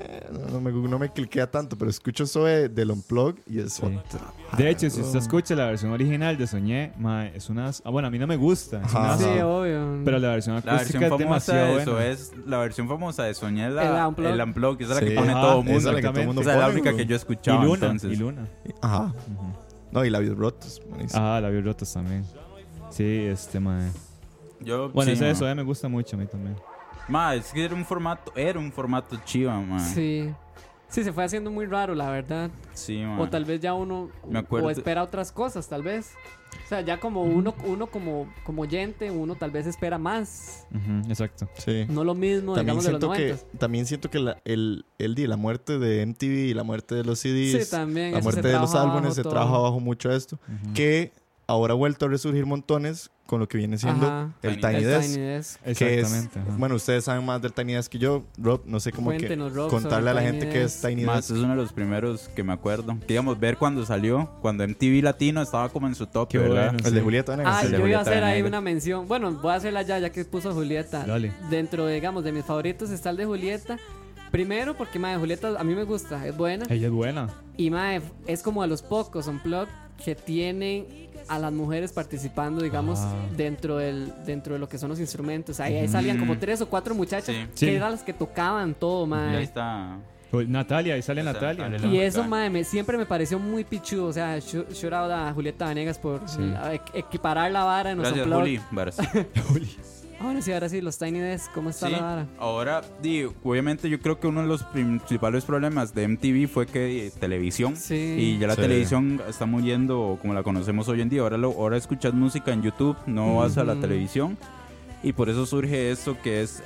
Speaker 4: no me cliquea tanto, pero escucho Zoé del unplugged y es
Speaker 3: Sí.
Speaker 4: otra.
Speaker 3: De hecho, si usted escucha la versión original de Soñé, mae, es una... bueno, a mí no me gusta. Es
Speaker 4: Ajá.
Speaker 3: una
Speaker 6: Sí,
Speaker 4: Ajá.
Speaker 6: obvio.
Speaker 3: pero la versión
Speaker 5: La
Speaker 3: acústica
Speaker 5: versión
Speaker 3: es
Speaker 5: famosa
Speaker 3: demasiado
Speaker 5: de eso
Speaker 3: buena.
Speaker 5: es la versión famosa de Soñé
Speaker 6: El
Speaker 5: el
Speaker 6: Unplugged.
Speaker 5: Unplugged, esa es la
Speaker 4: Sí.
Speaker 5: que pone
Speaker 3: Ajá,
Speaker 5: todo el
Speaker 4: Esa es
Speaker 5: mundo.
Speaker 4: la que todo el mundo
Speaker 5: Esa es la
Speaker 4: pone,
Speaker 5: única
Speaker 4: güey.
Speaker 5: que yo escuchaba
Speaker 3: Y Luna,
Speaker 5: entonces.
Speaker 3: y Luna.
Speaker 4: Ajá.
Speaker 3: Ujú.
Speaker 4: No, y Labios Rotos. buenísimo.
Speaker 3: Ajá, Labios Rotos también. Sí, mae.
Speaker 5: Yo,
Speaker 3: Bueno,
Speaker 5: sí,
Speaker 3: ese
Speaker 5: ma.
Speaker 3: de Soda me gusta mucho a mí también.
Speaker 5: Ma, es que era un formato chiva, ma.
Speaker 6: Sí. Sí, se fue haciendo muy raro, la verdad.
Speaker 5: Sí, ma.
Speaker 6: O tal vez ya uno
Speaker 5: Me acuerdo.
Speaker 6: o espera otras cosas, tal vez. O sea, ya como uno como oyente, uno tal vez espera más.
Speaker 3: Ujú, exacto.
Speaker 4: Sí.
Speaker 6: No lo mismo,
Speaker 4: También
Speaker 6: digamos, de los
Speaker 4: siento, que,
Speaker 6: 90.
Speaker 4: también siento que la muerte de MTV y la muerte de los CDs,
Speaker 6: Sí, también.
Speaker 4: la
Speaker 6: eso
Speaker 4: muerte
Speaker 6: se
Speaker 4: de los
Speaker 6: trajo
Speaker 4: álbumes
Speaker 6: abajo
Speaker 4: se
Speaker 6: todo.
Speaker 4: trajo abajo mucho esto,
Speaker 3: Ujú.
Speaker 4: que ahora ha vuelto a resurgir montones con lo que viene siendo
Speaker 6: Ajá.
Speaker 4: el
Speaker 5: Tiny
Speaker 4: Tiny
Speaker 6: El
Speaker 4: Desk.
Speaker 6: Tiny Desk.
Speaker 4: Que es,
Speaker 3: Exactamente. ajá.
Speaker 4: bueno, ustedes saben más del Tiny Desk que yo, Rob, no sé cómo que
Speaker 6: Cuéntenos, Rob,
Speaker 4: contarle a la
Speaker 6: sobre
Speaker 4: gente
Speaker 6: Tiny
Speaker 4: qué
Speaker 6: Desk.
Speaker 4: es Tiny
Speaker 5: Ma,
Speaker 4: Desk.
Speaker 5: este es uno de los primeros que me acuerdo. Que íbamos a ver cuando salió, cuando MTV Latino estaba como en su top,
Speaker 3: Qué
Speaker 5: ¿verdad?
Speaker 3: bueno.
Speaker 4: El de
Speaker 3: Sí.
Speaker 4: Julieta Venegas.
Speaker 6: Ah,
Speaker 5: el de
Speaker 6: yo iba a
Speaker 5: Julieta
Speaker 6: hacer ahí
Speaker 5: Venegas.
Speaker 6: una mención. Bueno, voy a hacerla ya que puso Julieta.
Speaker 3: Dale.
Speaker 6: Dentro, digamos, de mis favoritos está el de Julieta. Primero porque, madre, Julieta a mí me gusta, es buena.
Speaker 3: Ella es buena.
Speaker 6: Y, madre, es como de los pocos unplugged que tienen a las mujeres participando, digamos,
Speaker 3: Ah.
Speaker 6: dentro de lo que son los instrumentos. Ahí salían como 3 o 4 muchachas
Speaker 5: Sí.
Speaker 3: Sí.
Speaker 6: que eran las que tocaban todo,
Speaker 5: Y ahí
Speaker 6: madre.
Speaker 5: está.
Speaker 3: Natalia, ahí sale
Speaker 5: Esa,
Speaker 3: Natalia.
Speaker 5: sale
Speaker 3: ajá.
Speaker 6: Y eso,
Speaker 5: bacán.
Speaker 6: madre, siempre me pareció muy pichudo. O sea, shout out a Julieta Venegas por
Speaker 3: Sí.
Speaker 6: equiparar la vara en los
Speaker 5: Gracias,
Speaker 6: unplugged.
Speaker 5: Juli. Varas.
Speaker 6: Ahora sí, los Tiny Desk, ¿cómo está
Speaker 5: Sí,
Speaker 6: la vara?
Speaker 5: ahora, obviamente yo creo que uno de los principales problemas de MTV fue que televisión.
Speaker 6: Sí.
Speaker 5: Y ya la
Speaker 4: Sí.
Speaker 5: televisión está muriendo como la conocemos hoy en día. Ahora escuchas música en YouTube, no vas a la
Speaker 6: Ujú.
Speaker 5: televisión. Y por eso surge esto que es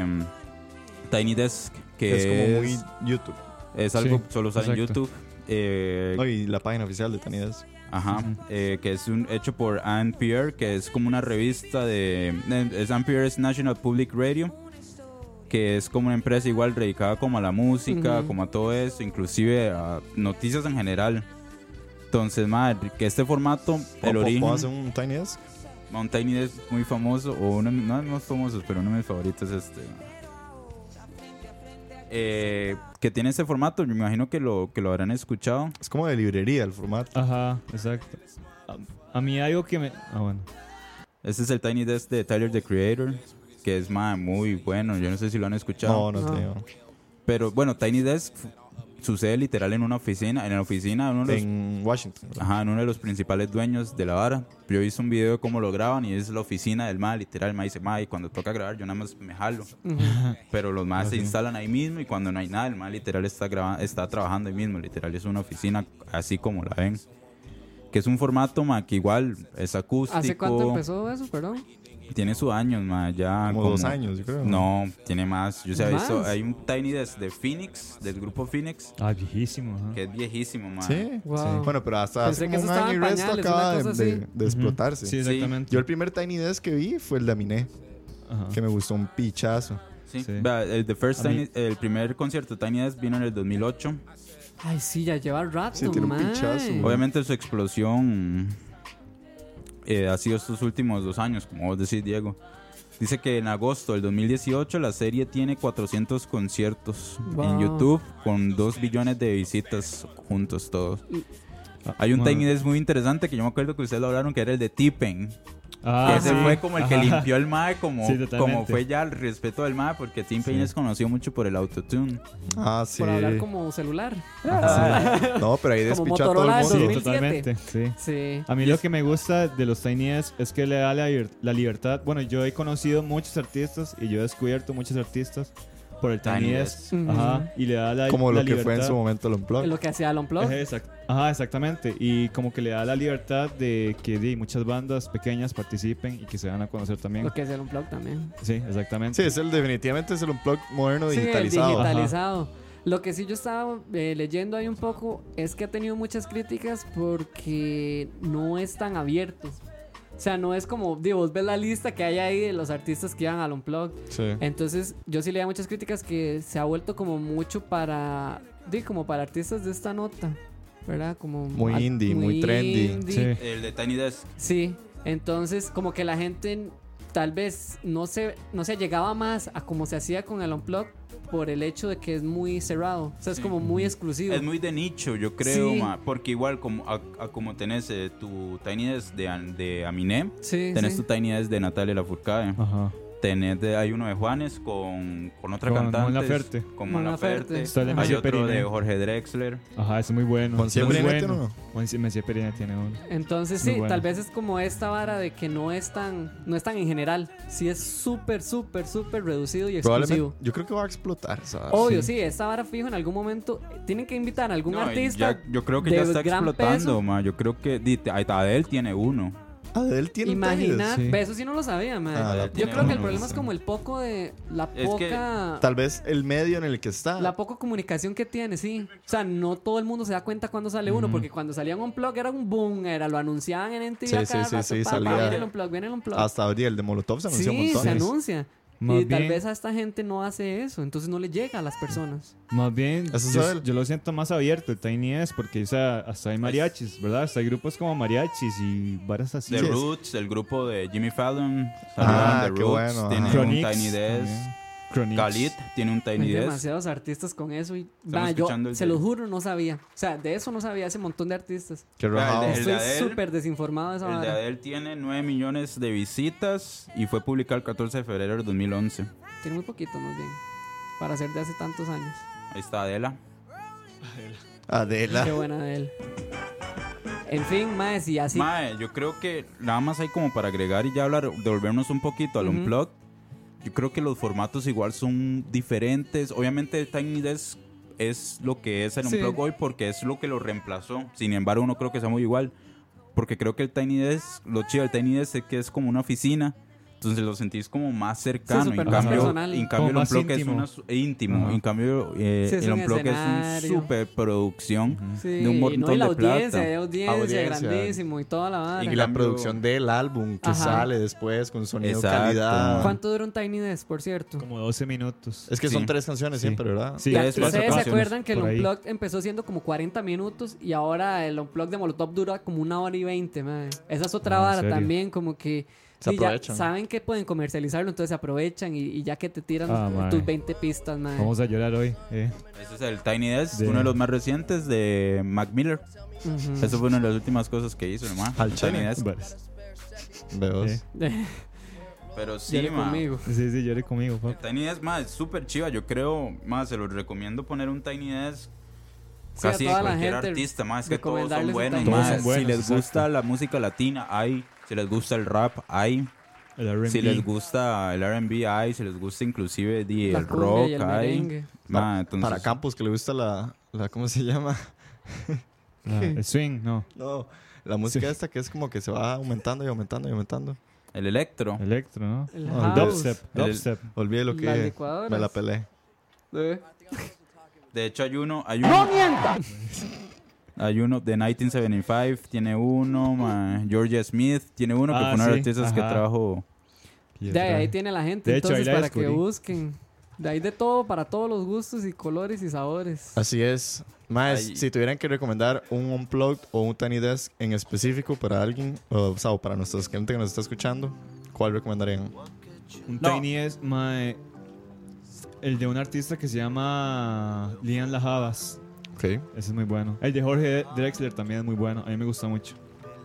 Speaker 5: Tiny Desk, que
Speaker 4: Es como muy YouTube.
Speaker 5: es algo
Speaker 3: Sí,
Speaker 5: solo sale en
Speaker 3: exacto.
Speaker 5: YouTube.
Speaker 4: No, y la página oficial de Tiny Desk.
Speaker 5: Ajá,
Speaker 3: Ujú.
Speaker 5: que es hecho por NPR, que es como una revista es NPR's National Public Radio, que es como una empresa igual dedicada como a la música,
Speaker 6: Ujú.
Speaker 5: como a todo eso, inclusive a noticias en general. Entonces, madre, que este formato, el origen,
Speaker 4: ¿Puedo hacer un Tiny Desk?
Speaker 5: Mount Tiny es muy famoso, o uno, no es más famoso, pero uno de mis favoritos es que tiene ese formato, me imagino que lo habrán escuchado.
Speaker 4: Es como de librería el formato.
Speaker 3: Ajá, exacto. A mí algo que me... bueno.
Speaker 5: Este es el Tiny Desk de Tyler, the Creator, que es muy bueno. Yo no sé si lo han escuchado.
Speaker 4: No
Speaker 6: No.
Speaker 4: tengo.
Speaker 5: Pero bueno, Tiny Desk sucede literal en una oficina. En la oficina de uno de los,
Speaker 4: En Washington. ¿verdad?
Speaker 5: ajá, en uno de los principales dueños de la vara. Yo hice un video de cómo lo graban y es la oficina del MA. Literal, el MA dice, y cuando toca grabar yo nada más me jalo.
Speaker 6: Ujú.
Speaker 5: Pero los más se
Speaker 3: Así.
Speaker 5: instalan ahí mismo y cuando no hay nada, el MA literal está trabajando ahí mismo. Literal, es una oficina así como la ven. Que es un formato, que igual es acústico.
Speaker 6: ¿Hace cuánto empezó eso, perdón?
Speaker 5: Tiene sus años, ya
Speaker 4: Como 2 años, yo creo.
Speaker 5: No, tiene más. Yo sé, he visto,
Speaker 6: ¿Más?
Speaker 5: hay un Tiny Desk de Phoenix, del grupo Phoenix,
Speaker 3: Ah, viejísimo. Ajá.
Speaker 5: que es viejísimo, man.
Speaker 4: Sí.
Speaker 6: Wow.
Speaker 4: Bueno, pero hasta
Speaker 6: Pensé
Speaker 4: hace
Speaker 6: que
Speaker 4: como un
Speaker 6: eso estaba
Speaker 4: año y
Speaker 6: en
Speaker 4: resto
Speaker 6: pañales,
Speaker 4: acaba
Speaker 6: una cosa
Speaker 4: de
Speaker 6: así.
Speaker 4: explotarse.
Speaker 3: Sí, exactamente.
Speaker 4: Yo el primer Tiny Desk que vi fue el de Aminé,
Speaker 3: Ajá.
Speaker 4: que me gustó un pichazo.
Speaker 5: Sí.
Speaker 3: Sí.
Speaker 5: Vea,
Speaker 3: A mí-
Speaker 5: el primer concierto de Tiny Desk vino en el 2008.
Speaker 6: Ay, sí, ya lleva rato,
Speaker 4: Sí, tiene un
Speaker 6: mae.
Speaker 4: pichazo.
Speaker 5: Obviamente su explosión ha sido estos últimos 2 años, como vos decís, Diego. Dice que en agosto del 2018 la serie tiene 400 conciertos
Speaker 6: Wow.
Speaker 5: en YouTube con 2 billones de visitas juntos todos.
Speaker 3: Ah,
Speaker 5: Hay un
Speaker 3: bueno.
Speaker 5: Tiny Desk muy interesante que yo me acuerdo que ustedes lo hablaron, que era el de T-Pain. Que ese
Speaker 3: sí.
Speaker 5: fue como el que
Speaker 3: Ajá.
Speaker 5: limpió el mae, como,
Speaker 3: Sí, totalmente.
Speaker 5: como fue ya el respeto del mae, porque Tim Payne es conocido mucho por el autotune.
Speaker 4: Ah, sí.
Speaker 6: Por hablar como celular.
Speaker 4: No, pero ahí
Speaker 6: Como
Speaker 4: despichó a todo el
Speaker 6: Motorola
Speaker 4: mundo.
Speaker 3: Sí,
Speaker 6: 2007.
Speaker 3: totalmente. Sí.
Speaker 6: Sí.
Speaker 3: A mí lo que me gusta de los Tiny Desk es que le da la libertad. Bueno, yo he conocido muchos artistas y yo he descubierto muchos artistas por el Tiny
Speaker 5: Tiny
Speaker 3: Desk.
Speaker 6: Desk.
Speaker 3: Ajá. Y le da la
Speaker 4: Como
Speaker 3: la
Speaker 4: lo que fue en
Speaker 3: libertad.
Speaker 4: su momento el Unplugged.
Speaker 6: Lo que hacía el Unplugged.
Speaker 3: Ajá, exactamente. Y como que le da la libertad de que muchas bandas pequeñas participen y que se van a conocer también.
Speaker 6: Lo que hacía el Unplugged también.
Speaker 3: Sí, exactamente.
Speaker 4: Sí, definitivamente es el Unplugged moderno
Speaker 6: Sí, el
Speaker 4: digitalizado.
Speaker 6: digitalizado. Lo que sí yo estaba leyendo ahí un poco es que ha tenido muchas críticas porque no es tan abierto. O sea, no es como, digo, vos ves la lista que hay ahí de los artistas que iban al Unplugged.
Speaker 4: Sí.
Speaker 6: Entonces, yo sí leía muchas críticas que se ha vuelto como mucho como para artistas de esta nota, ¿verdad? Como
Speaker 4: Muy indie, muy trendy.
Speaker 6: indie.
Speaker 3: Sí.
Speaker 5: El de Tiny Desk.
Speaker 6: Sí, entonces como que la gente tal vez no se llegaba más a como se hacía con el Unplugged por el hecho de que es muy cerrado, o sea, es
Speaker 5: Sí.
Speaker 6: como muy exclusivo.
Speaker 5: Es muy de nicho, yo creo,
Speaker 6: Sí.
Speaker 5: porque igual como como tenés tu Tiny Desk de Aminé,
Speaker 6: Sí,
Speaker 5: tenés
Speaker 6: sí.
Speaker 5: tu Tiny Desk de Natalia Lafourcade,
Speaker 3: Ajá.
Speaker 5: hay uno de Juanes con otra
Speaker 3: Con
Speaker 5: cantante,
Speaker 3: Mon Laferte.
Speaker 5: con
Speaker 6: Mon
Speaker 5: Mon Laferte.
Speaker 6: Laferte.
Speaker 3: Está el de
Speaker 5: Hay
Speaker 3: Messier
Speaker 5: otro
Speaker 3: Periné.
Speaker 5: de Jorge Drexler.
Speaker 3: Ajá, es muy bueno.
Speaker 4: Monsieur
Speaker 3: Muy
Speaker 4: Periné
Speaker 3: bueno.
Speaker 4: tiene uno.
Speaker 3: Messier Periné tiene uno.
Speaker 6: Entonces
Speaker 3: Muy
Speaker 6: sí,
Speaker 3: bueno.
Speaker 6: tal vez es como esta vara de que no es tan en general, sí es súper reducido y
Speaker 4: Probablemente,
Speaker 6: exclusivo.
Speaker 4: yo creo que va a explotar, ¿sabes?
Speaker 6: Obvio, sí, esta vara fijo en algún momento tienen que invitar a algún
Speaker 5: No,
Speaker 6: artista.
Speaker 5: yo creo que
Speaker 6: de
Speaker 5: ya está
Speaker 6: gran
Speaker 5: explotando,
Speaker 6: peso.
Speaker 5: yo creo que Adele tiene uno.
Speaker 4: Adele tiene un Tiny
Speaker 6: Imaginar,
Speaker 3: Sí.
Speaker 6: ve, eso sí no lo sabía, man.
Speaker 4: Ah, la
Speaker 6: Yo
Speaker 5: tiene
Speaker 6: creo que el
Speaker 5: uno,
Speaker 6: problema es
Speaker 4: sí.
Speaker 6: como el poco de la
Speaker 5: Es que
Speaker 6: poca
Speaker 4: Tal vez el medio en el que está.
Speaker 6: la poca comunicación que tiene, sí. O sea, no todo el mundo se da cuenta cuando sale uno, porque cuando salía un Unplugged era un boom, lo anunciaban en MTV
Speaker 4: Sí,
Speaker 6: a cada
Speaker 4: sí,
Speaker 6: rato,
Speaker 4: sí, salía.
Speaker 6: viene el Unplugged, viene el Unplugged.
Speaker 4: Hasta hoy día el de Molotov se anunció un
Speaker 6: Sí,
Speaker 4: montón.
Speaker 6: se anuncia.
Speaker 3: Más
Speaker 6: Y tal
Speaker 3: bien-
Speaker 6: vez a esta gente no hace eso, entonces no le llega a las personas.
Speaker 3: Más bien,
Speaker 4: Eso es
Speaker 3: yo,
Speaker 4: él.
Speaker 3: yo lo siento más abierto, el Tiny Desk, porque o sea, hasta hay mariachis, ¿verdad? Hasta hay grupos como mariachis y varas así.
Speaker 5: The
Speaker 4: Sí, es-
Speaker 5: Roots, el grupo de Jimmy Fallon,
Speaker 4: Ah,
Speaker 5: The
Speaker 4: qué
Speaker 5: Roots,
Speaker 4: bueno,
Speaker 5: tiene
Speaker 4: ajá.
Speaker 5: un
Speaker 3: Chronix
Speaker 5: Tiny Desk.
Speaker 3: también. Chronix.
Speaker 5: Khalid tiene un Tiny
Speaker 6: Hay
Speaker 5: Desk.
Speaker 6: demasiados artistas con eso y
Speaker 5: Estamos
Speaker 6: yo
Speaker 5: escuchando el
Speaker 6: se
Speaker 5: de-
Speaker 6: los juro no sabía. O sea, de eso no sabía ese montón de artistas.
Speaker 4: Qué
Speaker 5: El
Speaker 4: rajado.
Speaker 5: de
Speaker 6: Estoy
Speaker 5: Adele-
Speaker 6: súper desinformado de esa
Speaker 5: El de
Speaker 6: vara.
Speaker 5: Adele tiene 9 millones de visitas y fue publicado el 14 de febrero de 2011.
Speaker 6: Tiene muy poquito, más bien, para ser de hace tantos años.
Speaker 5: Ahí está Adela.
Speaker 4: Adela.
Speaker 6: Qué buena de él. En fin, más y así.
Speaker 5: Mae, yo creo que nada más hay como para agregar y ya hablar, devolvernos un poquito al
Speaker 6: Ujú.
Speaker 5: Unplugged. Yo creo que los formatos igual son diferentes. Obviamente el Tiny Desk es lo que es el
Speaker 6: Sí.
Speaker 5: Unplugged hoy porque es lo que lo reemplazó. Sin embargo, no creo que sea muy igual. Porque creo que el Tiny Desk, lo chido del Tiny Desk es que es como una oficina. Entonces lo sentís como más cercano.
Speaker 6: súper
Speaker 5: en
Speaker 6: más
Speaker 5: cambio,
Speaker 6: personal.
Speaker 5: en
Speaker 3: Como
Speaker 5: cambio el
Speaker 3: más
Speaker 5: Unplugged es
Speaker 3: íntimo.
Speaker 5: íntimo.
Speaker 3: Ajá.
Speaker 5: En cambio,
Speaker 6: Sí, es
Speaker 5: el
Speaker 6: un
Speaker 5: Unplugged es una
Speaker 6: escenario.
Speaker 5: super producción.
Speaker 6: Sí,
Speaker 5: de un
Speaker 6: y
Speaker 5: montón
Speaker 6: no, y la
Speaker 5: de plata.
Speaker 6: audiencia, hay audiencia,
Speaker 4: Audiencia.
Speaker 6: grandísimo y toda la vara.
Speaker 4: Y
Speaker 5: En
Speaker 4: la
Speaker 5: cambio-
Speaker 4: producción del álbum que
Speaker 6: Ajá.
Speaker 4: sale después con sonido
Speaker 5: Exacto.
Speaker 4: calidad.
Speaker 6: ¿Cuánto dura un Tiny Desk, por cierto?
Speaker 3: Como 12 minutos.
Speaker 4: Es que
Speaker 5: Sí.
Speaker 4: son 3 canciones
Speaker 3: Sí.
Speaker 4: siempre, ¿verdad?
Speaker 3: Sí,
Speaker 6: Ya,
Speaker 5: tres,
Speaker 6: ¿Ustedes
Speaker 5: cuatro
Speaker 6: se
Speaker 5: canciones
Speaker 6: acuerdan que el
Speaker 3: por ahí.
Speaker 6: Unplugged empezó siendo como 40 minutos y ahora el Unplugged de Molotov dura como 1 hora y 20, madre? Esa es otra
Speaker 3: Ah, ¿en
Speaker 6: vara
Speaker 3: serio?
Speaker 6: también, como que
Speaker 4: Se
Speaker 6: sí, ya
Speaker 4: aprovechan.
Speaker 6: saben que pueden comercializarlo, entonces se aprovechan y ya que te tiran
Speaker 3: Ah, madre.
Speaker 6: tus 20 pistas, madre.
Speaker 3: Vamos a llorar hoy.
Speaker 5: Ese es el Tiny Desk,
Speaker 3: De-
Speaker 5: uno de los más recientes de Mac Miller.
Speaker 6: Ujú.
Speaker 5: Eso fue una de las últimas cosas que hizo, nomás.
Speaker 4: Al
Speaker 5: Tiny
Speaker 4: chile.
Speaker 5: Desk.
Speaker 3: Varas.
Speaker 4: Veos.
Speaker 3: Sí.
Speaker 5: Pero sí,
Speaker 6: Llore
Speaker 5: ma.
Speaker 6: conmigo.
Speaker 3: Sí, sí, llore conmigo,
Speaker 5: El
Speaker 3: papá.
Speaker 5: Tiny Desk, más es súper chiva. Yo creo, más se los recomiendo poner un Tiny Desk.
Speaker 6: Sí, a
Speaker 5: Casi de
Speaker 6: toda la
Speaker 5: cualquier
Speaker 6: gente
Speaker 5: artista, más que todos son
Speaker 6: recomendarles un
Speaker 5: buenos.
Speaker 6: Tiny
Speaker 3: Todos
Speaker 5: Más,
Speaker 3: son
Speaker 6: Desk.
Speaker 3: buenos,
Speaker 5: si les
Speaker 3: exacto.
Speaker 5: gusta la música latina, hay. Si les gusta el rap, hay.
Speaker 3: El R&B.
Speaker 5: Si les gusta el R&B, hay. Si les gusta inclusive
Speaker 6: La
Speaker 5: el
Speaker 6: cumbia
Speaker 5: rock,
Speaker 6: y el
Speaker 5: hay.
Speaker 6: merengue.
Speaker 5: Ma, entonces,
Speaker 4: Para Campos que le gusta la ¿cómo se llama?
Speaker 3: El swing, no.
Speaker 4: No, la música
Speaker 3: Sí.
Speaker 4: esta que es como que se va aumentando y aumentando y aumentando.
Speaker 5: el electro.
Speaker 3: Electro, ¿no?
Speaker 6: El
Speaker 4: No,
Speaker 3: El
Speaker 6: house.
Speaker 3: dubstep.
Speaker 5: El-
Speaker 3: Dubstep.
Speaker 4: Olvidé lo
Speaker 6: Las
Speaker 4: que
Speaker 6: licuadoras.
Speaker 4: me la pelé.
Speaker 5: De hecho, hay uno. Hay uno de 1975, tiene uno. Ma, Georgia Smith tiene uno, que
Speaker 3: Ah,
Speaker 5: fue uno de los
Speaker 3: sí,
Speaker 5: artistas que
Speaker 3: ajá.
Speaker 5: trajo.
Speaker 6: De ahí tiene la gente,
Speaker 3: De hecho,
Speaker 6: entonces
Speaker 3: ahí la
Speaker 6: para que
Speaker 3: descubrí.
Speaker 6: busquen. De ahí de todo, para todos los gustos y colores y sabores.
Speaker 4: Así es. Más,
Speaker 5: Ahí.
Speaker 4: si tuvieran que recomendar un Unplugged o un Tiny Desk en específico para alguien, o sea, o para nuestra gente que nos está escuchando, ¿cuál recomendarían?
Speaker 3: Un
Speaker 5: No.
Speaker 3: Tiny es el de un artista que se llama Lian Lajabas.
Speaker 4: Ok.
Speaker 3: Ese es muy bueno. El de Jorge Drexler también es muy bueno. A mí me gusta mucho.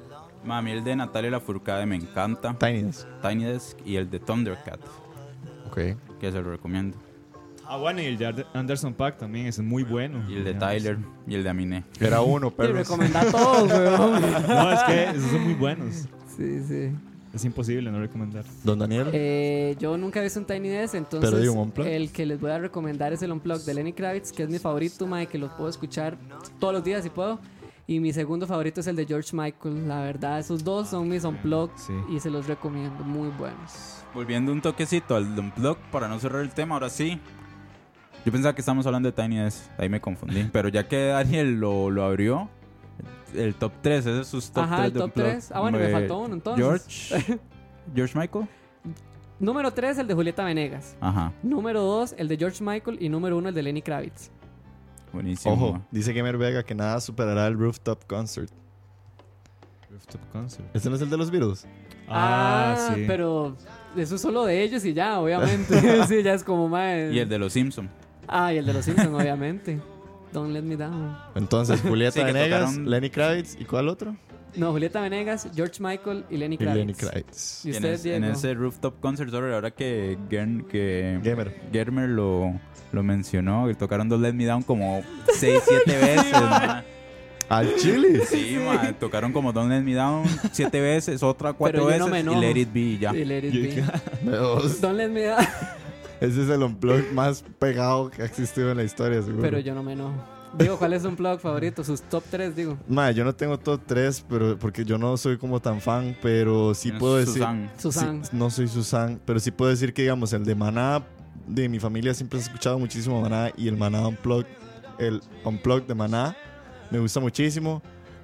Speaker 5: Ma, a mí el de Natalia Lafourcade me encanta.
Speaker 4: Tiny Desk.
Speaker 5: Tiny Desk y el de Thundercat,
Speaker 4: Ok.
Speaker 5: que se lo recomiendo.
Speaker 3: Ah, bueno, y el de Anderson .Paak también, ese es muy bueno.
Speaker 5: Y el de Tyler y el de Aminé.
Speaker 4: Era uno,
Speaker 6: Y
Speaker 4: perros.
Speaker 6: recomendar todos, weón.
Speaker 3: No, es que esos son muy buenos.
Speaker 6: Sí, sí.
Speaker 3: Es imposible no recomendar.
Speaker 4: Don Daniel.
Speaker 6: Yo nunca he visto un Tiny Desk, entonces
Speaker 4: Pero di un Unplugged.
Speaker 6: el que les voy a recomendar es el Unplugged de Lenny Kravitz, que es mi favorito, mae, que lo puedo escuchar todos los días si puedo. Y mi segundo favorito es el de George Michael. La verdad, esos dos son mis Unplugged
Speaker 3: Sí.
Speaker 6: y se los recomiendo, muy buenos.
Speaker 5: Volviendo un toquecito al Unplugged, para no cerrar el tema, ahora sí. Yo pensaba que estábamos hablando de Tiny Desk, ahí me confundí. Pero ya que Daniel lo abrió, el top 3, ese es sus top 3
Speaker 6: Ajá, el
Speaker 5: de
Speaker 6: top
Speaker 5: Unplugged.
Speaker 6: 3. Ah, bueno, me faltó uno entonces.
Speaker 5: George Michael.
Speaker 6: Número 3, el de Julieta Venegas.
Speaker 5: Ajá,
Speaker 6: Número 2, el de George Michael. Y número 1, el de Lenny Kravitz.
Speaker 5: buenísimo.
Speaker 4: Ojo, dice Gamer Vega que nada superará el Rooftop Concert.
Speaker 3: Rooftop Concert.
Speaker 4: ¿Este no es el de los Beatles?
Speaker 3: Sí.
Speaker 6: Pero eso es solo de ellos y ya, obviamente. Sí, ya es como más.
Speaker 5: Y el de los Simpsons.
Speaker 6: Ah, y el de los Simpsons, obviamente. Don't Let Me Down.
Speaker 4: Entonces, Julieta
Speaker 5: Sí, que
Speaker 4: Venegas,
Speaker 5: tocaron-
Speaker 4: Lenny Kravitz, ¿y cuál otro?
Speaker 6: No, Julieta Venegas, George Michael y Lenny
Speaker 4: Y
Speaker 6: Kravitz.
Speaker 4: Lenny Kravitz.
Speaker 6: ¿Y
Speaker 5: Y en,
Speaker 6: usted,
Speaker 5: en
Speaker 6: Diego?
Speaker 5: ese Rooftop Concert, sorry, ahora que
Speaker 4: Gamer.
Speaker 5: Germer lo mencionó, que tocaron Don't Let Me Down como 6, 7 veces. ma.
Speaker 4: Al Chile.
Speaker 5: Sí, ma, tocaron como Don't Let Me Down 7 veces, otra 4
Speaker 6: Pero yo no
Speaker 5: veces
Speaker 6: me
Speaker 5: y
Speaker 6: enojo.
Speaker 5: Let It Be y ya.
Speaker 6: Y Let It Be.
Speaker 4: Dios,
Speaker 6: Don't Let Me Down.
Speaker 4: ese es el unplug más pegado que ha existido en la historia, seguro.
Speaker 6: Pero yo no me enojo. Digo, ¿cuál es un plug favorito? Sus top 3, digo.
Speaker 4: Ma, yo no tengo top 3, pero porque yo no soy como tan fan, pero sí
Speaker 5: Tienes
Speaker 4: puedo decir...
Speaker 5: Susan.
Speaker 6: Susan.
Speaker 4: Sí, no soy Susan, pero sí puedo decir que, digamos, el de Maná, de mi familia siempre he escuchado muchísimo Maná, y el Maná Unplugged, el Unplugged de Maná, me gusta muchísimo.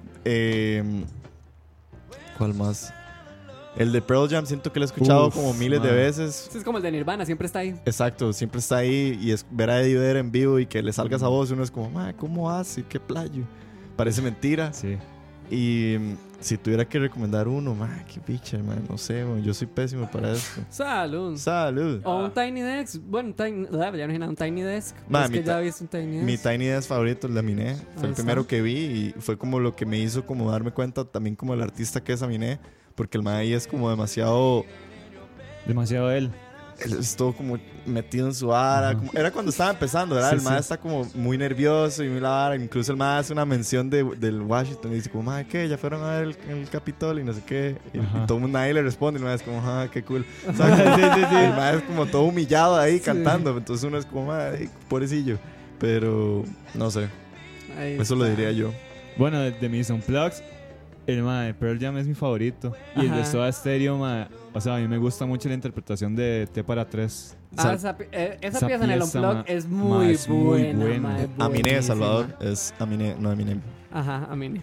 Speaker 4: ¿Cuál más? El de Pearl Jam, siento que lo he escuchado
Speaker 3: Uf,
Speaker 4: como miles de
Speaker 3: man.
Speaker 4: veces.
Speaker 6: Es como el de Nirvana, siempre está ahí.
Speaker 4: Exacto, siempre está ahí, y es ver a Eddie Vedder en vivo y que le salga esa voz, uno es como, ma, ¿cómo hace? ¿Qué playo? Parece mentira.
Speaker 3: Sí.
Speaker 4: Y si tuviera que recomendar uno, ma, qué picha, man, no sé, man, yo soy pésimo para esto.
Speaker 6: Salud.
Speaker 4: Salud.
Speaker 6: O un Tiny Desk. Bueno, ya no dije nada, un Tiny Desk.
Speaker 4: Ma,
Speaker 6: Es
Speaker 4: mi
Speaker 6: que ya viste un Tiny Desk.
Speaker 4: Mi Tiny Desk favorito, el de Aminé, fue
Speaker 6: Ahí
Speaker 4: el
Speaker 6: está.
Speaker 4: primero que vi y fue como lo que me hizo como darme cuenta también como el artista que es Aminé, porque el mae ahí es como demasiado,
Speaker 3: Demasiado él.
Speaker 4: él es todo como metido en su vara,
Speaker 3: Ajá.
Speaker 4: como- era cuando estaba empezando, ¿verdad?
Speaker 3: Sí,
Speaker 4: El mae
Speaker 3: sí.
Speaker 4: está como muy nervioso y muy la vara, incluso el mae hace una mención del Washington y dice como, mae, ¿qué? Ya fueron a ver el Capitolio y no sé qué, y
Speaker 3: Ajá.
Speaker 4: todo el mundo ahí le responde y el mae es como, ah, qué cool. ¿Sabes? El mae es como todo humillado ahí cantando, entonces uno es como, mae, pobrecillo, pero no sé,
Speaker 6: Ahí
Speaker 4: eso lo
Speaker 6: está.
Speaker 4: diría yo.
Speaker 3: Bueno, de mis Unplugged, el de Pearl Jam es mi favorito. Y el de
Speaker 6: Ajá.
Speaker 3: Soda Stereo, o sea, a mí me gusta mucho la interpretación de T para 3.
Speaker 6: Ah, esa pieza en el Unplugged
Speaker 3: ma,
Speaker 6: es muy
Speaker 3: es muy
Speaker 6: buena.
Speaker 3: buena.
Speaker 6: ma, es
Speaker 4: Aminé,
Speaker 6: buenísima.
Speaker 4: Salvador, es Aminé, no Eminem.
Speaker 6: Ajá, Aminé.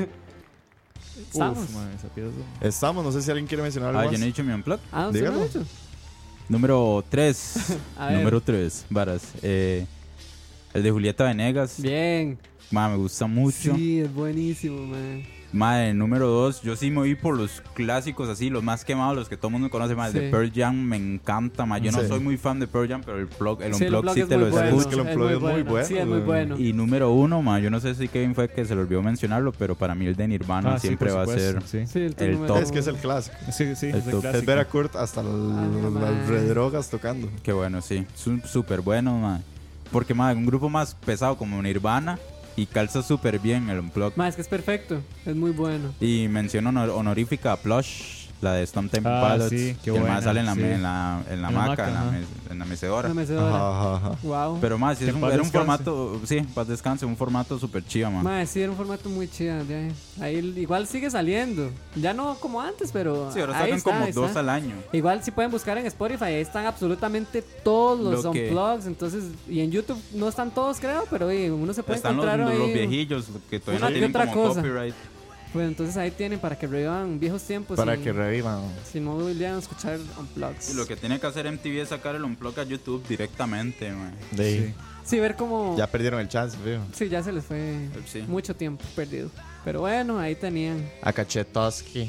Speaker 6: ¿Estamos?
Speaker 3: Esa pieza.
Speaker 4: Estamos, no sé si alguien quiere mencionar algo
Speaker 5: Ah,
Speaker 4: más.
Speaker 5: yo no he dicho mi Unplugged.
Speaker 6: Ah, ¿usted
Speaker 4: Dígalo.
Speaker 6: lo ha hecho?
Speaker 5: Número 3.
Speaker 6: A ver.
Speaker 5: Número 3, varas. El de Julieta Venegas.
Speaker 6: Bien.
Speaker 5: Ma, me gusta mucho.
Speaker 6: Sí, es buenísimo, man.
Speaker 5: Madre, número 2, yo sí me voy por los clásicos así, los más quemados, los que todo el mundo conoce más.
Speaker 6: Sí.
Speaker 5: De Pearl Jam me encanta, ma. Yo no
Speaker 4: Sí.
Speaker 5: soy muy fan de Pearl Jam, pero el Unplugged
Speaker 6: Sí, el
Speaker 5: sí
Speaker 6: Unplugged
Speaker 5: te
Speaker 6: es
Speaker 5: lo
Speaker 6: muy bueno.
Speaker 4: Es
Speaker 5: escucho.
Speaker 4: que el Unplugged es muy bueno,
Speaker 6: Sí, es muy
Speaker 4: güey.
Speaker 6: bueno.
Speaker 5: Y número 1, ma, yo no sé si Kevin fue que se le olvidó mencionarlo, pero para mí el de Nirvana siempre va a ser.
Speaker 3: Sí.
Speaker 6: Sí,
Speaker 5: el
Speaker 6: número
Speaker 5: top.
Speaker 4: Es que es el clásico.
Speaker 3: Sí, sí,
Speaker 5: El
Speaker 3: es el
Speaker 5: top.
Speaker 3: clásico.
Speaker 4: Es ver a Kurt hasta las
Speaker 6: man.
Speaker 4: redrogas tocando.
Speaker 5: Qué bueno, sí. Súper bueno, ma. Porque, ma, un grupo más pesado como Nirvana y calza súper bien el Unplugged.
Speaker 6: Ma, es que es perfecto. Es muy bueno.
Speaker 5: Y mención honorífica a Plush, la de Stone Temple
Speaker 3: Ah,
Speaker 5: Pilots.
Speaker 3: sí, qué
Speaker 5: que el
Speaker 3: buena,
Speaker 5: más sale en la,
Speaker 3: sí.
Speaker 5: en la, en la
Speaker 3: En la
Speaker 5: hamaca,
Speaker 3: hamaca,
Speaker 5: en la,
Speaker 3: ajá.
Speaker 5: en la mecedora.
Speaker 6: Una mecedora.
Speaker 4: Ajá, ajá.
Speaker 6: Wow.
Speaker 5: Pero más,
Speaker 3: Que en paz
Speaker 5: era un
Speaker 3: descanse.
Speaker 5: formato, sí, paz descanse, un formato súper chiva, man.
Speaker 6: Ma, sí, era un formato muy chido. Ya. Ahí igual sigue saliendo. Ya no como antes, pero.
Speaker 5: Sí, ahora
Speaker 6: ahí
Speaker 5: sacan
Speaker 6: está,
Speaker 5: como
Speaker 6: ahí
Speaker 5: 2
Speaker 6: está.
Speaker 5: al año.
Speaker 6: Igual si pueden buscar en Spotify, ahí están absolutamente todos los
Speaker 5: Lo que-
Speaker 6: unplugs. Entonces, y en YouTube no están todos, creo, pero oye, uno se puede
Speaker 5: Están
Speaker 6: encontrar
Speaker 5: los
Speaker 6: ahí.
Speaker 5: viejillos que todavía
Speaker 6: una
Speaker 5: no
Speaker 6: que
Speaker 5: tienen
Speaker 6: otra
Speaker 5: como
Speaker 6: cosa.
Speaker 5: copyright.
Speaker 6: Pues entonces ahí tienen para que revivan viejos tiempos.
Speaker 4: Para
Speaker 6: y-
Speaker 4: que revivan.
Speaker 6: Si no volvieran a escuchar unplugs.
Speaker 5: Y lo que tiene que hacer MTV es sacar el Unplugged a YouTube directamente, man.
Speaker 4: De ahí.
Speaker 3: Sí.
Speaker 6: Sí, ver cómo.
Speaker 4: Ya perdieron el chance, fío.
Speaker 6: Sí, ya se les fue
Speaker 5: Sí.
Speaker 6: mucho tiempo perdido. Pero bueno, ahí tenían.
Speaker 4: A Cachetoski.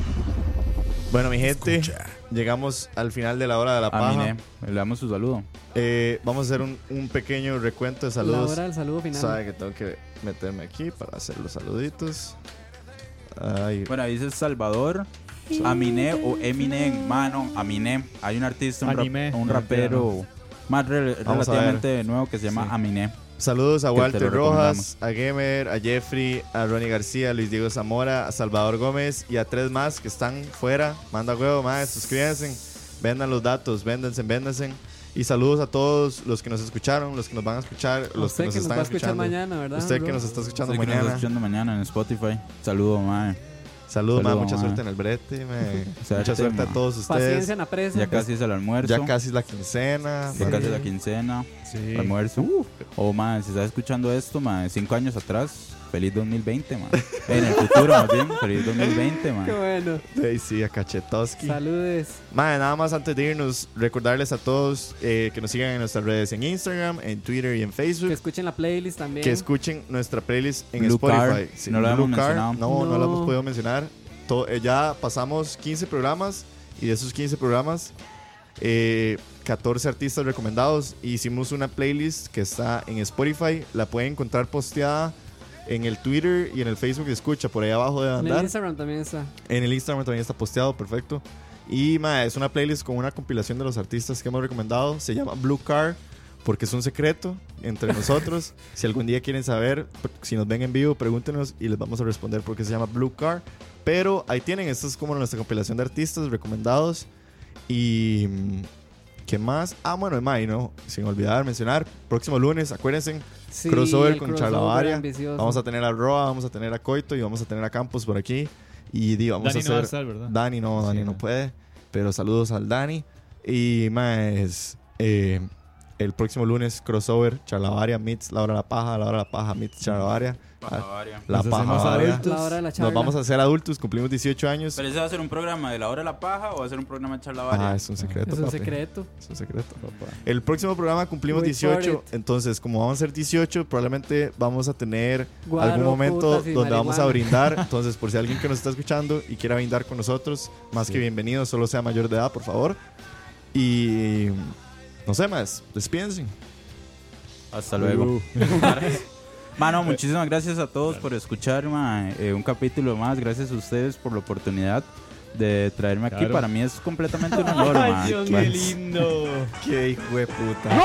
Speaker 4: Bueno, mi gente, llegamos al final de la hora de la paja.
Speaker 5: Aminé, le damos su saludo.
Speaker 4: Vamos a hacer un pequeño recuento de
Speaker 6: La
Speaker 4: saludos.
Speaker 6: hora del saludo final.
Speaker 4: Sabe que tengo que meterme aquí para hacer los saluditos. Ay,
Speaker 5: Bueno, dice Salvador, Aminé o Eminem. Mano, Aminé. Hay un artista,
Speaker 3: Anime.
Speaker 5: un rapero más
Speaker 4: Vamos a
Speaker 5: relativamente nuevo que se llama
Speaker 4: Sí.
Speaker 5: Aminé.
Speaker 4: saludos a
Speaker 5: Que te
Speaker 4: Walter
Speaker 5: lo
Speaker 4: Rojas, a Gamer, a Jeffrey, a Ronnie García, a Luis Diego Zamora, a Salvador Gómez y a 3 más que están fuera. Manda huevo, más, suscríbanse, vendan los datos, véndanse. Y saludos a todos los que nos escucharon, los que nos van a escuchar, los
Speaker 6: Usted
Speaker 4: que nos
Speaker 6: que nos va
Speaker 4: están
Speaker 6: a escuchar
Speaker 4: escuchando.
Speaker 6: mañana, ¿verdad?
Speaker 4: Usted que
Speaker 6: bro?
Speaker 4: nos está escuchando
Speaker 5: Sé que nos está
Speaker 4: mañana.
Speaker 5: escuchando mañana en Spotify. Saludo, mae.
Speaker 4: Saludos,
Speaker 5: Saludo,
Speaker 4: mucha
Speaker 5: mae.
Speaker 4: suerte en el brete, mae.
Speaker 5: Suerte,
Speaker 4: Mucha suerte a
Speaker 5: mae.
Speaker 4: todos
Speaker 6: Paciencia
Speaker 4: ustedes.
Speaker 6: en la presa.
Speaker 5: Ya casi es el almuerzo.
Speaker 4: Ya casi es la quincena.
Speaker 5: Ya
Speaker 4: mae.
Speaker 5: casi la quincena.
Speaker 3: Sí.
Speaker 5: Almuerzo. O, mae, si estás escuchando esto, mae, 5 años atrás. Feliz 2020, mae. En el futuro, más bien. Feliz 2020,
Speaker 6: Qué
Speaker 5: mae.
Speaker 6: bueno.
Speaker 4: Sí, sí, a Cachetowski.
Speaker 6: Saludes.
Speaker 4: Mae, nada más antes de irnos, recordarles a todos que nos sigan en nuestras redes en Instagram, en Twitter y en Facebook.
Speaker 6: Que escuchen la playlist también.
Speaker 4: Que escuchen nuestra playlist en
Speaker 5: Blue
Speaker 4: Spotify.
Speaker 5: Car, no la hemos mencionado.
Speaker 4: No la
Speaker 6: No.
Speaker 4: hemos podido mencionar. Ya pasamos 15 programas y de esos 15 programas, 14 artistas recomendados. Hicimos una playlist que está en Spotify. La pueden encontrar posteada en el Twitter y en el Facebook de Escucha. Por ahí abajo de
Speaker 6: En el
Speaker 4: andar.
Speaker 6: Instagram también está.
Speaker 4: En el Instagram también está posteado, perfecto. Y es una playlist con una compilación de los artistas que hemos recomendado. Se llama Blue Car porque es un secreto entre nosotros. Si algún día quieren saber, si nos ven en vivo, pregúntenos y les vamos a responder por qué se llama Blue Car. Pero ahí tienen, esto es como nuestra compilación de artistas recomendados. Y ¿qué más? Bueno, y no, sin olvidar mencionar, próximo lunes, acuérdense,
Speaker 6: Sí,
Speaker 4: crossover
Speaker 6: el
Speaker 4: con
Speaker 6: crossover
Speaker 4: Charlavaria.
Speaker 6: ambicioso.
Speaker 4: Vamos a tener a Roa, vamos a tener a Coito y vamos a tener a Campos por aquí. Y vamos
Speaker 3: Dani
Speaker 4: a
Speaker 3: no va a
Speaker 4: hacer...
Speaker 3: estar, ¿verdad?
Speaker 4: Dani no
Speaker 3: Sí,
Speaker 4: no puede. Pero saludos al Dani. Y más el próximo lunes, crossover, Charlavaria meets La Hora de la Paja, La Hora de la Paja meets Charlavaria. La
Speaker 3: Nos
Speaker 4: Paja
Speaker 3: hacemos
Speaker 4: varia.
Speaker 3: adultos.
Speaker 6: La hora de la charla.
Speaker 4: Nos vamos a hacer adultos, cumplimos 18 años.
Speaker 5: ¿Pero ese va a ser un programa de la hora de la paja o va a ser un programa de charla varia?
Speaker 4: Es un secreto,
Speaker 6: Es un
Speaker 4: papi.
Speaker 6: secreto.
Speaker 4: Es un secreto, papá. El próximo programa cumplimos
Speaker 6: Wait for
Speaker 4: 18.
Speaker 6: it.
Speaker 4: Entonces, como vamos a ser 18, probablemente vamos a tener
Speaker 6: Guaro,
Speaker 4: algún momento
Speaker 6: putas y
Speaker 4: donde vamos a
Speaker 6: marihuana.
Speaker 4: brindar. Entonces, por si alguien que nos está escuchando y quiera brindar con nosotros, más que bienvenido, solo sea mayor de edad, por favor. Y no sé más, despídense.
Speaker 5: Hasta luego. Mano, muchísimas gracias a todos por escuchar un capítulo más. Gracias a ustedes por la oportunidad de traerme aquí.
Speaker 3: Claro.
Speaker 5: Para mí es completamente un honor, ma.
Speaker 3: ¡Qué lindo!
Speaker 4: Qué hijo de puta.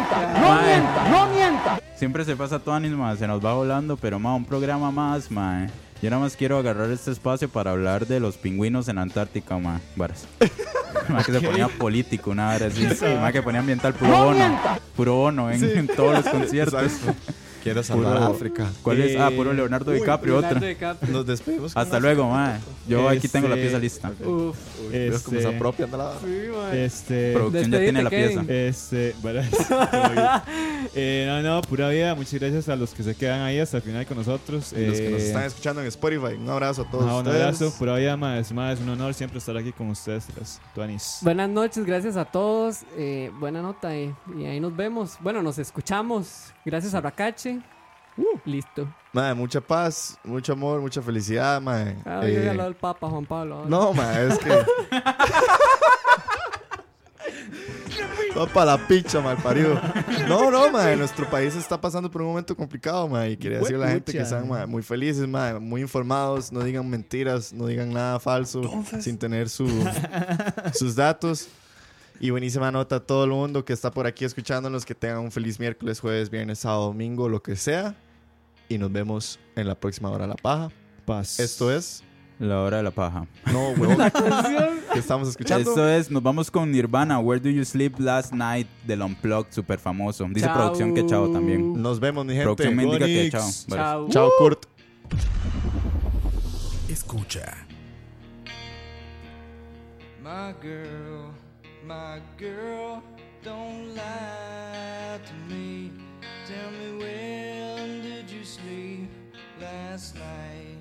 Speaker 5: Siempre se pasa Tuanis, ma, se nos va volando, pero ma, un programa más, ma. Yo nada más quiero agarrar este espacio para hablar de los pingüinos en Antártica, ma. Varas. Ma, que se ponía político, una hora así. Ma, que ponía ambiental puro bono en todos los conciertos.
Speaker 4: Exacto. Quiero salvar a África.
Speaker 5: ¿Cuál es? Puro Leonardo DiCaprio,
Speaker 6: Leonardo
Speaker 5: otra.
Speaker 6: DiCaprio.
Speaker 4: Nos despedimos.
Speaker 5: Hasta luego, ma. Yo aquí tengo la
Speaker 3: Este-
Speaker 5: pieza lista.
Speaker 6: Uf.
Speaker 4: Veo cómo se apropian de la...
Speaker 6: Sí, mae.
Speaker 5: Producción ya tiene la pieza.
Speaker 3: Bueno, no, pura vida. Muchas gracias a los que se quedan ahí hasta el final con nosotros.
Speaker 4: Los que nos están escuchando en Spotify, un abrazo a todos
Speaker 3: un
Speaker 4: ustedes.
Speaker 3: abrazo, pura vida, más es un honor siempre estar aquí con ustedes, las Tuanis.
Speaker 6: Buenas noches, gracias a todos. Buena nota y ahí nos vemos. Bueno, nos escuchamos. Gracias a Racache. Listo.
Speaker 4: Mae, mucha paz, mucho amor, mucha felicidad, mae.
Speaker 6: Yo ya hablado del Papa Juan Pablo. ahora.
Speaker 4: No, mae, es que... Va para la picha, mal parido. No, mae, nuestro país está pasando por un momento complicado, mae. Y quería decirle a la gente que sean mae, muy felices, mae, muy informados, no digan mentiras, no digan nada falso, sin tener sus datos. Y buenísima nota a todo el mundo que está por aquí escuchándonos, que tengan un feliz miércoles, jueves, viernes, sábado, domingo, lo que sea. Y nos vemos en la próxima Hora de la Paja.
Speaker 3: Paz.
Speaker 4: Esto es...
Speaker 5: La hora de la paja.
Speaker 4: No, huevón. ¿Qué estamos escuchando?
Speaker 5: Esto es, nos vamos con Nirvana, Where Do You Sleep Last Night, del Unplugged, súper famoso. Dice
Speaker 6: Chao.
Speaker 5: producción que chao también.
Speaker 4: Nos vemos, mi gente.
Speaker 5: Producción me indica que
Speaker 3: Gonix.
Speaker 5: chao. Varas.
Speaker 6: Chao.
Speaker 4: Chao, Kurt.
Speaker 1: Escucha.
Speaker 2: My girl, don't lie to me. Tell me when did you sleep last night?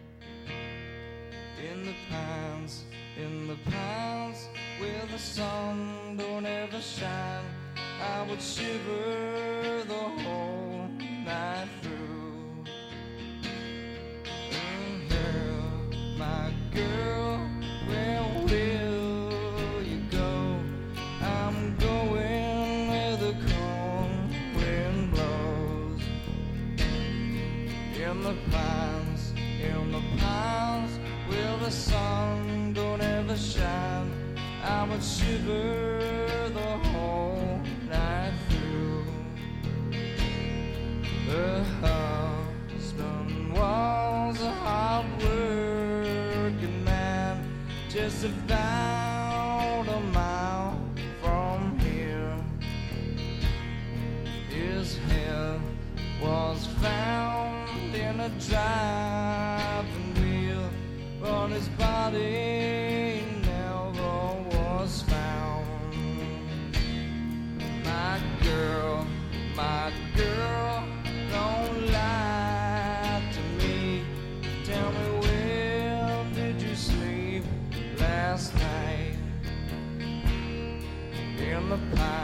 Speaker 2: In the pines, where the sun don't ever shine. I would shiver the whole night through. Girl, my girl, where will you go? I'm going where the cold wind blows. In the pines, would shiver the whole night through. Her husband was a hard-working man, just about a mile from here. His head was found in a driving wheel, but his body never was found. My girl, don't lie to me. Tell me, where did you sleep last night? In the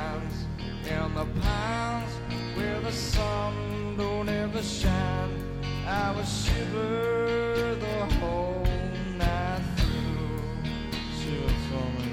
Speaker 2: pines, where the sun don't ever shine. I would shiver the whole night through. Shiver for me.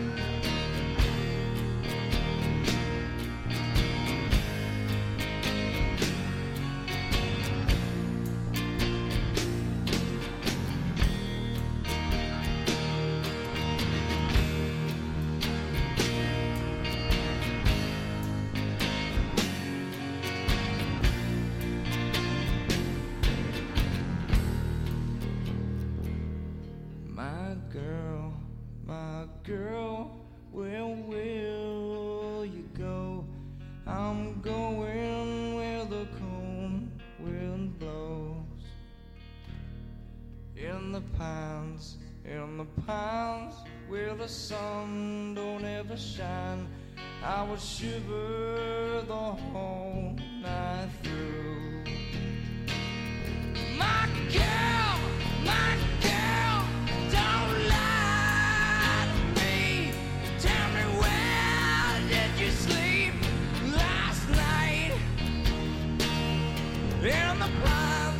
Speaker 2: My girl, where will you go? I'm going where the cold wind blows. In the pines, where the sun don't ever shine. I would shiver the whole night through. My girl, don't lie to me. Tell me, where did you sleep last night? In the pines.